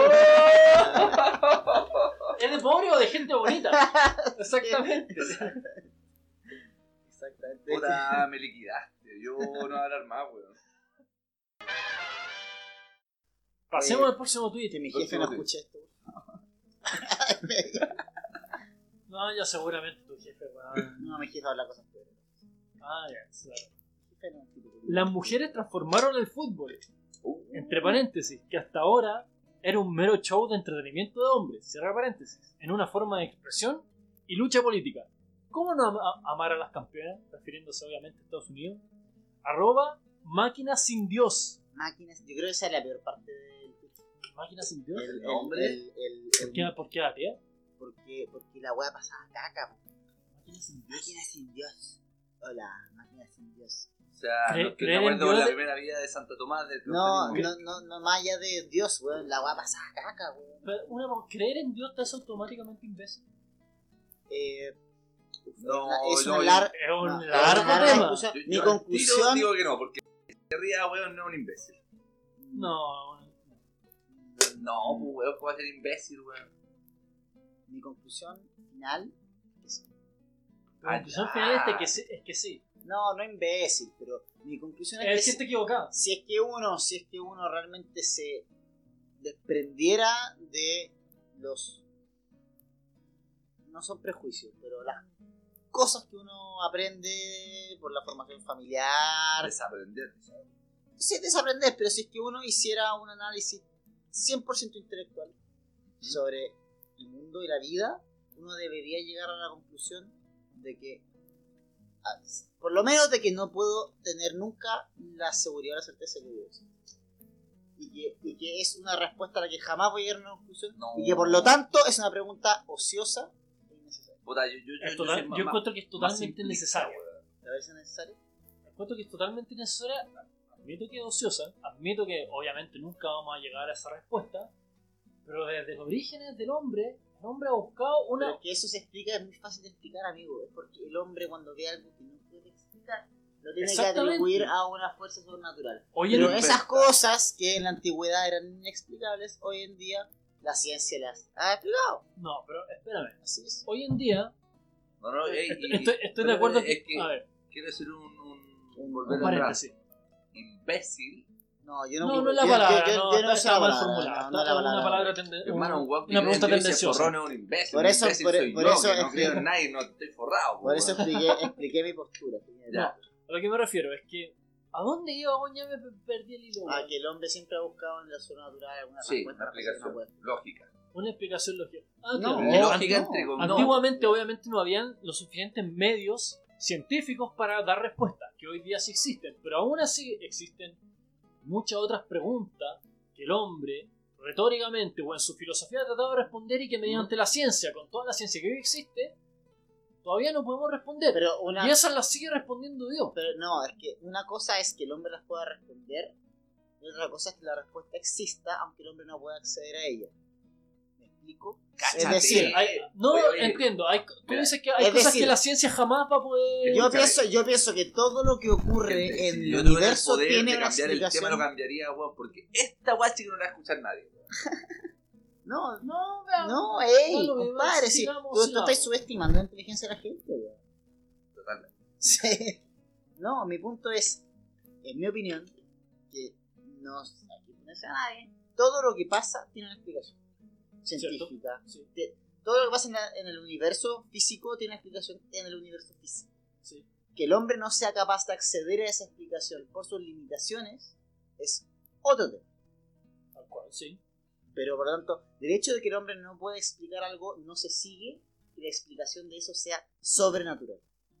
Speaker 1: ¡No!
Speaker 3: ¿Es de pobre o de gente bonita? Exactamente.
Speaker 2: Exactamente.
Speaker 1: Puta, me liquidaste. Yo no voy a hablar más, weón.
Speaker 3: Pasemos
Speaker 2: Oye,
Speaker 3: al próximo tweet.
Speaker 2: Que mi jefe no escuche esto.
Speaker 3: No, ya seguramente tu jefe, weón.
Speaker 2: No, mi jefe habla cosas peores.
Speaker 3: Ah, ya, claro.
Speaker 2: fenótipo.
Speaker 3: Las mujeres transformaron el fútbol,
Speaker 1: Uh,
Speaker 3: entre paréntesis, que hasta ahora era un mero show de entretenimiento de hombres, cierra paréntesis, en una forma de expresión y lucha política. ¿Cómo no am- a- amar a las campeonas? Refiriéndose obviamente a Estados Unidos. Arroba máquina sin Dios.
Speaker 2: Máquinas, yo creo que esa es la peor parte del
Speaker 3: Máquina sin Dios.
Speaker 2: el, el,
Speaker 1: nombre.
Speaker 2: el, el,
Speaker 3: ¿Por
Speaker 2: el-
Speaker 3: qué, ¿Por qué, tía?
Speaker 2: porque, porque la weá pasaba caca, po.
Speaker 3: Máquina sin Dios.
Speaker 2: Máquina sin Dios. Hola, máquina sin Dios.
Speaker 1: o sea,
Speaker 3: Cre-
Speaker 1: no estoy de
Speaker 3: creer en
Speaker 1: acuerdo con la
Speaker 3: Dios-
Speaker 1: primera vida de Santo Tomás del
Speaker 2: No,
Speaker 1: cristianismo.
Speaker 2: no, no, no más allá de Dios, weón. La weá pasaba caca, weón.
Speaker 3: Pero una, ¿creer en Dios te hace automáticamente imbécil?
Speaker 2: Eh,
Speaker 1: No,
Speaker 2: es
Speaker 1: no,
Speaker 2: una
Speaker 1: yo-
Speaker 2: lar-
Speaker 3: Es un
Speaker 2: no, es
Speaker 3: largo
Speaker 2: una larga
Speaker 3: tema.
Speaker 2: discusión.
Speaker 1: Yo-
Speaker 2: Mi
Speaker 1: yo al tiro
Speaker 2: conclusión.
Speaker 1: digo que no, porque se ría, weón, no es un imbécil.
Speaker 3: No,
Speaker 1: No, pues weón, ¿cómo va a ser imbécil, weón?
Speaker 2: Mi conclusión final es que sí.
Speaker 3: la conclusión final es de que sí, es que sí.
Speaker 2: No, no imbécil, pero mi conclusión es,
Speaker 3: Es
Speaker 2: que
Speaker 3: que
Speaker 2: si-
Speaker 3: está equivocado.
Speaker 2: si es que uno, si es que uno realmente se desprendiera de los, no son prejuicios, pero las cosas que uno aprende por la formación familiar,
Speaker 1: Desaprender.
Speaker 2: sí, desaprender, pero si es que uno hiciera un análisis cien por ciento intelectual sobre el mundo y la vida, uno debería llegar a la conclusión de que, ah, por lo menos de que no puedo tener nunca la seguridad o la certeza que Dios existe. Y que, y que es una respuesta a la que jamás voy a llegar a una conclusión.
Speaker 1: No.
Speaker 2: Y que por lo tanto es una pregunta ociosa e innecesaria.
Speaker 1: Puta, yo, yo, yo,
Speaker 3: Es
Speaker 1: yo
Speaker 3: total-
Speaker 1: soy más-
Speaker 3: yo encuentro que es
Speaker 1: más
Speaker 3: totalmente
Speaker 1: simplista,
Speaker 3: necesario.
Speaker 1: weón.
Speaker 2: ¿Te parece necesario?
Speaker 3: Encuentro que es totalmente necesaria. Admito que es ociosa. Admito que obviamente nunca vamos a llegar a esa respuesta. Pero desde los orígenes del hombre, el hombre ha buscado una.
Speaker 2: Pero que eso se explica, es muy fácil de explicar, amigo. Es porque el hombre cuando ve algo que no puede explicar, lo tiene que
Speaker 3: Exactamente.
Speaker 2: atribuir a una fuerza sobrenatural.
Speaker 3: Oye,
Speaker 2: Pero
Speaker 3: no-
Speaker 2: esas cosas que en la antigüedad eran inexplicables, hoy en día la ciencia las ha explicado.
Speaker 3: no, pero espérame.
Speaker 2: Así es.
Speaker 3: Hoy en día.
Speaker 1: No, no, ey,
Speaker 3: Estoy,
Speaker 1: y-
Speaker 3: estoy, estoy
Speaker 1: pero
Speaker 3: de acuerdo
Speaker 1: es
Speaker 3: que.
Speaker 1: que
Speaker 3: A ver,
Speaker 1: quiero hacer un, un,
Speaker 2: Un-
Speaker 1: volver
Speaker 3: un
Speaker 1: atrás.
Speaker 3: paréntesis.
Speaker 1: Imbécil.
Speaker 2: No, yo no,
Speaker 3: No, no es la
Speaker 2: yo-
Speaker 3: palabra.
Speaker 2: Yo, yo-
Speaker 3: no,
Speaker 2: yo no
Speaker 3: está,
Speaker 2: sé
Speaker 3: está
Speaker 2: la
Speaker 3: mal
Speaker 2: palabra.
Speaker 3: formulada.
Speaker 2: No, no
Speaker 3: Está
Speaker 2: la
Speaker 3: una
Speaker 2: palabra.
Speaker 3: palabra tende-
Speaker 1: Hermano, un
Speaker 3: un-
Speaker 1: weón que
Speaker 3: una
Speaker 1: cree en
Speaker 3: pregunta
Speaker 1: Dios y se
Speaker 3: tendenciosa.
Speaker 1: forró no es un imbécil.
Speaker 2: Por
Speaker 1: un
Speaker 2: eso-
Speaker 1: imbécil
Speaker 2: por-
Speaker 1: soy
Speaker 2: por
Speaker 1: yo,
Speaker 2: eso
Speaker 1: que no
Speaker 2: es-
Speaker 1: creo en nadie, no estoy forrado.
Speaker 2: Por eso
Speaker 1: weón.
Speaker 2: expliqué, expliqué mi postura.
Speaker 1: Ya.
Speaker 3: A lo que me refiero es que. ¿A dónde iba, weón? Ya me pe- perdí el hilo.
Speaker 2: Ah,
Speaker 3: weón.
Speaker 2: que el hombre siempre ha buscado en la sobrenatural alguna
Speaker 1: Sí,
Speaker 2: respuesta
Speaker 1: una
Speaker 2: a la cosa que no
Speaker 1: explicación
Speaker 2: puede.
Speaker 1: lógica.
Speaker 3: Una explicación lógica. Ah,
Speaker 2: No,
Speaker 3: claro.
Speaker 2: Eh,
Speaker 1: lógica
Speaker 2: no.
Speaker 1: entre comillas.
Speaker 3: Antiguamente, obviamente, no habían los suficientes medios científicos para dar respuestas, que hoy día sí existen, pero aún así existen muchas otras preguntas que el hombre, retóricamente o en su filosofía, ha tratado de responder y que mediante la ciencia, con toda la ciencia que hoy existe, todavía no podemos responder.
Speaker 2: Pero una,
Speaker 3: Y esas las sigue respondiendo Dios.
Speaker 2: pero no, es que una cosa es que el hombre las pueda responder y otra cosa es que la respuesta exista aunque el hombre no pueda acceder a ella. ¿Me explico?
Speaker 1: Cáchate.
Speaker 2: Es decir,
Speaker 3: Hay- no
Speaker 1: Oye, oye,
Speaker 3: entiendo. Hay, tú
Speaker 1: mira,
Speaker 3: dices que hay
Speaker 2: es
Speaker 3: cosas
Speaker 2: decir,
Speaker 3: que la ciencia jamás va a poder.
Speaker 2: Yo
Speaker 1: Escúchame.
Speaker 2: pienso, yo pienso que todo lo que ocurre
Speaker 1: Gente,
Speaker 2: en
Speaker 1: si
Speaker 2: el
Speaker 1: yo tuviera el
Speaker 2: universo
Speaker 1: poder
Speaker 2: tiene
Speaker 1: de
Speaker 2: una
Speaker 1: cambiar el tema,
Speaker 2: explicación.
Speaker 1: lo cambiaría, weón, porque esta guay sí que no la va a escuchar nadie. weón.
Speaker 2: No,
Speaker 3: No, veamos.
Speaker 2: no, ey,
Speaker 3: No, lo
Speaker 2: compadre,
Speaker 3: vemos,
Speaker 2: si,
Speaker 3: sigamos,
Speaker 2: tú, tú
Speaker 3: sigamos.
Speaker 2: estás subestimando la inteligencia de la gente, weón.
Speaker 1: Totalmente.
Speaker 2: Sí. No, mi punto es, en mi opinión, que no hay que ponerse a nadie, todo lo que pasa tiene una explicación científica.
Speaker 3: Sí.
Speaker 2: Te- todo lo que pasa en, la- en el universo físico tiene una explicación en el universo físico.
Speaker 3: Sí.
Speaker 2: Que el hombre no sea capaz de acceder a esa explicación por sus limitaciones es otro tema.
Speaker 3: Tal cual, sí.
Speaker 2: Pero por lo tanto, del hecho de que el hombre no puede explicar algo, no se sigue que la explicación de eso sea sobrenatural.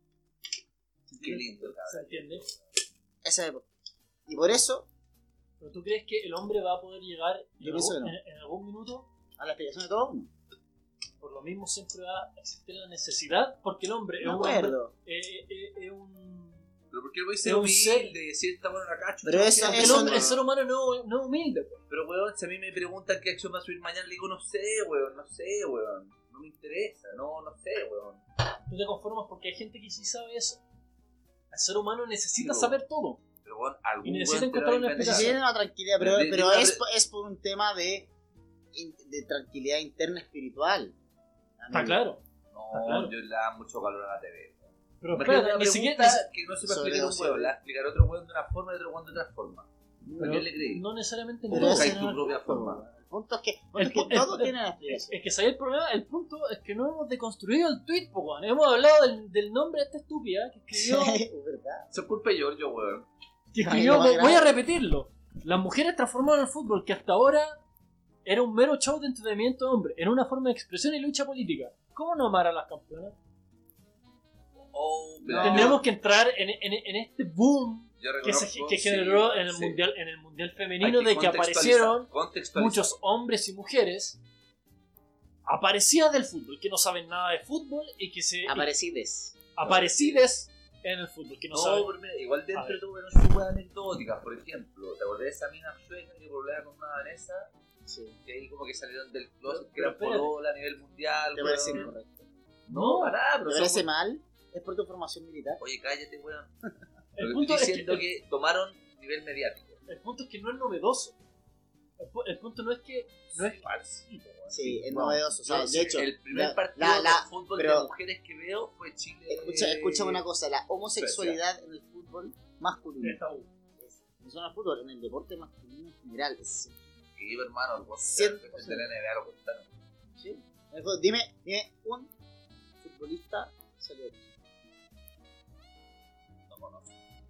Speaker 1: Qué lindo,
Speaker 3: ¿Se
Speaker 1: cabrón.
Speaker 3: entiende?
Speaker 2: Esa es la postura. Y por eso,
Speaker 3: ¿Pero tú crees que el hombre va a poder llegar
Speaker 2: Yo
Speaker 3: en,
Speaker 2: pienso
Speaker 3: algún,
Speaker 2: que no.
Speaker 3: en- en algún minuto?
Speaker 2: a la explicación de todo, no.
Speaker 3: Por lo mismo siempre va a existir la necesidad, porque el hombre
Speaker 2: De
Speaker 3: es un hombre,
Speaker 2: acuerdo.
Speaker 3: eh, eh, eh, es un...
Speaker 1: Pero ¿por qué el güey
Speaker 3: Es
Speaker 1: se
Speaker 3: un
Speaker 1: humilde? Decir esta buena la cacho.
Speaker 2: Pero eso-
Speaker 3: el,
Speaker 2: eso
Speaker 3: hombre-
Speaker 2: no-
Speaker 3: el ser humano no, no es humilde, pues.
Speaker 1: Pero, weón, si a mí me preguntan qué acción va a subir mañana, le digo, no sé, weón, no sé, weón. No me interesa, no, no sé, weón.
Speaker 3: Tú te conformas porque hay gente que sí sabe eso. El ser humano necesita
Speaker 1: Sí,
Speaker 3: saber todo.
Speaker 1: Pero, weón, algún
Speaker 3: Y necesita
Speaker 1: weón te
Speaker 3: encontrar
Speaker 1: lo
Speaker 3: una
Speaker 1: va a
Speaker 2: Sí,
Speaker 1: inventar.
Speaker 2: sí, no, tranquilidad, pero,
Speaker 1: De- de-
Speaker 2: pero
Speaker 1: de una
Speaker 2: es,
Speaker 1: pre-
Speaker 2: po- es por un tema de, in- de tranquilidad interna espiritual.
Speaker 3: Está
Speaker 2: amigo.
Speaker 3: claro.
Speaker 1: No,
Speaker 3: Claro.
Speaker 1: yo le da mucho calor a la T V.
Speaker 3: Pero
Speaker 1: Imagínate
Speaker 3: espérate,
Speaker 1: una
Speaker 3: ni siquiera...
Speaker 1: pregunta que no se va a
Speaker 2: Sobre
Speaker 1: explicar un
Speaker 2: doce
Speaker 1: weón, la va a explicar otro weón de una forma y otro weón de otra forma. ¿A quién le creí?
Speaker 3: No necesariamente en
Speaker 2: Pero
Speaker 3: todo.
Speaker 2: ese
Speaker 1: Buscáis
Speaker 2: no
Speaker 1: tu
Speaker 2: es el
Speaker 1: propia
Speaker 2: punto,
Speaker 1: forma.
Speaker 2: weón. El punto es que, el punto
Speaker 3: El
Speaker 2: es que
Speaker 3: pu- el-
Speaker 2: todo
Speaker 3: el-
Speaker 2: tiene la
Speaker 3: Es,
Speaker 2: explicación.
Speaker 3: es que ¿sabes el problema? El punto es que no hemos deconstruido el tweet, po, weón. Hemos hablado del, del nombre de esta estúpida que escribió.
Speaker 2: Es verdad.
Speaker 1: Eso es culpa de Giorgio, weón.
Speaker 3: que
Speaker 2: Ay,
Speaker 3: escribió
Speaker 2: lo más
Speaker 3: voy a
Speaker 2: grave.
Speaker 3: repetirlo. Las mujeres transformaron el fútbol, que hasta ahora era un mero show de entretenimiento de hombre, en una forma de expresión y lucha política. ¿Cómo no amar a las campeonas?
Speaker 1: Oh, mira,
Speaker 3: Tendremos que entrar en, en, en este boom
Speaker 1: yo
Speaker 3: que, se,
Speaker 1: reconozco,
Speaker 3: que
Speaker 1: sí,
Speaker 3: generó en el,
Speaker 1: sí.
Speaker 3: mundial, en el mundial
Speaker 1: Hay
Speaker 3: femenino, de que
Speaker 1: contextualizar,
Speaker 3: aparecieron
Speaker 1: contextualizar.
Speaker 3: muchos hombres y mujeres aparecidas del fútbol, que no saben nada de fútbol y que se
Speaker 2: Aparecides.
Speaker 3: aparecides en el fútbol, que no,
Speaker 1: No,
Speaker 3: saben.
Speaker 1: pero mira, igual
Speaker 3: A
Speaker 1: dentro
Speaker 3: ver.
Speaker 1: de todo eran sus weas anecdóticas. Por ejemplo, ¿te acordás de esa mina sueca que problema con una danesa?
Speaker 2: Sí.
Speaker 1: Que ahí como que salieron del closet,
Speaker 3: Pero-
Speaker 1: que eran
Speaker 3: pero espérate.
Speaker 1: polola a nivel mundial.
Speaker 2: ¿Te
Speaker 1: weón.
Speaker 2: parece incorrecto?
Speaker 1: No, para nada,
Speaker 2: ¿Te
Speaker 1: pero
Speaker 2: parece
Speaker 1: son-
Speaker 2: mal? ¿Es por tu formación militar?
Speaker 1: Oye, cállate, weón.
Speaker 3: El
Speaker 1: Lo que
Speaker 3: punto,
Speaker 1: estoy
Speaker 3: es que,
Speaker 1: diciendo que, tomaron nivel mediático.
Speaker 3: el punto es que no es novedoso. El, pu- el punto no es que no es
Speaker 1: falsito, weón.
Speaker 2: Sí, es
Speaker 1: No,
Speaker 2: novedoso. O sea,
Speaker 1: yo
Speaker 2: de
Speaker 1: sí,
Speaker 2: hecho,
Speaker 1: el primer
Speaker 2: la-
Speaker 1: partido
Speaker 2: la- la-
Speaker 1: de fútbol
Speaker 2: pero-
Speaker 1: de mujeres que veo fue Chile.
Speaker 2: escucha, escucha una cosa, la homosexualidad en el fútbol masculino.
Speaker 3: es tabú.
Speaker 2: No solo en el fútbol, en el deporte masculino en general. Es,
Speaker 1: Que yo, hermano, vos
Speaker 2: cien por
Speaker 1: de
Speaker 2: ciento.
Speaker 1: la N B A lo contaron.
Speaker 2: ¿sí? En el fútbol, Dime, dime un futbolista salió.
Speaker 1: No conozco.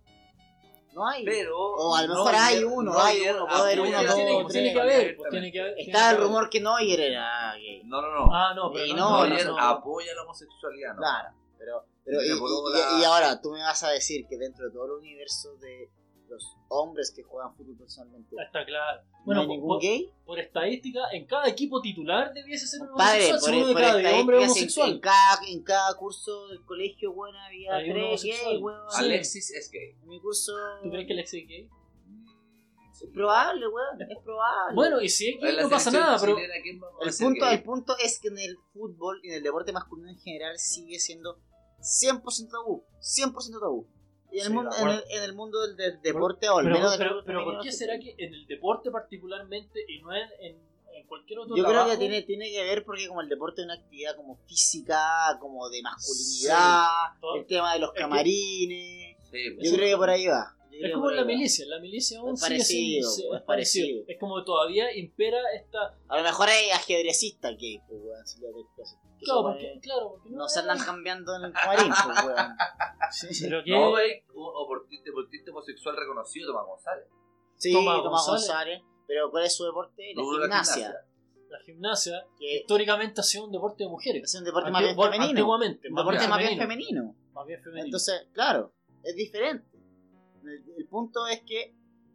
Speaker 2: No hay.
Speaker 1: Pero.
Speaker 2: O a lo mejor
Speaker 1: Neuer-
Speaker 2: hay uno, hay
Speaker 1: Neuer
Speaker 2: uno, puede haber
Speaker 1: apoya
Speaker 2: uno,
Speaker 1: la
Speaker 2: dos,
Speaker 3: tiene,
Speaker 2: tres.
Speaker 3: tiene que haber, pues, tiene que haber. tiene
Speaker 2: Está
Speaker 3: que
Speaker 2: el
Speaker 3: haber.
Speaker 2: rumor que Neuer era gay.
Speaker 1: No, no, no.
Speaker 3: Ah, no, pero
Speaker 2: Y
Speaker 3: no,
Speaker 2: no,
Speaker 1: Neuer
Speaker 3: no, no.
Speaker 1: apoya la homosexualidad, ¿no?
Speaker 2: Claro, pero, pero y,
Speaker 1: Tiene
Speaker 2: y-
Speaker 1: polola.
Speaker 2: y ahora tú me vas a decir que dentro de todo el universo de los hombres que juegan fútbol personalmente
Speaker 3: Está claro.
Speaker 2: no
Speaker 3: Bueno,
Speaker 2: hay
Speaker 3: por,
Speaker 2: ningún
Speaker 3: por-
Speaker 2: gay.
Speaker 3: por estadística, en cada equipo titular debiese ser un
Speaker 2: Padre,
Speaker 3: homosexual.
Speaker 2: por,
Speaker 3: Si uno de
Speaker 2: por
Speaker 3: cada diez hombres es
Speaker 2: estadísticas, en,
Speaker 3: homosexual.
Speaker 2: en cada, en cada curso del colegio, bueno, había
Speaker 3: Hay un
Speaker 2: tres
Speaker 3: homosexual.
Speaker 2: gays, weón.
Speaker 3: Sí.
Speaker 1: Alexis es gay.
Speaker 2: En mi curso.
Speaker 3: ¿Tú crees que el ex es gay?
Speaker 1: Mm,
Speaker 2: Es
Speaker 1: sí.
Speaker 2: probable, weón, es probable.
Speaker 3: Bueno, y si es
Speaker 1: En
Speaker 3: gay
Speaker 1: la
Speaker 3: no pasa
Speaker 1: selección
Speaker 3: nada, pero
Speaker 1: chilena, ¿quién va a
Speaker 2: el
Speaker 1: ser
Speaker 2: punto,
Speaker 1: gay?
Speaker 2: el punto es que en el fútbol y en el deporte masculino en general sigue siendo cien por ciento tabú. cien por ciento tabú. Y en, el
Speaker 3: Sí,
Speaker 2: mundo,
Speaker 3: de
Speaker 2: en,
Speaker 3: acuerdo.
Speaker 2: el, en el mundo del, del deporte, o al
Speaker 3: pero,
Speaker 2: menos del
Speaker 3: pero,
Speaker 2: fútbol
Speaker 3: pero ¿por
Speaker 2: femenino,
Speaker 3: qué
Speaker 2: no
Speaker 3: será
Speaker 2: sé.
Speaker 3: que en el deporte particularmente y no en, en, en cualquier otro
Speaker 2: Yo creo
Speaker 3: trabajo?
Speaker 2: que tiene, tiene que ver porque como el deporte es una actividad como física, como de masculinidad,
Speaker 3: Sí, todo-
Speaker 2: el tema de los
Speaker 3: es que-
Speaker 2: camarines.
Speaker 1: Sí,
Speaker 2: Yo
Speaker 1: pues.
Speaker 3: Eso-
Speaker 2: creo que por ahí va. Yo creo
Speaker 3: Es
Speaker 2: que
Speaker 3: como
Speaker 2: por
Speaker 3: en la
Speaker 2: ahí va.
Speaker 3: milicia, la milicia aún
Speaker 2: Es
Speaker 3: sigue
Speaker 2: parecido,
Speaker 3: siendo-
Speaker 2: es parecido.
Speaker 3: Es como todavía impera esta...
Speaker 2: A lo mejor hay ajedrecistas gay, pues, weón. si le doy cosas. Que
Speaker 3: Claro,
Speaker 2: se
Speaker 3: porque,
Speaker 2: ponen-
Speaker 3: claro, porque
Speaker 2: no
Speaker 3: es-
Speaker 2: se andan cambiando en el camarín, pues, weón. Sí, sí.
Speaker 3: Pero que...
Speaker 1: No, güey, un deportista, deportista homosexual reconocido, Tomás González.
Speaker 2: Sí,
Speaker 3: Tomás
Speaker 2: Tomás
Speaker 3: González.
Speaker 2: González. Pero ¿cuál es su deporte? La
Speaker 1: Rubro de la
Speaker 2: gimnasia.
Speaker 3: La gimnasia
Speaker 2: Que
Speaker 3: históricamente ha sido un deporte de mujeres.
Speaker 2: es un deporte
Speaker 3: Antigu-
Speaker 2: más bien
Speaker 3: bueno,
Speaker 2: femenino.
Speaker 3: Antiguamente,
Speaker 2: Un
Speaker 3: más
Speaker 2: deporte
Speaker 3: bien
Speaker 2: más bien
Speaker 3: femenino.
Speaker 2: femenino.
Speaker 3: Más bien femenino.
Speaker 2: Entonces, claro, es diferente. El, el punto es que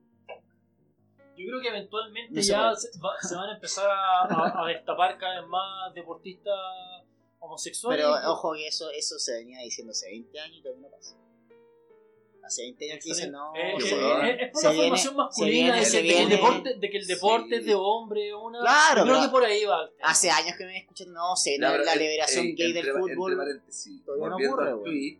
Speaker 3: Yo creo que eventualmente
Speaker 2: No se
Speaker 3: ya
Speaker 2: puede.
Speaker 3: se, va- se van a empezar a, a- a destapar cada vez más deportistas homosexuales.
Speaker 2: Pero
Speaker 3: Y-
Speaker 2: ojo que eso, eso se venía diciendo hace veinte años y todavía no pasa. Hace veinte años que dicen no.
Speaker 3: Eh,
Speaker 1: Qué
Speaker 3: eh,
Speaker 1: huevón.
Speaker 3: eh, es por
Speaker 2: Se
Speaker 3: la
Speaker 2: viene-
Speaker 3: formación
Speaker 2: se
Speaker 3: masculina
Speaker 2: viene-
Speaker 3: de,
Speaker 2: se
Speaker 3: que- de que el
Speaker 2: viene-
Speaker 3: deporte, de que el deporte
Speaker 1: Sí.
Speaker 3: es de hombre una.
Speaker 2: Claro,
Speaker 3: yo creo
Speaker 2: pero-
Speaker 3: que por ahí va. el tema.
Speaker 2: Hace años que me escuchan, no sé,
Speaker 1: Ya,
Speaker 2: no,
Speaker 1: pero,
Speaker 2: la
Speaker 1: eh,
Speaker 2: liberación
Speaker 1: eh,
Speaker 2: gay
Speaker 1: entre,
Speaker 2: del fútbol.
Speaker 1: Entre paréntesis,
Speaker 2: todavía no
Speaker 1: volviendo
Speaker 2: ocurre,
Speaker 1: al
Speaker 2: güey.
Speaker 1: tweet,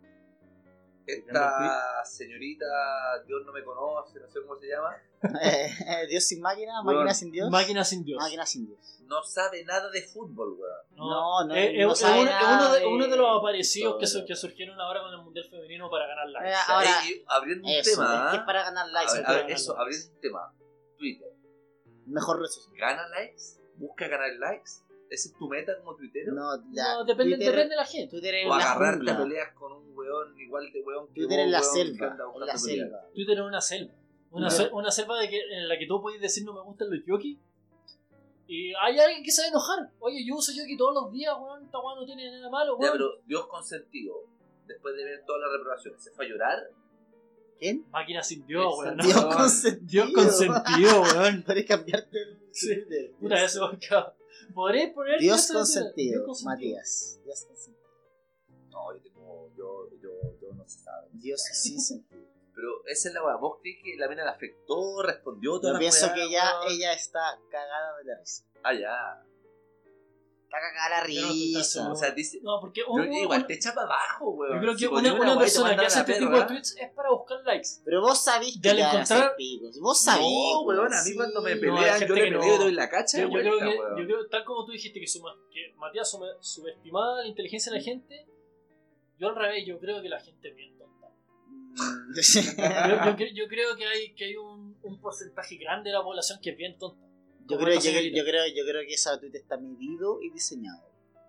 Speaker 1: esta señorita, Dios no me conoce, no sé cómo se llama,
Speaker 2: Eh, Dios sin máquina,
Speaker 1: Bueno,
Speaker 2: máquina sin Dios.
Speaker 3: Máquina sin Dios.
Speaker 2: Máquina sin Dios.
Speaker 1: no sabe nada de fútbol, weón.
Speaker 2: No, no,
Speaker 3: Eh,
Speaker 2: no
Speaker 3: es,
Speaker 2: sabe
Speaker 3: es uno, es
Speaker 2: nada
Speaker 3: uno de,
Speaker 2: de
Speaker 3: uno de los aparecidos que,
Speaker 2: todo.
Speaker 3: su- que surgieron ahora con el Mundial Femenino para ganar la
Speaker 2: Eh,
Speaker 1: O sea,
Speaker 2: ahora,
Speaker 1: y- y abriendo un
Speaker 2: Eso,
Speaker 1: tema,
Speaker 2: es que
Speaker 1: ¿ah?
Speaker 2: es para ganar
Speaker 1: A
Speaker 2: likes.
Speaker 1: ver,
Speaker 2: es
Speaker 1: a
Speaker 2: para
Speaker 1: ver,
Speaker 2: ganar
Speaker 1: eso,
Speaker 2: likes.
Speaker 1: abriendo un tema, Twitter,
Speaker 2: Mejor red social.
Speaker 1: ¿gana likes? ¿Busca ganar likes? ¿Esa es tu meta como tuitero?
Speaker 2: No, ya,
Speaker 3: No, depende,
Speaker 2: Twitter,
Speaker 3: depende de la gente.
Speaker 2: Twitter es
Speaker 1: ¿O
Speaker 2: la
Speaker 1: agarrarte
Speaker 2: jungla.
Speaker 1: a peleas con un weón igual de weón que
Speaker 2: Twitter
Speaker 1: vos,
Speaker 2: es la
Speaker 1: weón, que
Speaker 2: selva.
Speaker 1: anda
Speaker 2: Es
Speaker 1: buscando
Speaker 2: la
Speaker 1: peleas?
Speaker 2: selva.
Speaker 3: Twitter es una selva. Una,
Speaker 2: Twitter-
Speaker 3: sel- una selva de que, en la que tú puedes decir no me gustan los yoki. Y hay alguien que se va a enojar. Oye, yo uso yoki todos los días, weón. Esta weón no tiene nada malo,
Speaker 1: Ya,
Speaker 3: weón.
Speaker 1: pero Dios consentido, después de ver todas las reprobaciones, ¿se fue a llorar?
Speaker 2: ¿Quién?
Speaker 3: Máquina sin Dios, weón. ¿no?
Speaker 2: Dios
Speaker 1: No.
Speaker 2: consentido.
Speaker 3: Dios consentido, weón.
Speaker 2: Puedes cambiarte el
Speaker 3: Sí.
Speaker 2: Twitter.
Speaker 3: Puta, eso, cabrón. ¿Podréis poner
Speaker 2: Dios
Speaker 3: eso de-
Speaker 2: consentido,
Speaker 3: Dios consentido.
Speaker 2: Matías. Dios consentido.
Speaker 1: No, yo tengo, yo, yo, yo no se sabe.
Speaker 2: Dios sin sentido.
Speaker 1: Pero esa es la weá, ¿vos crees que la mina la afectó, respondió toda
Speaker 2: Yo
Speaker 1: la
Speaker 2: pienso
Speaker 1: weá,
Speaker 2: que ella,
Speaker 1: weón?
Speaker 2: ella está cagada de la risa.
Speaker 1: Ah, ya.
Speaker 2: Está cagada la
Speaker 3: Yo no estoy tan
Speaker 2: risa.
Speaker 3: seguro.
Speaker 1: O sea, dice...
Speaker 3: No, porque
Speaker 1: Yo
Speaker 3: un-
Speaker 1: creo que igual
Speaker 3: un-
Speaker 1: te echa para abajo, weón.
Speaker 3: yo creo que
Speaker 1: Si
Speaker 3: una,
Speaker 1: ponía
Speaker 3: una
Speaker 1: weá y te
Speaker 3: persona que
Speaker 1: mandan
Speaker 3: hace
Speaker 1: a la
Speaker 3: este tipo
Speaker 1: perra,
Speaker 3: de tweets es para buscar likes.
Speaker 2: Pero vos sabís que
Speaker 3: Y al
Speaker 2: te van a hacer
Speaker 3: encontrar-
Speaker 2: picos. Vos sabís.
Speaker 1: No, weón, a mí
Speaker 2: sí.
Speaker 1: cuando me
Speaker 3: No,
Speaker 1: pelean,
Speaker 3: hay
Speaker 1: yo
Speaker 3: gente
Speaker 1: le
Speaker 3: que no.
Speaker 1: peleo y doy la cacha
Speaker 3: Yo,
Speaker 1: de
Speaker 3: yo creo
Speaker 1: vuelta,
Speaker 3: que,
Speaker 1: weón.
Speaker 3: yo creo, tal como tú dijiste, que, suma- que Matías suma- subestimaba la inteligencia de la gente, yo al revés, yo creo que la gente es bien tonta.
Speaker 2: Mm,
Speaker 3: Yo, yo cre- yo creo que hay, que hay un, un porcentaje grande de la población que es bien tonta.
Speaker 2: Yo
Speaker 3: Como
Speaker 2: creo,
Speaker 3: esta
Speaker 2: yo, creo,
Speaker 3: señorita.
Speaker 2: yo, creo, yo creo que ese tweet está medido y diseñado.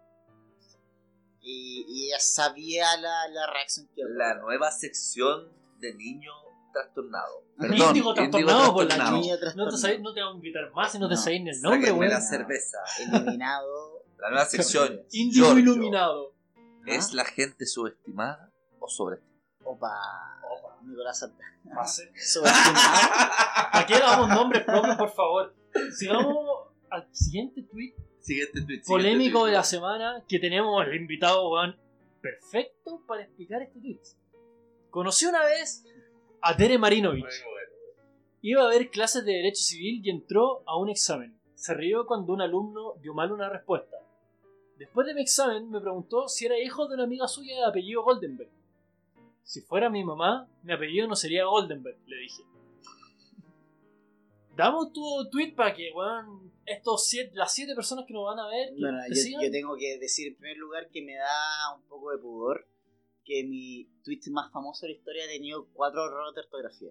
Speaker 2: Y, y ella sabía la, la reacción que iba a
Speaker 1: La
Speaker 2: tener.
Speaker 1: nueva sección de niño trastornado.
Speaker 3: Índigo trastornado por la
Speaker 1: trastornado.
Speaker 2: Niño
Speaker 3: No te,
Speaker 2: trastornado.
Speaker 3: sabéis- no te vamos a invitar más y no te
Speaker 2: No.
Speaker 3: sabéis ni el nombre,
Speaker 1: Sáquenme
Speaker 3: weón.
Speaker 1: la cerveza.
Speaker 2: Eliminado.
Speaker 1: La nueva sección.
Speaker 3: Índigo
Speaker 1: Giorgio.
Speaker 3: iluminado.
Speaker 1: ¿Es
Speaker 2: ¿Ah?
Speaker 1: la gente subestimada o sobreestimada?
Speaker 2: Opa. Nicolás Santa.
Speaker 3: Pase.
Speaker 2: Subestimado.
Speaker 3: ¿A qué damos nombres propios, por favor? Sigamos al siguiente tweet
Speaker 1: Siguiente tweet.
Speaker 3: polémico
Speaker 1: siguiente
Speaker 3: de la
Speaker 1: tweet.
Speaker 3: semana, que tenemos el invitado, weón, perfecto para explicar este tweet. Conocí una vez a Tere Marinovich.
Speaker 1: Muy bueno.
Speaker 3: Iba a ver clases de Derecho Civil y entró a un examen. Se rió cuando un alumno dio mal una respuesta. Después de mi examen me preguntó si era hijo de una amiga suya de apellido Goldenberg. Si fuera mi mamá, mi apellido no sería Goldenberg, le dije. Damos tu tweet para que, weón, estos siete, las siete personas que nos van a ver, que
Speaker 2: Bueno,
Speaker 3: te
Speaker 2: yo,
Speaker 3: sigan.
Speaker 2: yo tengo que decir en primer lugar que me da un poco de pudor que mi tweet más famoso de la historia ha tenido cuatro errores de ortografía.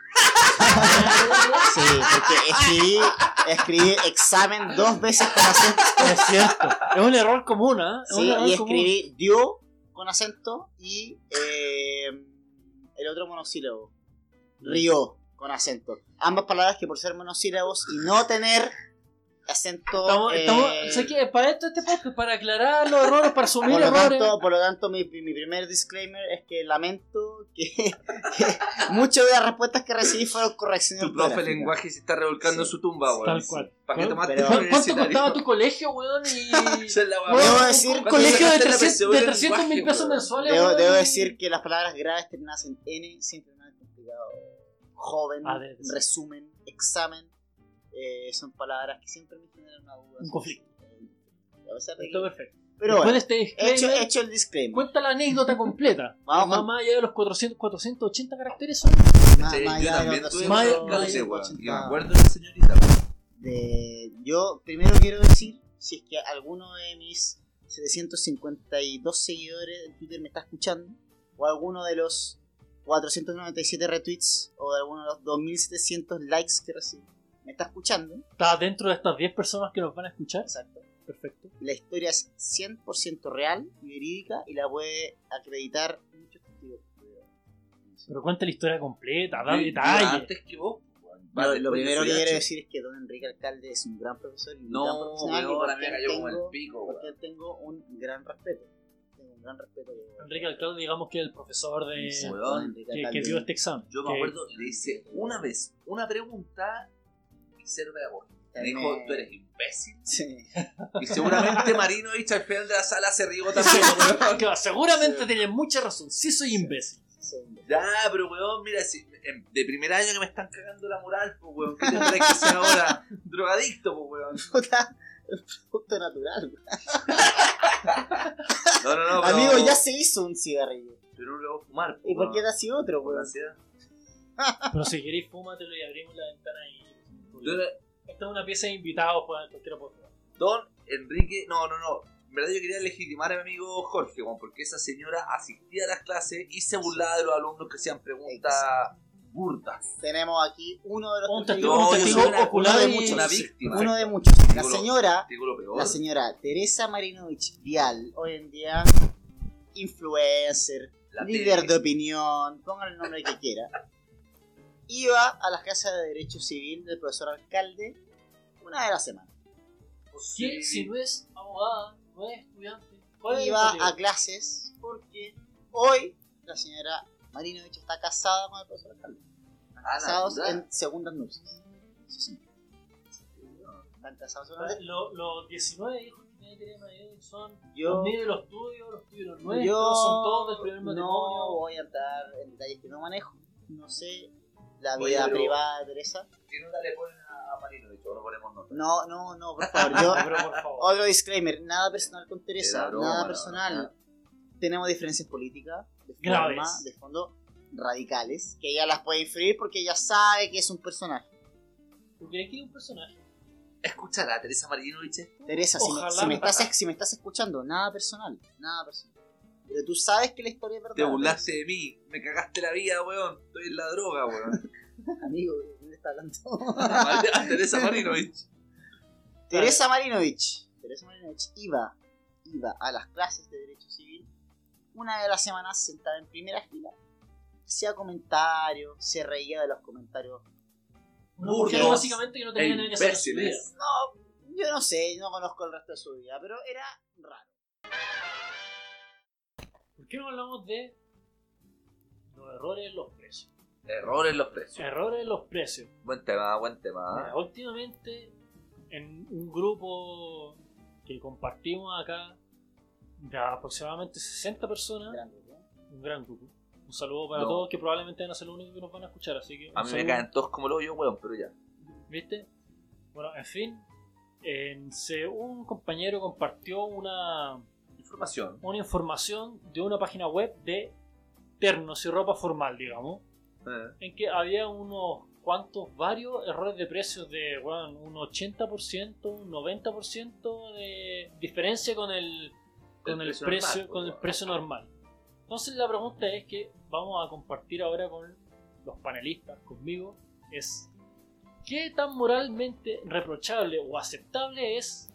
Speaker 2: Sí, porque escribí, escribí examen dos veces con acento.
Speaker 3: Es cierto, es un error común, ¿ah? Es un
Speaker 2: Sí,
Speaker 3: error
Speaker 2: y
Speaker 3: común.
Speaker 2: escribí dio con acento y eh, el otro monosílabo. Río con acento. Ambas palabras que por ser monosílabos y no tener acento.
Speaker 3: Estamos,
Speaker 2: eh,
Speaker 3: estamos, sé que para esto este podcast, para aclarar los errores, para asumir
Speaker 2: Por lo,
Speaker 3: errores.
Speaker 2: tanto, por lo tanto, mi, mi primer disclaimer es que lamento que, que muchas de las respuestas que recibí fueron correcciones
Speaker 1: Tu profe de
Speaker 2: ortográficas.
Speaker 1: lenguaje se está revolcando
Speaker 2: Sí.
Speaker 1: en su tumba, weón.
Speaker 3: Tal cual.
Speaker 1: ¿Para qué
Speaker 3: Pero-
Speaker 1: tomaste
Speaker 2: pero-
Speaker 1: un
Speaker 3: ¿Cuánto
Speaker 1: universitario?
Speaker 3: costaba tu colegio, weón? Y...
Speaker 1: Esa es la weá.
Speaker 2: Debo
Speaker 3: Weón,
Speaker 2: decir
Speaker 3: un
Speaker 2: que-
Speaker 3: colegio de
Speaker 1: Cuando
Speaker 3: trescientos
Speaker 1: sacaste la
Speaker 3: de
Speaker 1: P S U
Speaker 3: trescientos mil
Speaker 1: del
Speaker 3: pesos
Speaker 1: lenguaje,
Speaker 3: mensuales.
Speaker 2: Debo,
Speaker 3: weón,
Speaker 2: debo
Speaker 3: y-
Speaker 2: decir que las palabras graves terminadas en N siempre me han complicado. Joven,
Speaker 3: Ah, de- sí.
Speaker 2: resumen, examen, eh, son palabras que siempre me generan una duda.
Speaker 3: Un conflicto.
Speaker 2: A pesar de que-
Speaker 3: Está perfecto.
Speaker 2: Pero
Speaker 3: Después
Speaker 2: bueno,
Speaker 3: de este
Speaker 2: hecho,
Speaker 3: disclaimer,
Speaker 2: hecho el disclaimer.
Speaker 3: cuenta la anécdota completa.
Speaker 2: Vamos
Speaker 3: Más
Speaker 2: con-
Speaker 3: más allá de los cuatrocientos, cuatrocientos ochenta caracteres son.
Speaker 2: Más-
Speaker 1: Sí,
Speaker 2: más
Speaker 1: yo
Speaker 2: allá de
Speaker 1: también
Speaker 2: los
Speaker 1: tuve
Speaker 3: Más-
Speaker 1: un
Speaker 3: más-
Speaker 1: cauce, weón.
Speaker 2: doscientos
Speaker 1: Y me
Speaker 2: ochenta.
Speaker 1: acuerdo de la señorita, weón.
Speaker 2: De, yo primero quiero decir, si es que alguno de mis setecientos cincuenta y dos seguidores en Twitter me está escuchando, o alguno de los cuatrocientos noventa y siete retweets, o de alguno de los dos mil setecientos likes que recibí, me está escuchando,
Speaker 3: Está dentro de estas diez personas que nos van a escuchar.
Speaker 2: exacto,
Speaker 3: Perfecto.
Speaker 2: la historia es cien por ciento real y verídica y la puede acreditar muchos testigos.
Speaker 3: Pero cuenta la historia completa, da
Speaker 1: Yo- yo
Speaker 3: detalles.
Speaker 1: Antes que vos, weón.
Speaker 2: Lo,
Speaker 1: Después
Speaker 2: lo
Speaker 1: yo
Speaker 2: primero
Speaker 1: soy
Speaker 2: que quiero
Speaker 1: H.
Speaker 2: decir es que don Enrique Alcalde es un gran profesor y un gran
Speaker 1: No,
Speaker 2: profesional, y
Speaker 1: weón,
Speaker 2: por
Speaker 1: a mí me
Speaker 2: quien
Speaker 1: cayó como el
Speaker 2: tengo-
Speaker 1: pico,
Speaker 2: porque
Speaker 1: weón.
Speaker 2: tengo un gran respeto. Tengo un gran respeto. por-
Speaker 3: Enrique Alcalde, digamos que es el profesor de
Speaker 2: Exacto,
Speaker 1: weón,
Speaker 2: Enrique
Speaker 3: que, que
Speaker 2: Alcalde.
Speaker 3: dio este examen.
Speaker 1: Yo me
Speaker 3: Que-
Speaker 1: acuerdo, le hice una vez una pregunta y cero pedagógica. Me
Speaker 2: También
Speaker 1: dijo,
Speaker 2: me-
Speaker 1: tú eres imbécil.
Speaker 2: Sí.
Speaker 1: Y seguramente Marino y al final de la sala se rió también, weón.
Speaker 3: Claro, seguramente
Speaker 2: Sí.
Speaker 3: tienen mucha razón. Sí soy imbécil.
Speaker 2: Sí.
Speaker 1: Ya, pero weón, mira, si, em, de primer año que me están cagando la moral, pues weón. ¿Qué tendrás que ser ahora? Drogadicto, pues weón.
Speaker 2: Puta, el producto natural. güey.
Speaker 1: No, no, no, pero...
Speaker 2: Amigo, ya se hizo un cigarrillo.
Speaker 1: Pero no le voy a fumar, pues,
Speaker 2: ¿Y por qué
Speaker 1: weón.
Speaker 2: te ha sido otro,
Speaker 1: Por la
Speaker 2: güey?
Speaker 1: ansiedad.
Speaker 3: Pero si queréis, fúmatelo y abrimos la ventana y.
Speaker 1: Yo era-
Speaker 3: Esta es una pieza de invitados, pues, cualquiera puede jugar.
Speaker 1: Don Enrique, no, no, no. En verdad yo quería legitimar a mi amigo Jorge, weón, porque esa señora asistía a las clases y se burlaba de los alumnos que hacían preguntas burdas.
Speaker 2: Tenemos aquí uno de los
Speaker 3: Un
Speaker 2: testigos.
Speaker 3: testigo, un
Speaker 1: yo
Speaker 3: testigo
Speaker 1: soy una-
Speaker 3: ocular
Speaker 2: uno de
Speaker 3: y-
Speaker 2: muchos.
Speaker 1: Una
Speaker 3: sí.
Speaker 1: víctima.
Speaker 2: Uno de muchos. La
Speaker 1: Digo lo-
Speaker 2: señora,
Speaker 1: Digo lo peor.
Speaker 2: la señora Teresa Marinovich Vial, hoy en día influencer,
Speaker 1: La
Speaker 2: líder
Speaker 1: tele.
Speaker 2: de opinión, pongan el nombre que quiera, iba a las clases de Derecho Civil del profesor Alcalde una vez a la semana.
Speaker 3: ¿Quién, si no es abogada, no es estudiante? ¿Cuál es el
Speaker 2: Iba
Speaker 3: motivo?
Speaker 2: a clases porque hoy la señora Marinovich está casada con el profesor Alcalde.
Speaker 1: Ah,
Speaker 2: Casados
Speaker 1: natural.
Speaker 2: en segundas nupcias. Sí, sí. Están casados en segundas
Speaker 3: Lo- Los diecinueve hijos que tiene Teresa Marinovich son
Speaker 2: Yo-
Speaker 3: los míos y los tuyos, los tuyos y los nuestros,
Speaker 2: Yo
Speaker 3: son todos del primer
Speaker 2: no
Speaker 3: matrimonio.
Speaker 2: voy a entrar en detalles que no manejo. No sé la
Speaker 1: Oye,
Speaker 2: vida
Speaker 1: pero-
Speaker 2: privada de Teresa.
Speaker 1: ¿Qué nota le ponen a Marino? De hecho, no ponemos nota.
Speaker 2: No, no, no, por favor. Yo,
Speaker 3: Pero por favor.
Speaker 2: otro disclaimer, nada personal con Teresa,
Speaker 1: Era broma,
Speaker 2: nada
Speaker 1: no,
Speaker 2: personal.
Speaker 1: no.
Speaker 2: Tenemos diferencias políticas, de forma,
Speaker 3: Graves.
Speaker 2: de fondo, radicales, que ella las puede inferir porque ella sabe que es un personaje.
Speaker 3: ¿Tú crees que es un personaje?
Speaker 1: Escúchala a Teresa Marinovich esto.
Speaker 2: Teresa, si me,
Speaker 3: Ojalá.
Speaker 2: si, me estás, si me estás escuchando, nada personal, nada personal. Pero tú sabes que la historia es verdad.
Speaker 1: Te burlaste de mí, me cagaste la vida, weón. Estoy en la droga, weón.
Speaker 2: Amigo, ¿dónde está está hablando.
Speaker 1: Ah, Teresa Marinovich.
Speaker 2: Teresa Marinovich. Teresa Marinovich iba, iba a las clases de Derecho Civil una vez a la semana sentada en primera fila. Hacía comentarios, se reía de los comentarios.
Speaker 3: Una mujer
Speaker 1: Burdos
Speaker 3: básicamente que no tenía
Speaker 1: e
Speaker 3: nada que hacer en su vida.
Speaker 1: imbéciles.
Speaker 2: No, yo no sé, no conozco el resto de su vida, pero era raro.
Speaker 3: ¿Por qué no hablamos de los errores en los precios?
Speaker 1: Errores en los precios.
Speaker 3: Errores en los precios.
Speaker 1: Buen tema, buen tema.
Speaker 3: Mira, últimamente, en un grupo que compartimos acá, de aproximadamente sesenta personas,
Speaker 2: Gran grupo.
Speaker 3: un gran grupo. Un saludo para
Speaker 1: No.
Speaker 3: todos, que probablemente van a ser los únicos que nos van a escuchar, así que... un
Speaker 1: A mí me
Speaker 3: saludo.
Speaker 1: caen todos como el hoyo, weón, pero ya.
Speaker 3: ¿Viste? Bueno, en fin, en- se- un compañero compartió una,
Speaker 1: Información.
Speaker 3: una información de una página web de ternos y ropa formal, digamos,
Speaker 1: Eh.
Speaker 3: en que había unos cuantos, varios errores de precios de, bueno, un ochenta por ciento, un noventa por ciento de diferencia con el, con el,
Speaker 1: precio
Speaker 3: precio,
Speaker 1: normal,
Speaker 3: con el
Speaker 1: weón.
Speaker 3: precio normal. Entonces la pregunta es que vamos a compartir ahora con los panelistas, conmigo, es ¿qué tan moralmente reprochable o aceptable es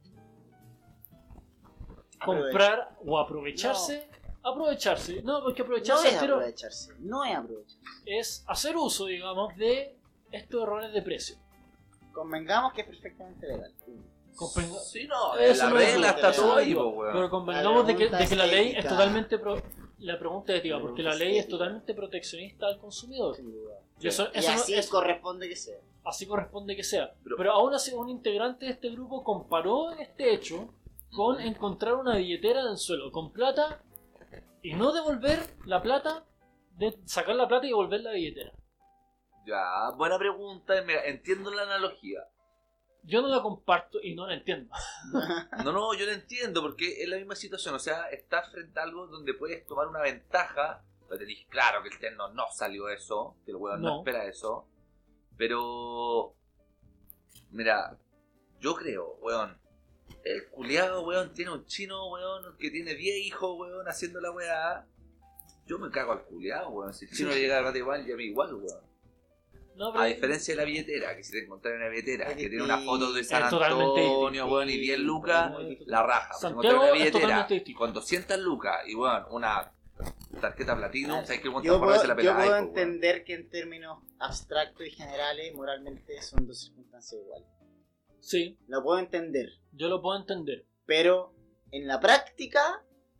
Speaker 3: comprar o aprovecharse? Aprovecharse, no, porque
Speaker 2: No
Speaker 3: aprovecharse
Speaker 2: es
Speaker 3: al tiro
Speaker 2: aprovecharse, no es aprovecharse.
Speaker 3: es hacer uso, digamos, de estos errores de precio.
Speaker 2: Convengamos que es perfectamente legal.
Speaker 3: Convenga-
Speaker 1: Sí, no,
Speaker 3: Eso
Speaker 1: la
Speaker 3: no es
Speaker 1: regla
Speaker 2: lo
Speaker 1: está
Speaker 2: que
Speaker 1: todo
Speaker 2: le
Speaker 1: ahí,
Speaker 3: digo,
Speaker 1: po, weón.
Speaker 3: Pero convengamos de que, de que la ley es
Speaker 2: ética.
Speaker 3: totalmente pro- la pregunta es ética,
Speaker 2: La
Speaker 3: porque
Speaker 2: pregunta
Speaker 3: la
Speaker 2: es
Speaker 3: ley es
Speaker 2: ética.
Speaker 3: totalmente proteccionista al consumidor.
Speaker 2: Sin duda.
Speaker 3: Y eso,
Speaker 2: Y
Speaker 3: eso no-
Speaker 2: así
Speaker 3: es-
Speaker 2: corresponde que sea.
Speaker 3: así corresponde que sea.
Speaker 1: Pero-
Speaker 3: Pero aún así, un integrante de este grupo comparó este hecho con encontrar una billetera en el suelo con plata y no devolver la plata, de sacar la plata y devolver la billetera.
Speaker 1: Ya, buena pregunta. Mira, entiendo la analogía.
Speaker 3: Yo no la comparto y no la entiendo.
Speaker 1: No, no, yo lo entiendo porque es la misma situación. O sea, estás frente a algo donde puedes tomar una ventaja. Pero te dije, claro que el terno no salió eso, que el weón no.
Speaker 3: No.
Speaker 1: espera eso. Pero, mira, yo creo, weón, el culiado, weón, tiene un chino, weón, que tiene diez hijos, weón, haciendo la weá. Yo me cago al culiado, weón. Si el chino le llega a rata igual, y a mí igual, weón.
Speaker 3: No, pero
Speaker 1: A diferencia de la billetera, que si te encontrás una billetera
Speaker 2: Es
Speaker 1: que tiene una foto de San
Speaker 3: es totalmente
Speaker 1: Antonio,
Speaker 2: distinto.
Speaker 1: weón, y diez lucas,
Speaker 2: Muy distinto.
Speaker 1: la raja. Si
Speaker 3: Santiago
Speaker 1: encontrás una
Speaker 3: es
Speaker 1: billetera
Speaker 3: totalmente distinto.
Speaker 1: con doscientas lucas y, weón, una tarjeta platino, sabes que el weón
Speaker 2: Yo
Speaker 1: está por
Speaker 2: puedo,
Speaker 1: se la
Speaker 2: yo
Speaker 1: pela
Speaker 2: puedo
Speaker 1: ahí, po, weón.
Speaker 2: entender que en términos abstractos y generales, moralmente son dos circunstancias iguales.
Speaker 3: sí,
Speaker 2: Lo puedo entender,
Speaker 3: yo lo puedo entender.
Speaker 2: pero en la práctica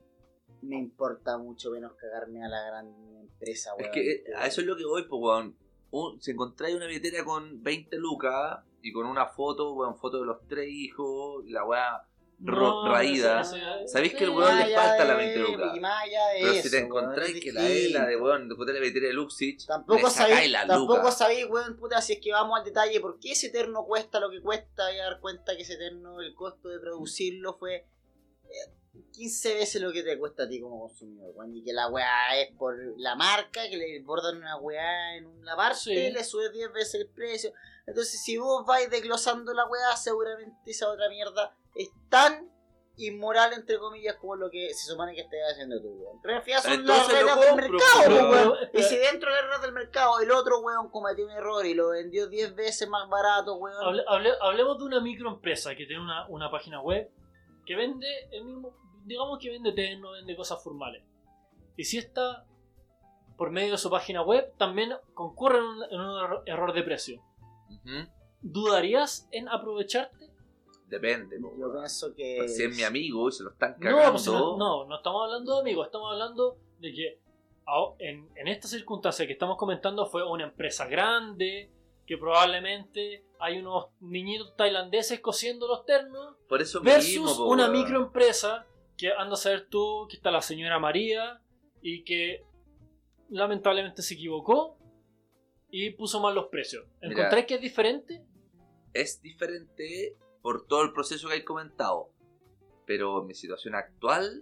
Speaker 2: me importa mucho menos cagarme a la gran empresa,
Speaker 1: Es
Speaker 2: weón.
Speaker 1: que eh, a eso es lo que voy, pues, weón. Un- si encontráis una billetera con veinte lucas y con una foto, weón, foto de los tres hijos, la weá ro-
Speaker 3: No,
Speaker 1: raída.
Speaker 3: ese- ese-
Speaker 1: ¿Sabéis que el
Speaker 2: Sí,
Speaker 1: weón
Speaker 2: más
Speaker 1: le
Speaker 2: allá
Speaker 1: falta
Speaker 2: de-
Speaker 1: la veinte lucas?
Speaker 2: Y más allá de
Speaker 1: Pero
Speaker 2: eso,
Speaker 1: si te
Speaker 2: weón,
Speaker 1: encontráis
Speaker 2: es
Speaker 1: que la es la de,
Speaker 2: distinto.
Speaker 1: weón, de la billetera de Luxich,
Speaker 2: Tampoco
Speaker 1: le sacáis
Speaker 2: sabéis,
Speaker 1: la
Speaker 2: tampoco
Speaker 1: luca.
Speaker 2: sabéis, weón, puta, si es que vamos al detalle, ¿por qué ese terno cuesta lo que cuesta? Y a dar cuenta que ese terno, el costo de producirlo fue eh, quince veces lo que te cuesta a ti como consumidor, weón. Y que la weá es por la marca, que le bordan una weá en una parte,
Speaker 3: Sí.
Speaker 2: le sube diez veces el precio. Entonces, si vos vais desglosando la weá, seguramente esa otra mierda es tan inmoral, entre comillas, como lo que se supone que estés haciendo tú, weón. Pero en fin, son las
Speaker 1: Entonces lo
Speaker 2: reglas del
Speaker 1: compro,
Speaker 2: mercado,
Speaker 1: pero-
Speaker 2: po, weón.
Speaker 3: pero-
Speaker 2: Y si dentro de las reglas del mercado el otro weón cometió un error y lo vendió diez veces más barato, weón.
Speaker 3: Hable- hable- hablemos de una microempresa que tiene una, una página web que vende el mismo, digamos que vende terno, vende cosas formales. Y si esta, por medio de su página web, también concurre en un, en un error- error de precio,
Speaker 1: Ujú.
Speaker 3: ¿dudarías en aprovecharte?
Speaker 1: Depende, po,
Speaker 2: Yo
Speaker 1: weón.
Speaker 2: pienso que.
Speaker 1: Pues si es mi amigo y se lo están
Speaker 3: No,
Speaker 1: cagando.
Speaker 3: pues si no, no, no estamos hablando de amigos, estamos hablando de que a- en, en esta circunstancia que estamos comentando fue una empresa grande, que probablemente hay unos niñitos tailandeses cosiendo los ternos,
Speaker 1: Por eso
Speaker 3: versus
Speaker 1: mismo, po,
Speaker 3: una
Speaker 1: weón.
Speaker 3: microempresa que anda a saber tú que está la señora María y que lamentablemente se equivocó y puso mal los precios.
Speaker 1: Mira.
Speaker 3: ¿Encontráis que es diferente?
Speaker 1: Es diferente por todo el proceso que hay comentado. Pero en mi situación actual,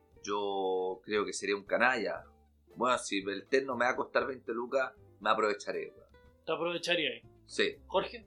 Speaker 1: yo creo que sería un canalla. Bueno, si el terno me va a costar veinte lucas, me aprovecharé, weón.
Speaker 3: Te aprovecharía ahí.
Speaker 1: Sí,
Speaker 3: Jorge,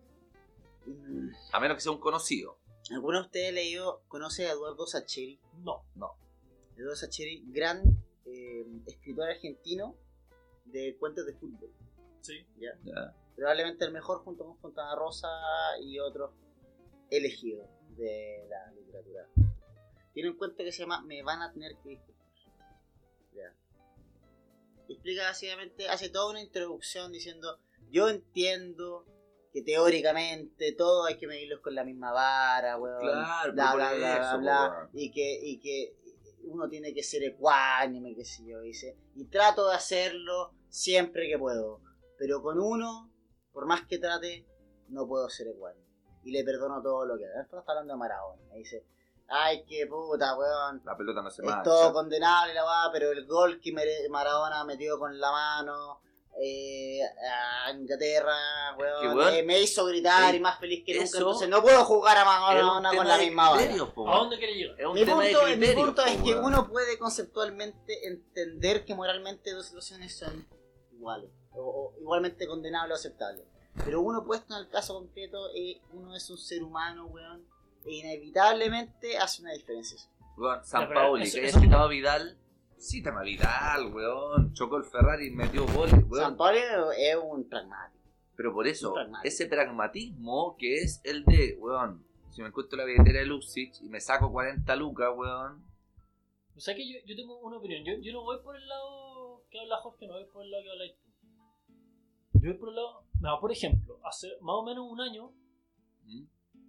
Speaker 2: Mm,
Speaker 1: a menos que sea un conocido.
Speaker 2: ¿Alguno de ustedes leído, conoce a Eduardo Sacheri?
Speaker 3: no.
Speaker 1: No.
Speaker 2: Eduardo Sacheri, gran eh, escritor argentino de cuentos de fútbol.
Speaker 3: Sí.
Speaker 2: ¿Ya?
Speaker 1: Ya.
Speaker 2: probablemente el mejor junto con Fontana Rosa y otros elegidos de la literatura. Tiene en cuenta que se llama Me van a tener que disculpar. Ya. Explica básicamente, hace toda una introducción diciendo, yo entiendo que teóricamente todo hay que medirlos con la misma vara, weón,
Speaker 1: Claro,
Speaker 2: bla,
Speaker 1: por
Speaker 2: bla, bla,
Speaker 1: eso,
Speaker 2: bla, bla,
Speaker 1: weón.
Speaker 2: y que, y que uno tiene que ser ecuánime, qué sé yo, dice, y trato de hacerlo siempre que puedo, pero con uno, por más que trate, no puedo ser ecuánime, y le perdono todo lo que haga. Esto está hablando de Maradona, y dice, ay, qué puta, weón,
Speaker 1: La pelota no se
Speaker 2: es
Speaker 1: mancha.
Speaker 2: todo condenable la va, pero el gol que mere- Maradona metió con la mano eh, a Inglaterra, weón,
Speaker 1: Que, weón,
Speaker 2: eh, me hizo gritar
Speaker 1: eh,
Speaker 2: y más feliz que nunca,
Speaker 1: eso
Speaker 2: entonces no puedo jugar a
Speaker 1: Es un
Speaker 2: Maradona con
Speaker 1: tema
Speaker 2: la
Speaker 1: de
Speaker 2: misma vara.
Speaker 1: criterios, po,
Speaker 3: ¿A
Speaker 1: weón.
Speaker 3: dónde quiere llegar?
Speaker 1: Es un
Speaker 2: Mi
Speaker 1: tema
Speaker 2: punto,
Speaker 1: de
Speaker 2: mi
Speaker 1: criterios,
Speaker 2: punto
Speaker 1: po,
Speaker 2: es que
Speaker 1: weón.
Speaker 2: uno puede conceptualmente entender que moralmente dos situaciones son iguales, o, o igualmente condenables o aceptables. Pero uno puesto en el caso concreto, eh, uno es un ser humano, weón, e inevitablemente hace una diferencia.
Speaker 1: Weón, San
Speaker 3: Ya, pero
Speaker 1: Paoli,
Speaker 3: eso-
Speaker 1: que haya
Speaker 3: eso-
Speaker 1: citado a Vidal, cítame a Vidal, weón. Chocó el Ferrari y metió goles,
Speaker 2: San
Speaker 1: weón.
Speaker 2: Pablo es un pragmático.
Speaker 1: Pero por eso,
Speaker 2: Un pragmático.
Speaker 1: ese pragmatismo que es el de, weón, si me encuentro la billetera de Luxich y me saco cuarenta lucas, weón.
Speaker 3: O sea que yo, yo tengo una opinión. Yo, yo no voy por el lado que habla Jorge, no voy por el lado que habla tú. Yo voy por el lado. No, por ejemplo, hace más o menos un año
Speaker 1: ¿Mm?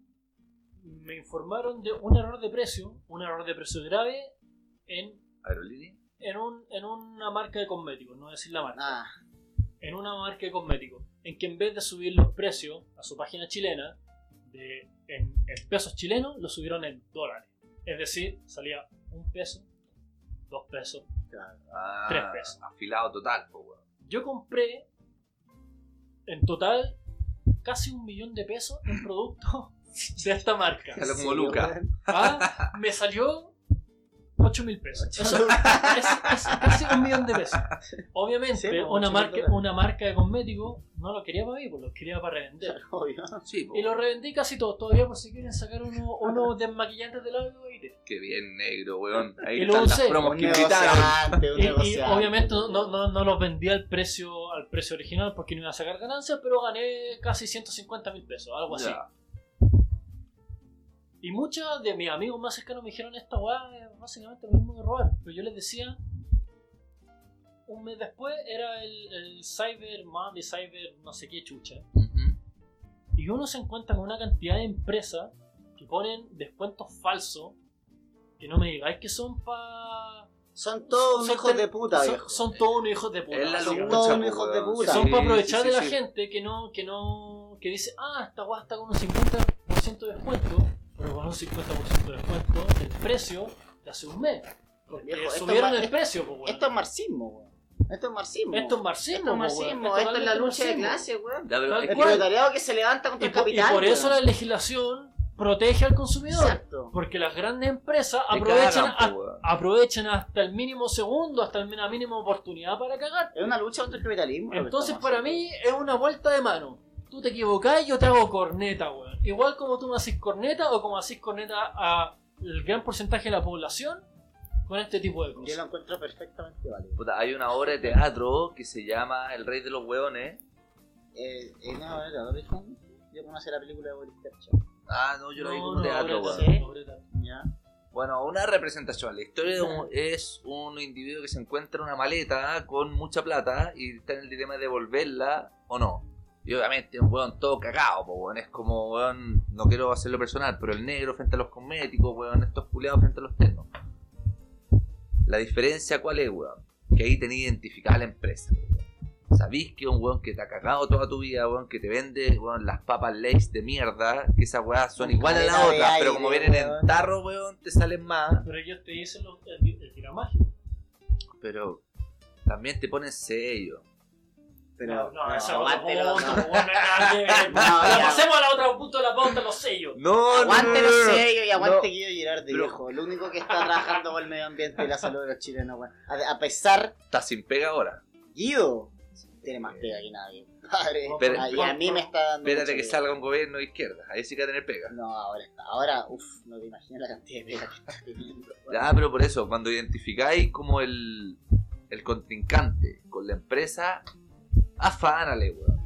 Speaker 3: me informaron de un error de precio, un error de precio grave en,
Speaker 1: ¿Aerolínea?
Speaker 3: en, un, en una marca de cosméticos, no voy a decir la marca.
Speaker 2: Ah,
Speaker 3: En una marca de cosméticos, en que en vez de subir los precios a su página chilena de, en, en pesos chilenos, lo subieron en dólares. Es decir, salía un peso, dos pesos.
Speaker 2: claro.
Speaker 1: Ah,
Speaker 3: Tres pesos.
Speaker 1: Afilado total, po, weón.
Speaker 3: Yo compré en total casi un millón de pesos en productos de esta marca.
Speaker 1: Salió como
Speaker 2: Sí,
Speaker 1: Luca.
Speaker 2: weón.
Speaker 3: Ah, me salió ocho mil pesos. Eso es, es casi un millón de pesos. Obviamente,
Speaker 2: Sí, pues,
Speaker 3: una,
Speaker 2: ocho mil
Speaker 3: marca,
Speaker 2: dólares.
Speaker 3: una marca de cosméticos no lo quería para mí, pues lo quería para revender.
Speaker 2: Obvio.
Speaker 1: Sí, po.
Speaker 3: Y lo revendí casi todo, todavía por si quieren sacar uno- unos desmaquillantes de labios y te-
Speaker 1: Qué bien negro, weón. Ahí
Speaker 3: Y lo
Speaker 1: están las
Speaker 3: usé.
Speaker 1: promos
Speaker 2: Un
Speaker 1: que invitaron.
Speaker 2: negociante, un
Speaker 3: Y, y
Speaker 2: negociante.
Speaker 3: obviamente no, no, no, no los vendí al precio, al precio original porque no iba a sacar ganancias, pero gané casi ciento cincuenta mil pesos, algo así.
Speaker 1: Ya.
Speaker 3: Y muchos de mis amigos más cercanos me dijeron, esta weá es básicamente lo mismo que robar. Pero yo les decía, un mes después era el, el Cyber Monday, Cyber no sé qué chucha.
Speaker 1: Ujú.
Speaker 3: Y uno se encuentra con una cantidad de empresas que ponen descuentos falsos, que no me digáis que son para...
Speaker 2: Son todos unos
Speaker 3: son
Speaker 2: hijos
Speaker 3: ten-
Speaker 2: de puta,
Speaker 3: son,
Speaker 2: viejo.
Speaker 3: son todos unos hijos de puta.
Speaker 1: Es la
Speaker 2: Son
Speaker 3: básicamente.
Speaker 2: todos
Speaker 1: lucha,
Speaker 2: unos
Speaker 1: po,
Speaker 2: hijos de
Speaker 1: weón.
Speaker 2: puta.
Speaker 3: Son
Speaker 1: Sí,
Speaker 3: para aprovechar
Speaker 1: sí,
Speaker 3: de
Speaker 1: sí,
Speaker 3: la
Speaker 1: sí.
Speaker 3: gente que no, que no, que dice, ah, esta weá está con un cincuenta por ciento de descuento, pero con un cincuenta por ciento de descuento del precio de hace un mes. Porque
Speaker 2: Viejo, esto
Speaker 3: subieron
Speaker 2: es
Speaker 3: el
Speaker 2: mar-
Speaker 3: precio, pues, weón.
Speaker 2: Esto es marxismo, weón. Esto es marxismo.
Speaker 3: Esto es marxismo,
Speaker 2: Esto es
Speaker 3: po,
Speaker 2: marxismo.
Speaker 3: weón.
Speaker 2: Esto es la
Speaker 3: totalmente
Speaker 2: lucha de
Speaker 3: marxismo.
Speaker 2: clase, weón.
Speaker 1: Ya, pero
Speaker 3: Tal
Speaker 1: es
Speaker 2: El
Speaker 3: cual.
Speaker 2: proletariado que se levanta contra
Speaker 3: Y
Speaker 2: el
Speaker 3: por, y
Speaker 2: capital.
Speaker 3: por eso la
Speaker 2: weón.
Speaker 3: legislación protege al consumidor.
Speaker 2: Exacto.
Speaker 3: Porque las grandes empresas
Speaker 1: Te
Speaker 3: aprovechan,
Speaker 1: cagan, po,
Speaker 3: a-
Speaker 1: weón.
Speaker 3: aprovechan hasta el mínimo segundo, hasta la mínima oportunidad para cagar.
Speaker 2: Es una lucha contra el capitalismo. lo que
Speaker 3: Entonces
Speaker 2: estamos
Speaker 3: para
Speaker 2: haciendo.
Speaker 3: mí es una vuelta de mano. Tú te equivocás y yo te hago corneta, weón. Igual como tú me haces corneta o como haces corneta a el gran porcentaje de la población con este tipo de
Speaker 2: Yo
Speaker 3: cosas.
Speaker 2: lo encuentro perfectamente válido.
Speaker 1: Puta, hay una obra de teatro que se llama El Rey de los Hueones.
Speaker 2: Eh, ¿Es una obra de teatro, dijo? Yo conocí la película de Boris Karloff.
Speaker 1: Ah, no, yo la vi
Speaker 3: No,
Speaker 1: como
Speaker 3: no,
Speaker 1: teatro,
Speaker 3: ahora
Speaker 1: weón.
Speaker 2: ¿Sí?
Speaker 3: no, ahora
Speaker 2: Ya.
Speaker 1: Bueno, una representación. La historia de un- es un individuo que se encuentra una maleta con mucha plata y está en el dilema de devolverla o no. Y obviamente un weón todo cagado, po, weón. Es como, weón, no quiero hacerlo personal, pero el negro frente a los cosméticos, weón, estos culiados frente a los ternos. La diferencia, ¿cuál es, weón? Que ahí tenés identificada la empresa, weón. Sabís que es un weón que te ha cagado toda tu vida, weón, que te vende, weón, las papas Lay's de mierda, que esas weas son
Speaker 2: Con
Speaker 1: iguales a
Speaker 2: caleta
Speaker 1: las
Speaker 2: de
Speaker 1: otras,
Speaker 2: aire,
Speaker 1: pero como vienen
Speaker 2: weón.
Speaker 1: en tarro, weón, te salen más.
Speaker 3: Pero ellos te dicen lo- el, el gramaje.
Speaker 1: Pero también te ponen sello.
Speaker 2: Pero,
Speaker 3: no, no,
Speaker 2: no,
Speaker 3: esa es
Speaker 2: aguante
Speaker 3: otra
Speaker 2: los-
Speaker 3: punto,
Speaker 2: no.
Speaker 3: weón, no hay nada que ver.
Speaker 2: No,
Speaker 3: Ya
Speaker 2: ya.
Speaker 3: pasemos a la otra punto de la pauta, los sellos.
Speaker 1: No,
Speaker 2: Aguante
Speaker 1: no,
Speaker 2: los
Speaker 1: no, no.
Speaker 2: sellos y aguante
Speaker 1: No.
Speaker 2: Guido Girardi,
Speaker 1: Pero-
Speaker 2: viejo. El único que está trabajando por el medio ambiente y la salud de los chilenos, weón. A, a pesar,
Speaker 1: Estás sin pega ahora.
Speaker 2: Guido tiene más pega que nadie. Padre,
Speaker 1: Pero-
Speaker 2: Ah, y a mí me está dando.
Speaker 1: Espérate
Speaker 2: mucha
Speaker 1: que
Speaker 2: pega.
Speaker 1: salga un gobierno de izquierda. Ahí sí que va a tener pega.
Speaker 2: No, ahora está. Ahora, uff, no te imaginas la cantidad de pega que está teniendo. weón.
Speaker 1: Ya, pero por eso, cuando identificáis como el, el contrincante con la empresa, afánale, weón.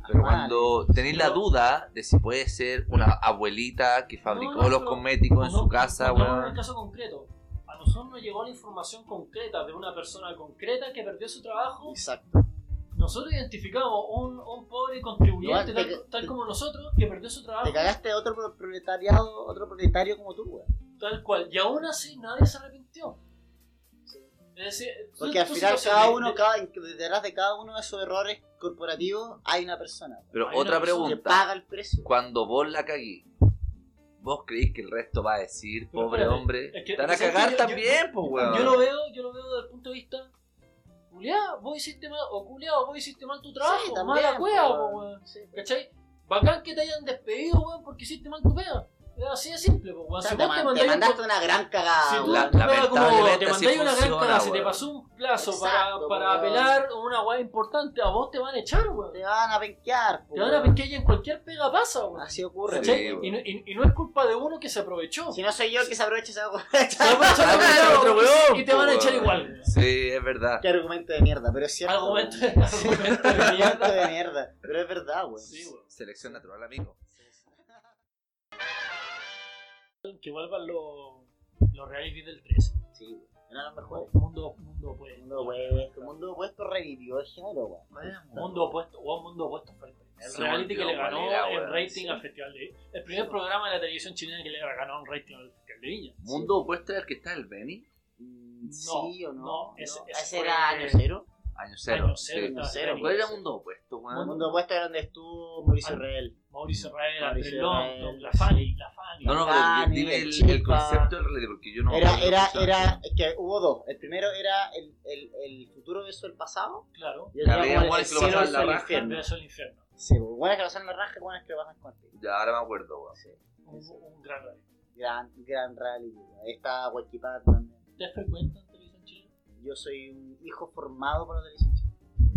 Speaker 1: Pero
Speaker 2: Ah,
Speaker 1: cuando tenéis la
Speaker 3: no.
Speaker 1: duda de si puede ser una abuelita que fabricó
Speaker 3: No, no,
Speaker 1: los
Speaker 3: pero-
Speaker 1: cosméticos en
Speaker 3: No,
Speaker 1: su casa,
Speaker 3: pongamos
Speaker 1: weón.
Speaker 3: un caso concreto. A nosotros nos llegó la información concreta de una persona concreta que perdió su trabajo.
Speaker 2: Exacto.
Speaker 3: Nosotros identificamos un, un pobre contribuyente,
Speaker 2: Igual te-
Speaker 3: tal, tal
Speaker 2: te-
Speaker 3: como nosotros, que perdió su trabajo.
Speaker 2: Te cagaste a otro pro- proletariado, otro proletario como tú, weón.
Speaker 3: Tal cual. Y aún así nadie se arrepintió. Es decir,
Speaker 2: Porque
Speaker 3: tú-
Speaker 2: al
Speaker 3: tú
Speaker 2: final
Speaker 3: situación
Speaker 2: cada
Speaker 3: de-
Speaker 2: uno,
Speaker 3: de-
Speaker 2: cada, detrás de cada uno de esos errores corporativos hay una persona weón,
Speaker 1: Pero
Speaker 3: Hay una
Speaker 1: otra
Speaker 3: persona
Speaker 2: que
Speaker 1: pregunta.
Speaker 2: paga el precio.
Speaker 1: Cuando vos la caguís, ¿vos creéis que el resto va a decir,
Speaker 3: Pero
Speaker 1: pobre
Speaker 3: espérate,
Speaker 1: hombre?
Speaker 3: es que-
Speaker 1: Te van a
Speaker 3: es que
Speaker 1: cagar
Speaker 3: yo-
Speaker 1: también,
Speaker 3: yo-
Speaker 1: pues, weón.
Speaker 3: Yo lo veo, yo lo veo desde el punto de vista. Culeado, vos hiciste mal, o culeado, vos hiciste mal tu trabajo,
Speaker 2: Sí, también,
Speaker 3: mala cueva,
Speaker 2: po,
Speaker 3: po,
Speaker 2: weón.
Speaker 3: weón.
Speaker 2: Sí.
Speaker 3: ¿Cachai? Bacán que te hayan despedido, weón, porque hiciste mal tu pega. Es así de simple, po, weón.
Speaker 2: O sea,
Speaker 3: Si
Speaker 2: te,
Speaker 3: vos te
Speaker 2: man- te
Speaker 3: mandáis un
Speaker 2: mandaste
Speaker 3: po-
Speaker 2: una gran cagada,
Speaker 3: Si tú,
Speaker 2: weón.
Speaker 1: La-
Speaker 3: tu pega como
Speaker 1: lamentablemente
Speaker 3: te
Speaker 1: así
Speaker 3: mandáis una gran
Speaker 1: funciona,
Speaker 3: cagada, si te
Speaker 1: weón.
Speaker 3: pasó un plazo
Speaker 2: Exacto,
Speaker 3: para, para
Speaker 2: weón.
Speaker 3: apelar una weá importante, a vos te van a echar, weón.
Speaker 2: Te van a penquear, po,
Speaker 3: Te van a
Speaker 2: weón.
Speaker 3: penquear y en cualquier pega pasa, weón.
Speaker 2: Así ocurre.
Speaker 1: Sí,
Speaker 3: ¿Cachai?
Speaker 2: weón.
Speaker 3: Y, no- y- y no es culpa de uno que se aprovechó.
Speaker 2: Si no soy yo el que se aprovecha esa weón.
Speaker 3: Se va a aprovechar
Speaker 1: Ah,
Speaker 3: otro
Speaker 1: otro
Speaker 3: weón,
Speaker 1: weón,
Speaker 3: y te van a
Speaker 1: po,
Speaker 3: echar
Speaker 1: weón.
Speaker 3: igual, weón.
Speaker 1: Sí, es verdad.
Speaker 2: Qué argumento de mierda, pero es cierto.
Speaker 3: Argumento,
Speaker 2: weón.
Speaker 3: argumento de
Speaker 2: Argumento
Speaker 3: mierda.
Speaker 2: de mierda. Pero es verdad, weón.
Speaker 3: Sí, weón.
Speaker 1: Selección natural, amigo.
Speaker 3: Que vuelvan los los reality del trece.
Speaker 2: Sí, weón. Eran los mejores.
Speaker 3: Mundo, mundo opuesto.
Speaker 2: Mundo opuesto, mundo opuesto revivió el género, weón.
Speaker 3: Mundo opuesto, o mundo opuesto fue el el
Speaker 1: Se
Speaker 3: reality
Speaker 1: me
Speaker 3: que le
Speaker 1: olvidó
Speaker 3: ganó
Speaker 1: cuál era,
Speaker 3: el
Speaker 1: weón.
Speaker 3: rating
Speaker 1: Sí.
Speaker 3: al Festival de Viña. El primer
Speaker 2: Sí.
Speaker 3: programa de la televisión chilena que le ganó un rating al Festival de Viña.
Speaker 1: Mundo opuesto era el que está el Benny.
Speaker 2: Mm,
Speaker 3: No,
Speaker 2: Sí o no.
Speaker 3: no, ese- ese
Speaker 2: ese
Speaker 3: fue-
Speaker 2: era año cero.
Speaker 1: Año cero.
Speaker 3: Año cero,
Speaker 1: sí.
Speaker 3: estaba
Speaker 2: cero,
Speaker 3: Benny.
Speaker 1: ¿Cuál era Mundo opuesto, weón?
Speaker 2: El mundo opuesto era donde estuvo Mauricio
Speaker 3: Ah,
Speaker 2: Real.
Speaker 3: Mauricio Rael, Andrés
Speaker 2: Mauricio
Speaker 3: Longton,
Speaker 2: Rael,
Speaker 3: la Fanny,
Speaker 2: sí.
Speaker 3: la Fanny.
Speaker 1: No, no,
Speaker 2: Fanny,
Speaker 1: pero dime
Speaker 2: el
Speaker 1: el,
Speaker 2: Chispa.
Speaker 1: el concepto del reality, porque yo no.
Speaker 2: Era,
Speaker 1: no
Speaker 2: era,
Speaker 1: escuchaba.
Speaker 2: era, es que hubo dos. El primero era el, el, el futuro beso del pasado.
Speaker 3: Claro.
Speaker 2: Y el
Speaker 1: Ya,
Speaker 2: otro
Speaker 1: había
Speaker 2: era como
Speaker 1: buenos
Speaker 2: el
Speaker 1: que lo
Speaker 2: cielo
Speaker 1: pasaban en la
Speaker 2: versus el
Speaker 1: raja,
Speaker 3: El
Speaker 2: infierno.
Speaker 3: beso al infierno.
Speaker 2: Sí, pues, buenas que lo pasan en la raja y buenas que lo pasan con el
Speaker 1: Ya, ahora me acuerdo, weón.
Speaker 2: Sí.
Speaker 3: Un, un gran reality.
Speaker 2: Gran, gran reality. Ahí está Huayquipat también.
Speaker 3: ¿Ustedes frecuentan televisión chilena?
Speaker 2: Yo soy un hijo formado por la televisión chilena.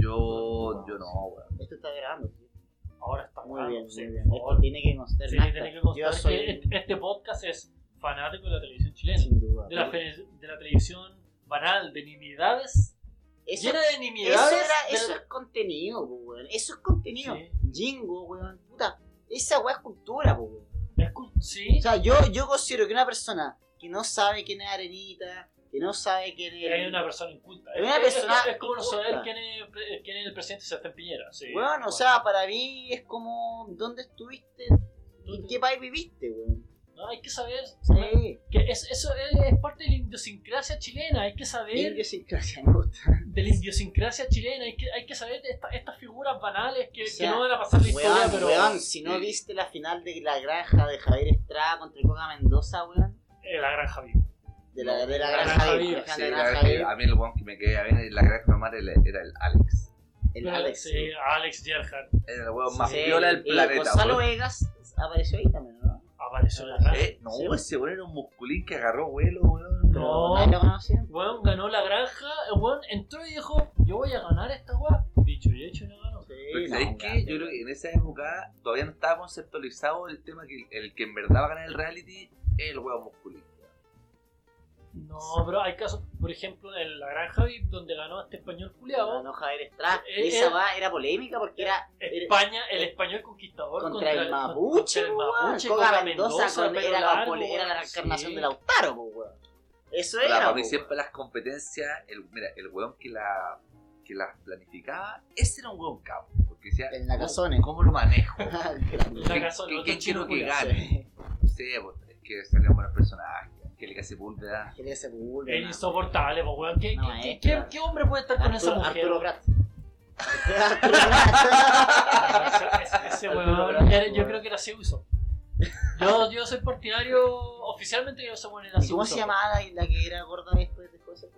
Speaker 1: Yo, yo no, weón.
Speaker 2: Esto está grabando, sí.
Speaker 3: Ahora está
Speaker 2: Muy
Speaker 3: grabando,
Speaker 2: bien,
Speaker 3: sí,
Speaker 2: muy
Speaker 3: por
Speaker 2: bien.
Speaker 3: favor.
Speaker 2: Esto tiene que constar.
Speaker 3: Sí,
Speaker 2: en acta.
Speaker 3: tiene que constar
Speaker 2: Yo
Speaker 3: que
Speaker 2: soy,
Speaker 3: este, este podcast es fanático de la televisión chilena.
Speaker 2: sin duda.
Speaker 3: De la, fe- de la televisión banal, de nimiedades.
Speaker 2: Eso,
Speaker 3: Llena de
Speaker 2: eso,
Speaker 3: nimiedades.
Speaker 2: era,
Speaker 3: de-
Speaker 2: eso es contenido, po, weón. Eso es contenido.
Speaker 3: Sí.
Speaker 2: Jingo, weón. Puta. Esa weá es cultura, po, weón.
Speaker 3: Es cu- Sí,
Speaker 2: O sea, yo, yo considero que una persona que no sabe quién es Arenita, que no sabe quién es.
Speaker 3: hay una persona inculta.
Speaker 2: Es una
Speaker 3: Es- es-
Speaker 2: persona
Speaker 3: es, como no
Speaker 2: inculta.
Speaker 3: saber quién es, pre- quién es el presidente Sebastián Piñera. Sí.
Speaker 2: Weón, o sea, para mí es como. ¿Dónde estuviste? ¿En qué país viviste, weón?
Speaker 3: No, hay que saber.
Speaker 2: Sí.
Speaker 3: Que es, eso es, es parte de la idiosincrasia chilena. Hay que saber
Speaker 2: Idiosincrasia, me gusta.
Speaker 3: de la idiosincrasia chilena. Hay que, hay que saber de esta- estas figuras banales que,
Speaker 2: O sea,
Speaker 3: que no van a pasar la historia,
Speaker 2: Weón,
Speaker 3: pero
Speaker 2: weón, si no
Speaker 1: Sí.
Speaker 2: viste la final de La Granja de Javier Estrada contra Coca Mendoza, weón.
Speaker 3: eh, la granja viva.
Speaker 2: De la, de la
Speaker 3: La
Speaker 2: Granja
Speaker 3: Granja
Speaker 2: Viva.
Speaker 3: Viva,
Speaker 2: la
Speaker 1: Sí,
Speaker 2: final de
Speaker 1: la
Speaker 2: la
Speaker 1: verdad
Speaker 2: Granja
Speaker 1: es que
Speaker 2: Viva.
Speaker 1: a mí el weón que me quedaba bien en la granja normal era era el Alex.
Speaker 2: El
Speaker 3: Pero,
Speaker 2: Alex.
Speaker 3: sí, Alex Gerhardt
Speaker 1: Era el weón más
Speaker 2: Sí,
Speaker 1: viola del
Speaker 2: y
Speaker 1: planeta,
Speaker 2: Gonzalo
Speaker 1: weón.
Speaker 2: Vegas apareció ahí también, ¿no?
Speaker 3: apareció en la granja.
Speaker 1: Eh, no,
Speaker 2: Sí,
Speaker 1: ese weón era un musculín que agarró vuelo, weón.
Speaker 3: No.
Speaker 2: ¿Nadie lo conocía?
Speaker 3: Weón ganó la granja, el weón entró y dijo, yo voy a ganar esta weá. Dicho y hecho, no ganó.
Speaker 2: Sí,
Speaker 1: Pero
Speaker 2: no,
Speaker 1: ¿sabéis
Speaker 2: un
Speaker 1: qué?
Speaker 2: grande,
Speaker 1: Yo creo
Speaker 2: weón.
Speaker 1: que en esa época todavía no estaba conceptualizado el tema que el que en verdad va a ganar el reality es el weón musculín.
Speaker 3: No, pero hay casos, por ejemplo, en la granja V I P, donde ganó este español culiado.
Speaker 2: Ganó Javier Estrada.
Speaker 3: Eh,
Speaker 2: Esa
Speaker 3: eh,
Speaker 2: weá era polémica porque era. era
Speaker 3: España, el español conquistador
Speaker 2: contra, el Mapuche,
Speaker 3: contra el
Speaker 2: weón.
Speaker 3: Mapuche,
Speaker 2: Coca
Speaker 3: Coca
Speaker 2: Mendoza,
Speaker 3: Mendoza,
Speaker 2: con-
Speaker 3: pelo
Speaker 2: era, la,
Speaker 3: largo,
Speaker 2: pole- era la
Speaker 3: weón,
Speaker 2: encarnación
Speaker 3: sí.
Speaker 2: de Lautaro, po, weón. Eso
Speaker 1: Pero
Speaker 2: era.
Speaker 1: para
Speaker 2: po,
Speaker 1: mí
Speaker 2: weón.
Speaker 1: siempre las competencias, el, mira, el weón que la que las planificaba, ese era un weón capo. Porque decía,
Speaker 2: El Nakazone.
Speaker 1: ¿cómo, ¿cómo lo manejo?
Speaker 2: Grande.
Speaker 3: La
Speaker 1: ¿Qué-
Speaker 3: casa de
Speaker 1: qué-
Speaker 3: otro
Speaker 1: qué
Speaker 3: chino
Speaker 1: quiero que
Speaker 3: culiao.
Speaker 1: gane?
Speaker 2: Sí.
Speaker 1: No sé, pues, es que salían buenos personajes. Angélica Sepúlveda.
Speaker 2: Quería ese Bulbo,
Speaker 3: Es
Speaker 2: nada.
Speaker 3: insoportable, pues, weón. ¿Qué,
Speaker 2: No,
Speaker 3: qué- qué-
Speaker 2: maestra.
Speaker 3: qué- qué hombre puede estar con esa
Speaker 2: Arturo,
Speaker 3: mujer?
Speaker 2: Arturo
Speaker 3: weón?
Speaker 2: Prat. Arturo Prat.
Speaker 3: Ese, ese
Speaker 2: Arturo
Speaker 3: weón,
Speaker 2: Prat,
Speaker 3: era- yo
Speaker 2: weón.
Speaker 3: creo que era Seuso. Yo, yo soy partidario, oficialmente que ese weón era
Speaker 2: ¿Y cómo
Speaker 3: Seuso.
Speaker 2: se llamaba la, la que era gorda después de cosas?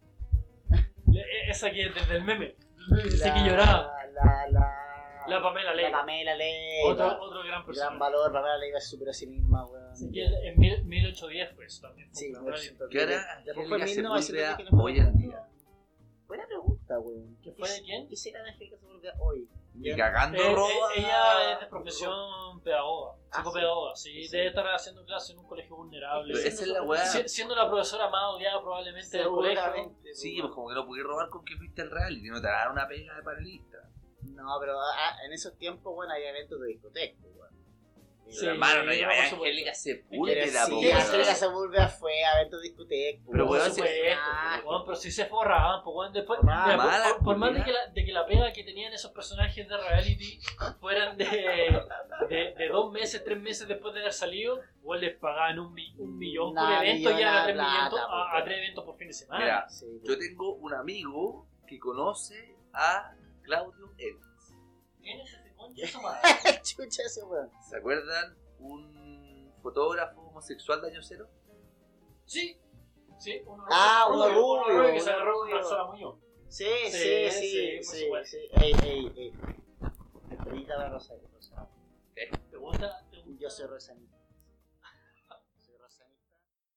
Speaker 3: Le- Esa que desde el meme. Dice que lloraba.
Speaker 2: La, la,
Speaker 3: La Pamela
Speaker 2: La
Speaker 3: Leiva.
Speaker 2: Pamela Leiva.
Speaker 3: Otro, otro gran
Speaker 2: Gran
Speaker 3: personaje.
Speaker 2: valor, Pamela Leiva es súper a sí misma, weón.
Speaker 3: Así que en mil- mil ochocientos diez, pues, también. fue
Speaker 2: Sí,
Speaker 3: un gran
Speaker 2: weón,
Speaker 3: reality.
Speaker 2: siento
Speaker 1: ¿Qué
Speaker 2: que-
Speaker 1: era
Speaker 2: Después fue en
Speaker 1: Angélica
Speaker 2: mil novecientos
Speaker 1: Sepúlveda
Speaker 2: que nos
Speaker 1: hoy en día?
Speaker 2: Buena pregunta, weón.
Speaker 3: ¿Qué fue de quién?
Speaker 2: ¿Qué será de Angélica Sepúlveda hoy?
Speaker 1: Y cagando
Speaker 3: Eh, eh,
Speaker 1: roba.
Speaker 3: ella es de profesión pedagoga,
Speaker 2: Ah,
Speaker 3: psicopedagoga, sí,
Speaker 2: sí.
Speaker 3: debe estar haciendo clases en un colegio vulnerable.
Speaker 1: Pero esa es la weá.
Speaker 3: Si- siendo la profesora más odiada probablemente del colegio.
Speaker 2: Seguramente,
Speaker 1: Sí,
Speaker 2: weón.
Speaker 1: pues como que no pudiste robar con que fuiste al reality, no te van a dar una pega de panelista.
Speaker 2: No, pero ah, en esos tiempos, bueno, había eventos de discoteca, weón.
Speaker 3: Sí,
Speaker 1: hermano, no
Speaker 3: sí,
Speaker 1: llama
Speaker 3: por
Speaker 1: a
Speaker 3: supuesto.
Speaker 1: Angélica
Speaker 2: Pero
Speaker 1: Sepúlveda, po,
Speaker 2: sí,
Speaker 1: weón.
Speaker 2: Angélica Sepúlveda fue a eventos de discoteca.
Speaker 1: Pero,
Speaker 3: Por
Speaker 1: weón,
Speaker 3: supuesto,
Speaker 2: ah,
Speaker 3: weón, pero si se forraban, pues weón, después.
Speaker 2: Forraban.
Speaker 3: mira, por-
Speaker 1: Mala,
Speaker 3: por, por más de
Speaker 1: culiá.
Speaker 3: que, la, de que la pega que tenían esos personajes de reality fueran de, de, de dos meses, tres meses después de haber salido, igual les pagaban un, mi- un millón por
Speaker 2: Una
Speaker 3: evento y eran a tres,
Speaker 2: millonada
Speaker 3: millones,
Speaker 2: plata,
Speaker 3: a,
Speaker 2: po,
Speaker 3: a tres eventos por fin de semana.
Speaker 1: Mira,
Speaker 2: Sí,
Speaker 1: yo tengo un amigo que conoce a Claudio Evans.
Speaker 3: ¿Quién es ese concha su madre?
Speaker 2: chucha ese weón.
Speaker 1: ¿Se acuerdan? Un fotógrafo homosexual de año cero.
Speaker 3: Sí, sí, uno
Speaker 2: Ah, uno rubio,
Speaker 3: uno rubio que
Speaker 2: uno
Speaker 3: se agarró
Speaker 2: rubio.
Speaker 3: con Marcela Muñoz.
Speaker 2: Sí,
Speaker 3: Sí,
Speaker 2: sí,
Speaker 3: sí,
Speaker 2: sí,
Speaker 3: por
Speaker 2: sí,
Speaker 3: supuesto.
Speaker 2: sí. Ey, ey, ey. Estrellita de Rosario, Rosario.
Speaker 3: ¿Te gusta? ¿Te gusta?
Speaker 2: Yo soy rosanista. Soy rosanista.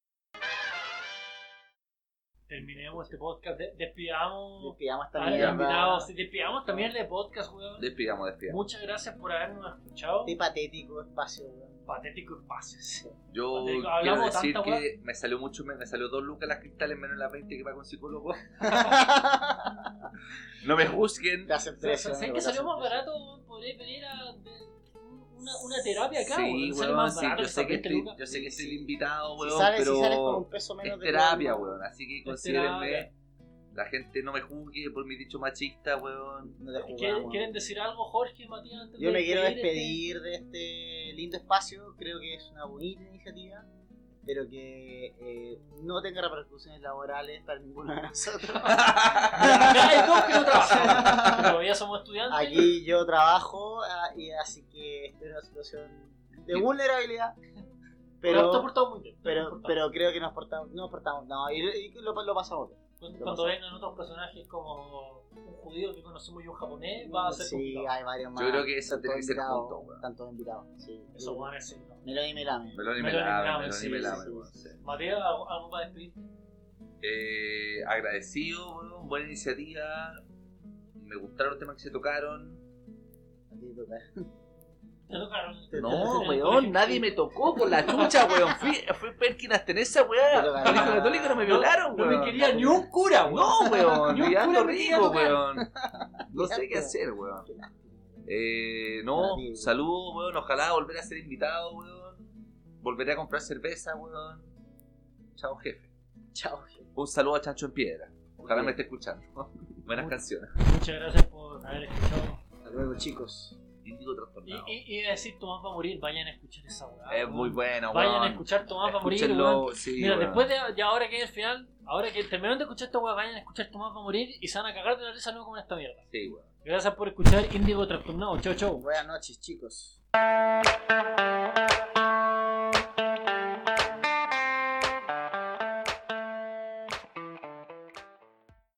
Speaker 3: Terminemos este podcast, de- despidamos
Speaker 2: Despidamos esta
Speaker 3: a los
Speaker 2: mierda.
Speaker 3: invitados, despidamos también de podcast, weón.
Speaker 1: Despidamos, despidamos.
Speaker 3: Muchas gracias por habernos escuchado.
Speaker 2: Qué patético espacio, weón.
Speaker 3: Patético espacios.
Speaker 1: Yo
Speaker 3: Cuando
Speaker 1: quiero
Speaker 3: hablamos
Speaker 1: decir
Speaker 3: tanta
Speaker 1: que me salió mucho, me, me salió dos lucas las cristales menos las veinte que pago un psicólogo. No me juzguen.
Speaker 2: Te hacen precio.
Speaker 3: ¿Sabes
Speaker 2: amigo,
Speaker 3: que
Speaker 2: te
Speaker 3: salió
Speaker 2: hacen
Speaker 3: más
Speaker 2: precio.
Speaker 3: barato? weón? Podréis venir a de- una, una terapia acá,
Speaker 1: Sí,
Speaker 3: weón. Sale
Speaker 1: weón,
Speaker 3: más
Speaker 1: sí,
Speaker 3: barato
Speaker 1: yo
Speaker 3: que
Speaker 1: sé que
Speaker 3: veinte
Speaker 1: estoy,
Speaker 3: lucas.
Speaker 1: yo sé que
Speaker 2: Sí,
Speaker 1: soy el
Speaker 2: sí.
Speaker 1: invitado,
Speaker 2: Si
Speaker 1: weón,
Speaker 2: sales,
Speaker 1: pero
Speaker 2: si sales con un peso menos
Speaker 1: es
Speaker 2: de
Speaker 1: terapia,
Speaker 2: cuerno,
Speaker 1: weón, así que
Speaker 3: Es
Speaker 1: considérenme.
Speaker 3: terapia.
Speaker 1: La gente no me juzgue por mi dicho machista, weón.
Speaker 2: No te
Speaker 3: ¿Quieren,
Speaker 2: jugamos.
Speaker 3: ¿Quieren decir algo, Jorge, Matías? Antes
Speaker 2: Yo
Speaker 3: de
Speaker 2: me quiero
Speaker 3: despedir
Speaker 2: despedir de este lindo espacio. Creo que es una bonita iniciativa. Pero que eh, no tenga repercusiones laborales para ninguno de nosotros.
Speaker 3: este- Acá hay dos que no trabajan. que Todavía somos estudiantes.
Speaker 2: Aquí yo trabajo, ah, y así que estoy en una situación de vulnerabilidad.
Speaker 3: Pero te has
Speaker 2: Pero,
Speaker 3: portado muy bien. te has
Speaker 2: pero,
Speaker 3: portado.
Speaker 2: pero creo que nos portamos, no nos portamos, no, y, y lo, lo pasamos bien.
Speaker 3: Cuando,
Speaker 2: ¿qué
Speaker 3: cuando
Speaker 2: pasa?
Speaker 3: vengan otros personajes como un judío que conocemos y un japonés, va a ser
Speaker 2: Sí,
Speaker 3: complicado.
Speaker 2: hay varios más.
Speaker 1: Yo creo que eso
Speaker 2: Tanto
Speaker 1: tiene que ser
Speaker 2: invitados,
Speaker 1: juntos, weón.
Speaker 2: Tantos invitados, sí.
Speaker 3: Eso va a ser. ¿no?
Speaker 2: Melón y Melame.
Speaker 1: Melón y
Speaker 3: Melón y
Speaker 1: melame,
Speaker 3: melame,
Speaker 1: melón
Speaker 3: sí,
Speaker 1: y melame,
Speaker 2: sí,
Speaker 1: weón,
Speaker 2: sí.
Speaker 1: sí.
Speaker 3: Matías, ¿algo, algo para despedirte?
Speaker 1: Eh, agradecido, weón, buena iniciativa. Me gustaron los temas que se tocaron.
Speaker 2: A ti te toca.
Speaker 3: Te tocaron.
Speaker 2: Te-
Speaker 1: No,
Speaker 3: te-
Speaker 1: weón, nadie me tocó por la chucha, weón. Fui, fui Perkin hasta en esa weá.
Speaker 2: Te toca.
Speaker 1: Colegio católico no me violaron,
Speaker 3: No
Speaker 1: weón.
Speaker 3: me quería ni un cura, weón.
Speaker 1: No, weón,
Speaker 3: Ni un
Speaker 1: y ando
Speaker 3: cura me quería
Speaker 1: rico,
Speaker 3: tocar.
Speaker 1: weón. No sé qué hacer, weón.
Speaker 2: Qué lástima.
Speaker 1: Eh, no,
Speaker 2: Nadie.
Speaker 1: saludos, weón. Ojalá volver a ser invitado, weón. Volveré a comprar cerveza, weón. Chao, jefe.
Speaker 2: Chao.
Speaker 1: Un saludo a Chancho en Piedra. Ojalá
Speaker 2: Bien.
Speaker 1: me esté escuchando. Buenas
Speaker 3: Muy-
Speaker 1: canciones.
Speaker 3: Muchas gracias por haber escuchado.
Speaker 2: Hasta luego, chicos.
Speaker 1: Índigo
Speaker 3: Y,
Speaker 1: trastornado.
Speaker 3: y, y decir Tomás va a morir, vayan a escuchar esa weá.
Speaker 1: Es
Speaker 3: weón.
Speaker 1: muy bueno, weón.
Speaker 3: Vayan a escuchar Tomás va a morir,
Speaker 1: Escúchenlo,
Speaker 3: weón.
Speaker 1: sí,
Speaker 3: Mira,
Speaker 1: weón.
Speaker 3: después de, de ahora que es el final, ahora que terminaron de escuchar esta weá, vayan a escuchar Tomás va a morir y se van a cagar de la risa no con esta mierda.
Speaker 1: Sí, weón.
Speaker 3: Gracias por escuchar Índigo Trastornado. Chau, chau.
Speaker 2: Buenas noches, chicos.